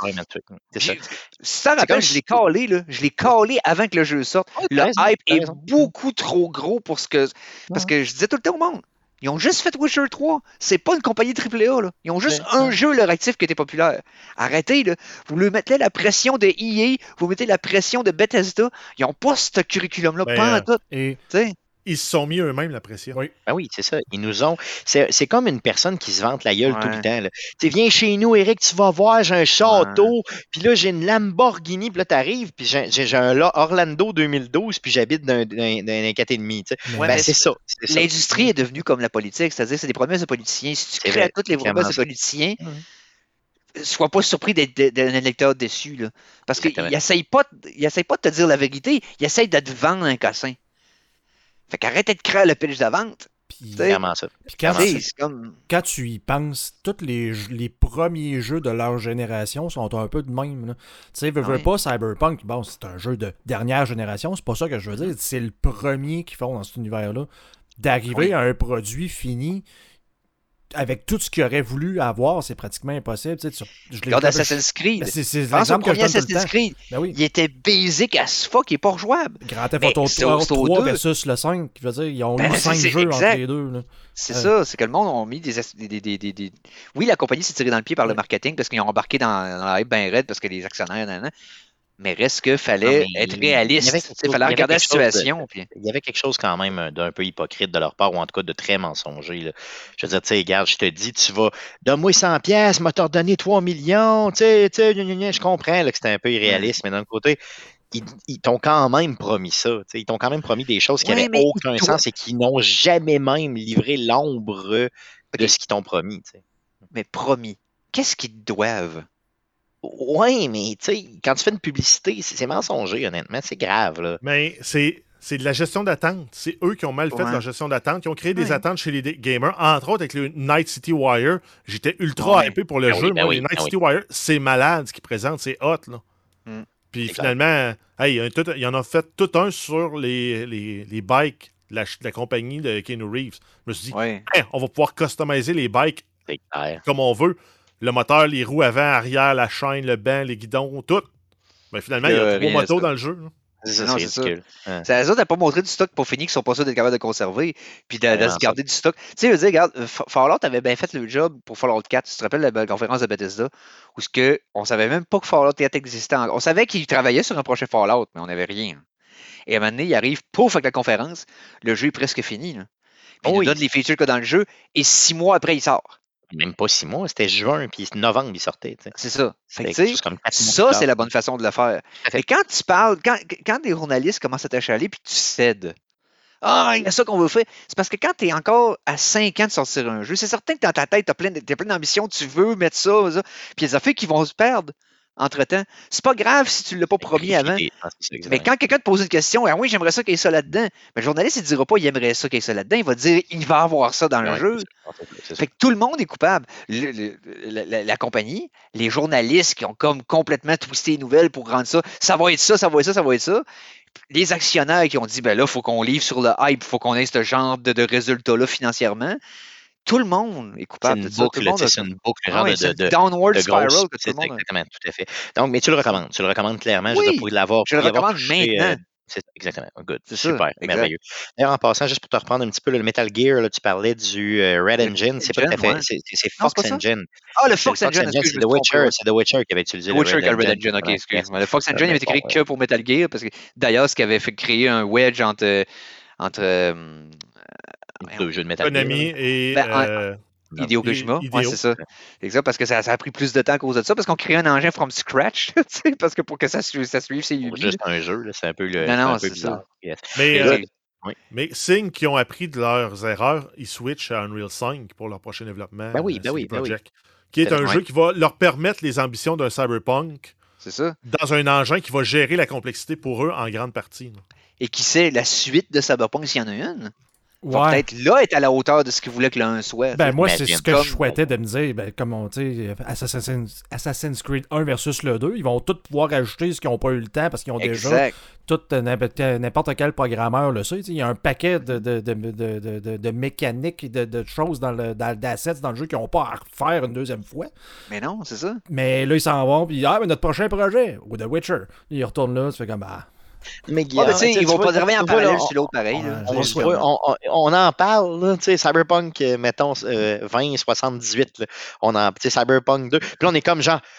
Si t'en rappelles, je l'ai calé. Là. Je l'ai calé avant que le jeu sorte. Le hype est beaucoup trop gros pour ce que. Parce que je disais tout le temps au monde. Ils ont juste fait Witcher 3. C'est pas une compagnie AAA, là. Ils ont juste un jeu, leur actif, qui était populaire. Arrêtez, là. Vous lui mettez la pression de EA, vous mettez la pression de Bethesda. Ils n'ont pas ce curriculum-là, pas en tout. T'sais. Ils se sont mis eux-mêmes la pression. Oui. Ben oui, c'est ça. Ils nous ont. C'est comme une personne qui se vante la gueule tout le temps. Tu viens chez nous, Eric, tu vas voir, j'ai un château, puis là, j'ai une Lamborghini, puis là, t'arrives, puis j'ai un Orlando 2012, puis j'habite dans un 4,5. Ben, c'est ça. L'industrie est devenue comme la politique, c'est-à-dire c'est des promesses de politiciens. Si tu crées à toutes les promesses de politiciens, sois pas surpris d'être un électeur déçu. Là. Parce qu'ils n'essayent pas de te dire la vérité, ils essayent de te vendre un cassin. Fait qu'arrêtez de créer le pitch de vente. C'est vraiment ça. Puis quand tu y penses, tous les premiers jeux de leur génération sont un peu de même. Tu sais, veux pas Cyberpunk, bon, c'est un jeu de dernière génération, c'est pas ça que je veux dire. C'est le premier qu'ils font dans cet univers-là. D'arriver à un produit fini avec tout ce qu'ils auraient voulu avoir, c'est pratiquement impossible. Tu sais, regarde Assassin's Creed. C'est l'exemple que je donne tout le temps. Creed, ben oui. Il était basic as fuck, il n'est pas rejouable. Grand Theft Auto 3 versus le 5, je veux dire, ils ont eu 5 jeux entre les deux. Là. C'est ça, c'est que le monde a mis des... Oui, la compagnie s'est tirée dans le pied par le marketing parce qu'ils ont embarqué dans la hype bien raide parce que les actionnaires... Mais reste qu'il fallait être réaliste. Il fallait regarder la situation. Il y avait quelque chose quand même d'un peu hypocrite de leur part, ou en tout cas de très mensonger. Là. Je veux dire, tu sais, regarde, je te dis, tu vas, donne-moi 100$, m'a donné 3 millions, tu sais, je comprends là, que c'était un peu irréaliste, mais d'un côté, ils t'ont quand même promis ça. Ils t'ont quand même promis des choses qui n'avaient aucun sens et qui n'ont jamais même livré l'ombre de ce qu'ils t'ont promis. T'sais. Mais promis, qu'est-ce qu'ils doivent? Oui, mais tu sais, quand tu fais une publicité, c'est mensonger, honnêtement. C'est grave, là. Mais c'est de la gestion d'attente. C'est eux qui ont mal fait leur gestion d'attente, qui ont créé des attentes chez les gamers. Entre autres, avec le Night City Wire, j'étais ultra hypé pour le jeu. Moi, les Night City Wire, c'est malade ce qu'ils présentent. C'est hot, là. Puis finalement, il y en a fait tout un sur les bikes de la compagnie de Keanu Reeves. Je me suis dit, on va pouvoir customiser les bikes comme on veut. Le moteur, les roues avant, arrière, la chaîne, le banc, les guidons, tout. Mais finalement, il y a 3 motos dans le jeu. C'est ridicule. Ça. Les autres n'ont pas montré du stock pour finir qui sont pas sûrs d'être capables de conserver puis de se garder du stock. Tu sais, je veux dire, regarde, Fallout avait bien fait le job pour Fallout 4. Tu te rappelles la conférence de Bethesda où on savait même pas que Fallout 4 existait. On savait qu'ils travaillaient sur un prochain Fallout, mais on n'avait rien. Et à un moment donné, il arrive, pouf, avec la conférence, le jeu est presque fini. Là. Puis il nous donne les features qu'il y a dans le jeu et 6 mois après, il sort. Même pas 6 mois, c'était juin, puis novembre, il sortait. T'sais. C'est ça. Ça, c'est la bonne façon de le faire. Et quand tu parles, quand des journalistes commencent à t'achaler, puis tu cèdes, il y a ça qu'on veut faire, c'est parce que quand tu es encore à 5 ans de sortir un jeu, c'est certain que dans ta tête, tu as plein d'ambitions, tu veux mettre ça, puis les affaires qui vont se perdre entre-temps. C'est pas grave si tu ne l'as pas promis avant. Mais quand quelqu'un te pose une question, oui, j'aimerais ça qu'il y ait ça là-dedans, mais le journaliste, il ne dira pas il aimerait ça qu'il y ait ça là-dedans, il va dire il va avoir ça dans le jeu. Fait que tout le monde est coupable. La compagnie, les journalistes qui ont comme complètement twisté les nouvelles pour rendre ça, ça va être ça, ça va être ça, ça va être ça. Les actionnaires qui ont dit ben là, il faut qu'on livre sur le hype, il faut qu'on ait ce genre de résultats-là financièrement. Tout le monde est coupable de ça. C'est une boucle de downward spiral que tout le monde exactement, tout à fait. Donc, mais tu le recommandes clairement. Oui, pour l'avoir. Je le recommande maintenant. Exactement. Good. C'est super. Merveilleux. D'ailleurs, en passant, juste pour te reprendre un petit peu le Metal Gear, là, tu parlais du Red Engine. C'est pas tout à fait. C'est Fox Engine. Ah, le Fox Engine. C'est The Witcher qui avait utilisé le Red Engine. Ok, excuse-moi. Le Fox Engine avait été créé que pour Metal Gear, parce que d'ailleurs, ce qui avait fait créer un wedge entre deux jeux de Metal Konami et Hideo Kojima, c'est ça. Exact, parce que ça a pris plus de temps à cause de ça, parce qu'on crée un engin from scratch, parce que pour que ça suive ses UV. Juste un jeu, là, c'est un peu bizarre. Mais Sing qui ont appris de leurs erreurs, ils switchent à Unreal 5 pour leur prochain développement. Qui est un jeu qui va leur permettre les ambitions d'un Cyberpunk. C'est ça. Dans un engin qui va gérer la complexité pour eux en grande partie. Là. Et qui sait la suite de Cyberpunk s'il y en a une. Va peut-être là être à la hauteur de ce qu'il voulait que l'un soit. Ben moi, c'est ce que je souhaitais de me dire. Ben, comme on dit, Assassin's Creed 1 versus le 2, ils vont tous pouvoir ajouter ce qu'ils n'ont pas eu le temps parce qu'ils ont déjà tout n'importe quel programmeur le sait. Il y a un paquet de mécaniques et de choses d'assets dans le jeu qu'ils n'ont pas à refaire une deuxième fois. Mais non, c'est ça. Mais là, ils s'en vont, puis mais notre prochain projet, ou The Witcher, ils retournent là, tu fais comme Mais Ouais, Guillaume, mais tu sais, tu sais, ils vont tu vois, pas travailler en tu vois, là, parallèle sur l'autre pareil. là. Ouais, on, c'est se ça. voit- on en parle, là, tu sais, Cyberpunk, mettons, 2078, là, tu sais, Cyberpunk 2, puis là, on est comme genre,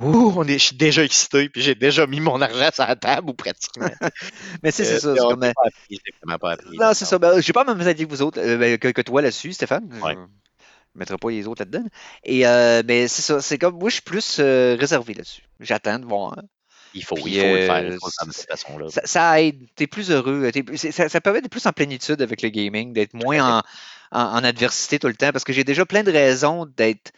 je suis déjà excité, puis j'ai déjà mis mon argent sur la table, ou pratiquement. Mais tu sais, c'est ça. C'est On comme. n'est pas appris, j'ai vraiment pas appris. Non, Là, c'est ça. Ben, j'ai pas la même avis que vous autres, que toi là-dessus, Stéphane. Ouais. Je ne mettrai pas les autres là-dedans. Et mais c'est ça. C'est comme moi, je suis plus réservé là-dessus. J'attends de voir. il faut Puis, le faire, il faut le faire de cette façon-là. ça aide. T'es plus heureux. Ça permet d'être plus en plénitude avec le gaming, d'être moins en adversité tout le temps. Parce que j'ai déjà plein de raisons d'être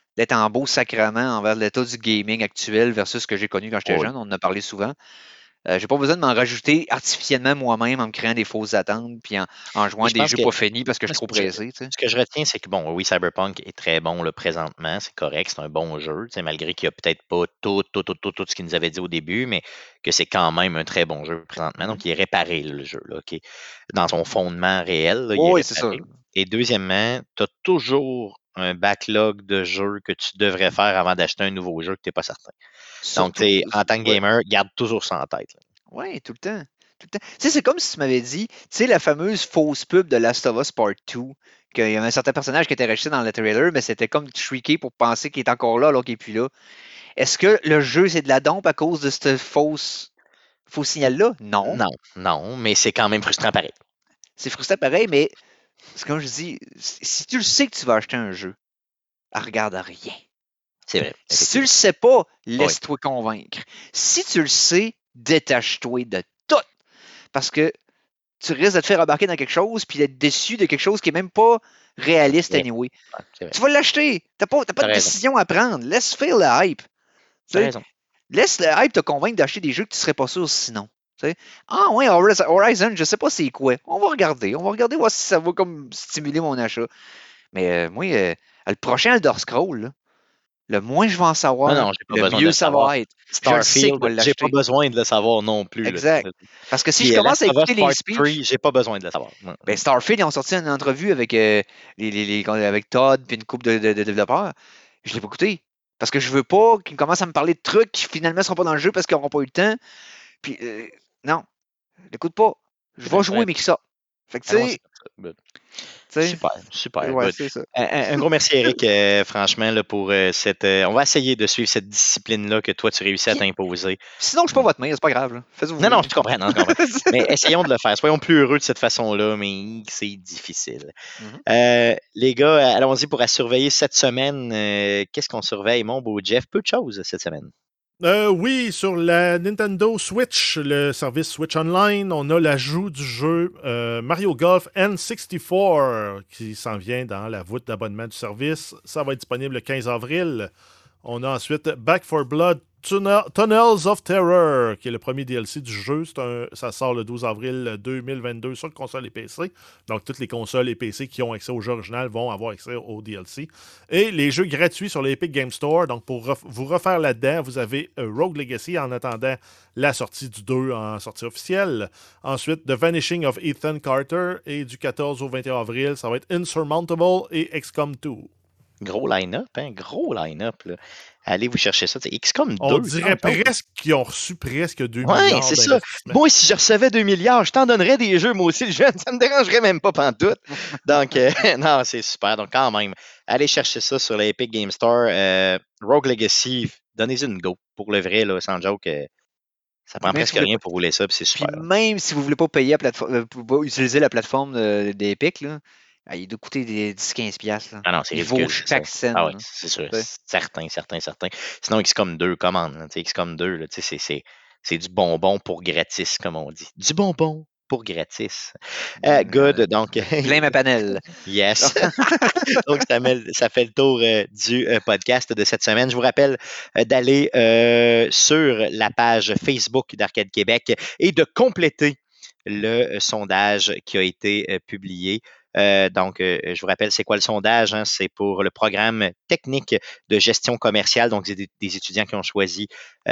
en beau sacrement envers l'état du gaming actuel versus ce que j'ai connu quand j'étais Ouais. jeune. On en a parlé souvent. J'ai pas besoin de m'en rajouter artificiellement moi-même en me créant des fausses attentes puis en jouant je des pense jeux que- pas finis parce que je suis trop ce que je- pressé. Tu sais. Ce que je retiens, c'est que, bon, oui, Cyberpunk est très bon là, présentement, c'est correct, c'est un bon jeu, tu sais, malgré qu'il n'y a peut-être pas tout ce qu'il nous avait dit au début, mais que c'est quand même un très bon jeu présentement. Donc, il est réparé, là, le jeu, là, OK? Dans son fondement réel, là, il est Oui, c'est ça. réparé. Et deuxièmement, tu as toujours un backlog de jeux que tu devrais faire avant d'acheter un nouveau jeu que tu n'es pas certain. Donc, tu sais, en tant que gamer, garde toujours ça en tête. Là. Oui, tout le temps. Tout le temps. Tu sais, c'est comme si tu m'avais dit, tu sais, la fameuse fausse pub de Last of Us Part 2, qu'il y avait un certain personnage qui était rejeté dans le trailer, mais c'était comme shrieké pour penser qu'il est encore là alors qu'il n'est plus là. Est-ce que le jeu, c'est de la dompe à cause de ce faux signal-là? Non. Non, mais c'est quand même frustrant pareil. C'est frustrant pareil, mais c'est comme je dis, si tu le sais que tu vas acheter un jeu, regarde à rien. C'est vrai. Si tu le sais pas, laisse-toi convaincre. Si tu le sais, détache-toi de tout. Parce que tu risques de te faire embarquer dans quelque chose puis d'être déçu de quelque chose qui n'est même pas réaliste anyway. Ouais, tu vas l'acheter. Tu n'as pas de raison. décision à prendre. Laisse faire le hype. T'as raison. Laisse le hype te convaincre d'acheter des jeux que tu ne serais pas sûr sinon. T'sais. Ah ouais, Horizon, je ne sais pas c'est quoi. On va regarder voir si ça va comme stimuler mon achat. Mais moi, le prochain Elder Scroll, là, le moins je vais en savoir, Non, j'ai pas le besoin mieux de ça savoir. va être. Starfield, je vais j'ai l'acheter. pas besoin de le savoir non plus. Exact. Là. Parce que si Puis, je commence à Last of écouter Us les Part 3, speeches, j'ai pas besoin de le savoir. ben Starfield, ils ont sorti une entrevue avec, avec Todd puis une couple de développeurs. Je l'ai pas écouté. Parce que je veux pas qu'ils commencent à me parler de trucs qui finalement ne seront pas dans le jeu parce qu'ils n'auront pas eu le temps. Puis, non, l'écoute pas. Je vais jouer, mais qui ça. Fait que, tu sais. Super. Ouais, Good. c'est ça. Un gros merci, Eric, franchement, là, pour cette. On va essayer de suivre cette discipline-là que toi, tu réussis à t'imposer. Sinon, je suis pas votre mère, c'est pas grave. Non, je te comprends. Mais essayons de le faire. Soyons plus heureux de cette façon-là, mais c'est difficile. Les gars, allons-y pour surveiller cette semaine. Qu'est-ce qu'on surveille, mon beau Jeff? Peu de choses cette semaine. Oui, sur la Nintendo Switch, le service Switch Online, on a l'ajout du jeu Mario Golf N64 qui s'en vient dans la voûte d'abonnement du service. Ça va être disponible le 15 avril. On a ensuite Back 4 Blood Tunnels of Terror, qui est le premier DLC du jeu. Ça sort le 12 avril 2022 sur console et PC. Donc, toutes les consoles et PC qui ont accès au jeu original vont avoir accès au DLC. Et les jeux gratuits sur l'Epic Game Store. Donc, pour vous refaire là-dedans, vous avez Rogue Legacy en attendant la sortie du 2 en sortie officielle. Ensuite, The Vanishing of Ethan Carter. Et du 14 au 21 avril, ça va être Insurmountable et XCOM 2. Gros line-up, hein? Gros line-up, là. Allez vous chercher ça. XCOM 2. On dirait presque qu'ils ont reçu presque 2 milliards. Oui, c'est ça. Moi, si je recevais 2 milliards, je t'en donnerais des jeux, moi aussi, le jeune. Ça me dérangerait même pas pantoute. Donc, non, c'est super. Donc, quand même, allez chercher ça sur l'Epic Game Store. Rogue Legacy, donnez-y une go. Pour le vrai, là, sans joke, ça prend presque rien pour rouler ça, puis c'est super. Puis même si vous ne voulez pas payer pour utiliser la plateforme d'Epic, là, il doit coûter des 10-15$. Ah non, c'est il ridicule. vaut chaque scène. Ah oui, c'est sûr. Certain. Sinon, XCOM 2, commande. XCOM 2, là, c'est du bonbon pour gratis, comme on dit. Du bonbon pour gratis. Good. Donc, plein ma panel. Yes. Donc, ça fait le tour du podcast de cette semaine. Je vous rappelle d'aller sur la page Facebook d'Arcade Québec et de compléter le sondage qui a été publié. Donc, je vous rappelle, c'est quoi le sondage? Hein? C'est pour le programme technique de gestion commerciale. Donc, c'est des étudiants qui ont choisi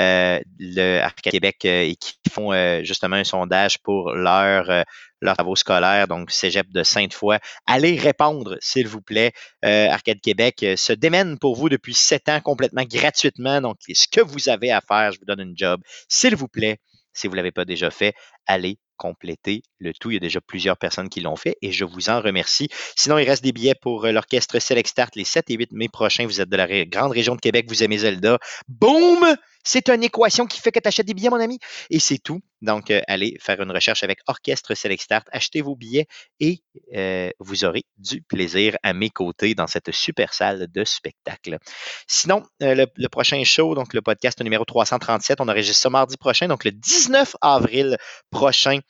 le Arcade Québec et qui font justement un sondage pour leurs travaux scolaires, donc Cégep de Sainte-Foy. Allez répondre, s'il vous plaît. Arcade Québec se démène pour vous depuis 7 ans complètement gratuitement. Donc, ce que vous avez à faire, je vous donne une job. S'il vous plaît, Si vous ne l'avez pas déjà fait, allez compléter le tout. Il y a déjà plusieurs personnes qui l'ont fait et je vous en remercie. Sinon, il reste des billets pour l'orchestre Select Start les 7 et 8 mai prochains. Vous êtes de la grande région de Québec, vous aimez Zelda. Boum! C'est une équation qui fait que tu achètes des billets, mon ami. Et c'est tout. Donc, allez faire une recherche avec Orchestre Select Start, achetez vos billets et vous aurez du plaisir à mes côtés dans cette super salle de spectacle. Sinon, le prochain show, donc le podcast numéro 337, on enregistre ça mardi prochain, donc le 19 avril prochain,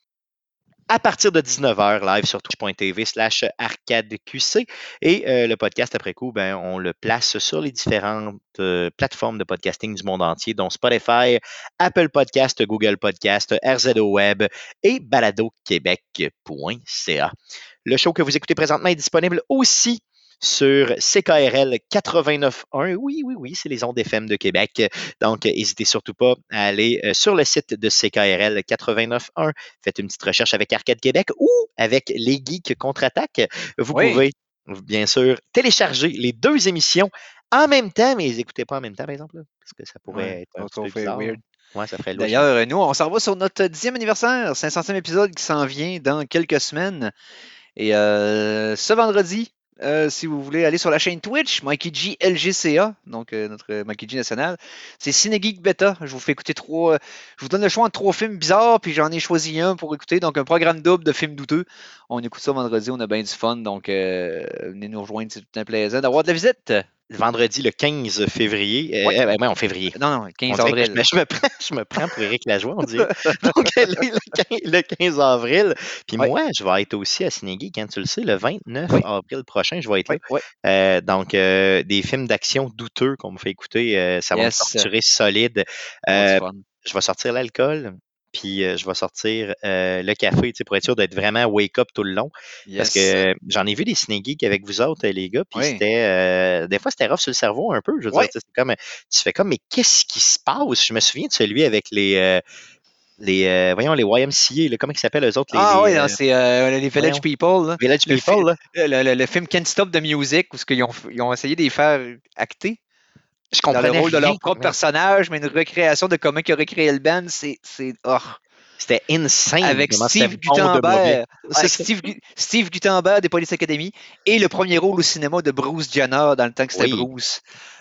à partir de 19h, live sur twitch.tv/arcadeqc. Et le podcast, après coup, on le place sur les différentes plateformes de podcasting du monde entier, dont Spotify, Apple Podcast, Google Podcast, RZO Web et baladoquebec.ca. Le show que vous écoutez présentement est disponible aussi sur CKRL 89.1. Oui, c'est les ondes FM de Québec. Donc, n'hésitez surtout pas à aller sur le site de CKRL 89.1. Faites une petite recherche avec Arcade Québec ou avec les Geeks Contre-Attaque. Vous pouvez, bien sûr, télécharger les deux émissions en même temps, mais les écoutez pas en même temps, par exemple, là, parce que ça pourrait être un petit peu bizarre. Weird. Ouais, ça ferait louche. D'ailleurs, nous, on s'en va sur notre 10e anniversaire, 500e épisode qui s'en vient dans quelques semaines. Et ce vendredi, si vous voulez aller sur la chaîne Twitch, Mikey G LGCA, donc notre Mikey G national, c'est Cinegeek Beta. Je vous fais écouter je vous donne le choix entre 3 films bizarres, puis j'en ai choisi un pour écouter, donc un programme double de films douteux. On écoute ça vendredi, on a bien du fun, donc venez nous rejoindre, c'est tout un plaisir d'avoir de la visite. Vendredi, le 15 février. En février. Non, 15 avril. Je me prends pour Éric Lajoie, on dirait. Donc, le 15 avril. Puis moi, je vais être aussi à Cinegeek, quand tu le sais, le 29 avril prochain, je vais être là. Donc, des films d'action douteux qu'on me fait écouter, ça va me torturer solide. Je vais sortir l'alcool. Puis je vais sortir le café, pour être sûr d'être vraiment wake-up tout le long. Parce que j'en ai vu des ciné-geeks avec vous autres, les gars, puis c'était... des fois, c'était rough sur le cerveau un peu. Je veux dire, c'est comme, tu fais comme, mais qu'est-ce qui se passe? Je me souviens de celui avec les YMCA, là, comment ils s'appellent eux autres? C'est les Village People. Là. Village People, là. Le film Can't Stop the Music, où ils ont essayé de les faire acter. Je comprenais dans le rôle de leur propre personnage, mais une recréation de comment ils auraient créé le band, c'est C'était insane. Avec Steve Guttenberg. Steve Guttenberg des Police Academy et le premier rôle au cinéma de Bruce Jenner dans le temps que c'était Bruce.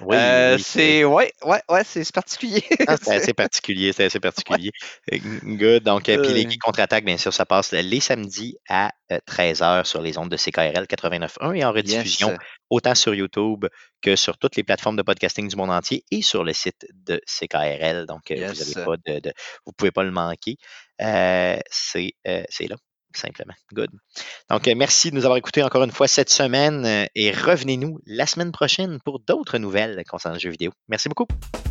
C'est particulier. C'est assez particulier. Good. Donc, puis les Geeks Contre-Attaque, bien sûr, ça passe les samedis à 13h sur les ondes de CKRL 89.1 et en rediffusion autant sur YouTube que sur toutes les plateformes de podcasting du monde entier et sur le site de CKRL. Donc, vous ne pouvez pas le manquer. C'est là, simplement. Good. Donc, merci de nous avoir écoutés encore une fois cette semaine et revenez-nous la semaine prochaine pour d'autres nouvelles concernant le jeu vidéo. Merci beaucoup.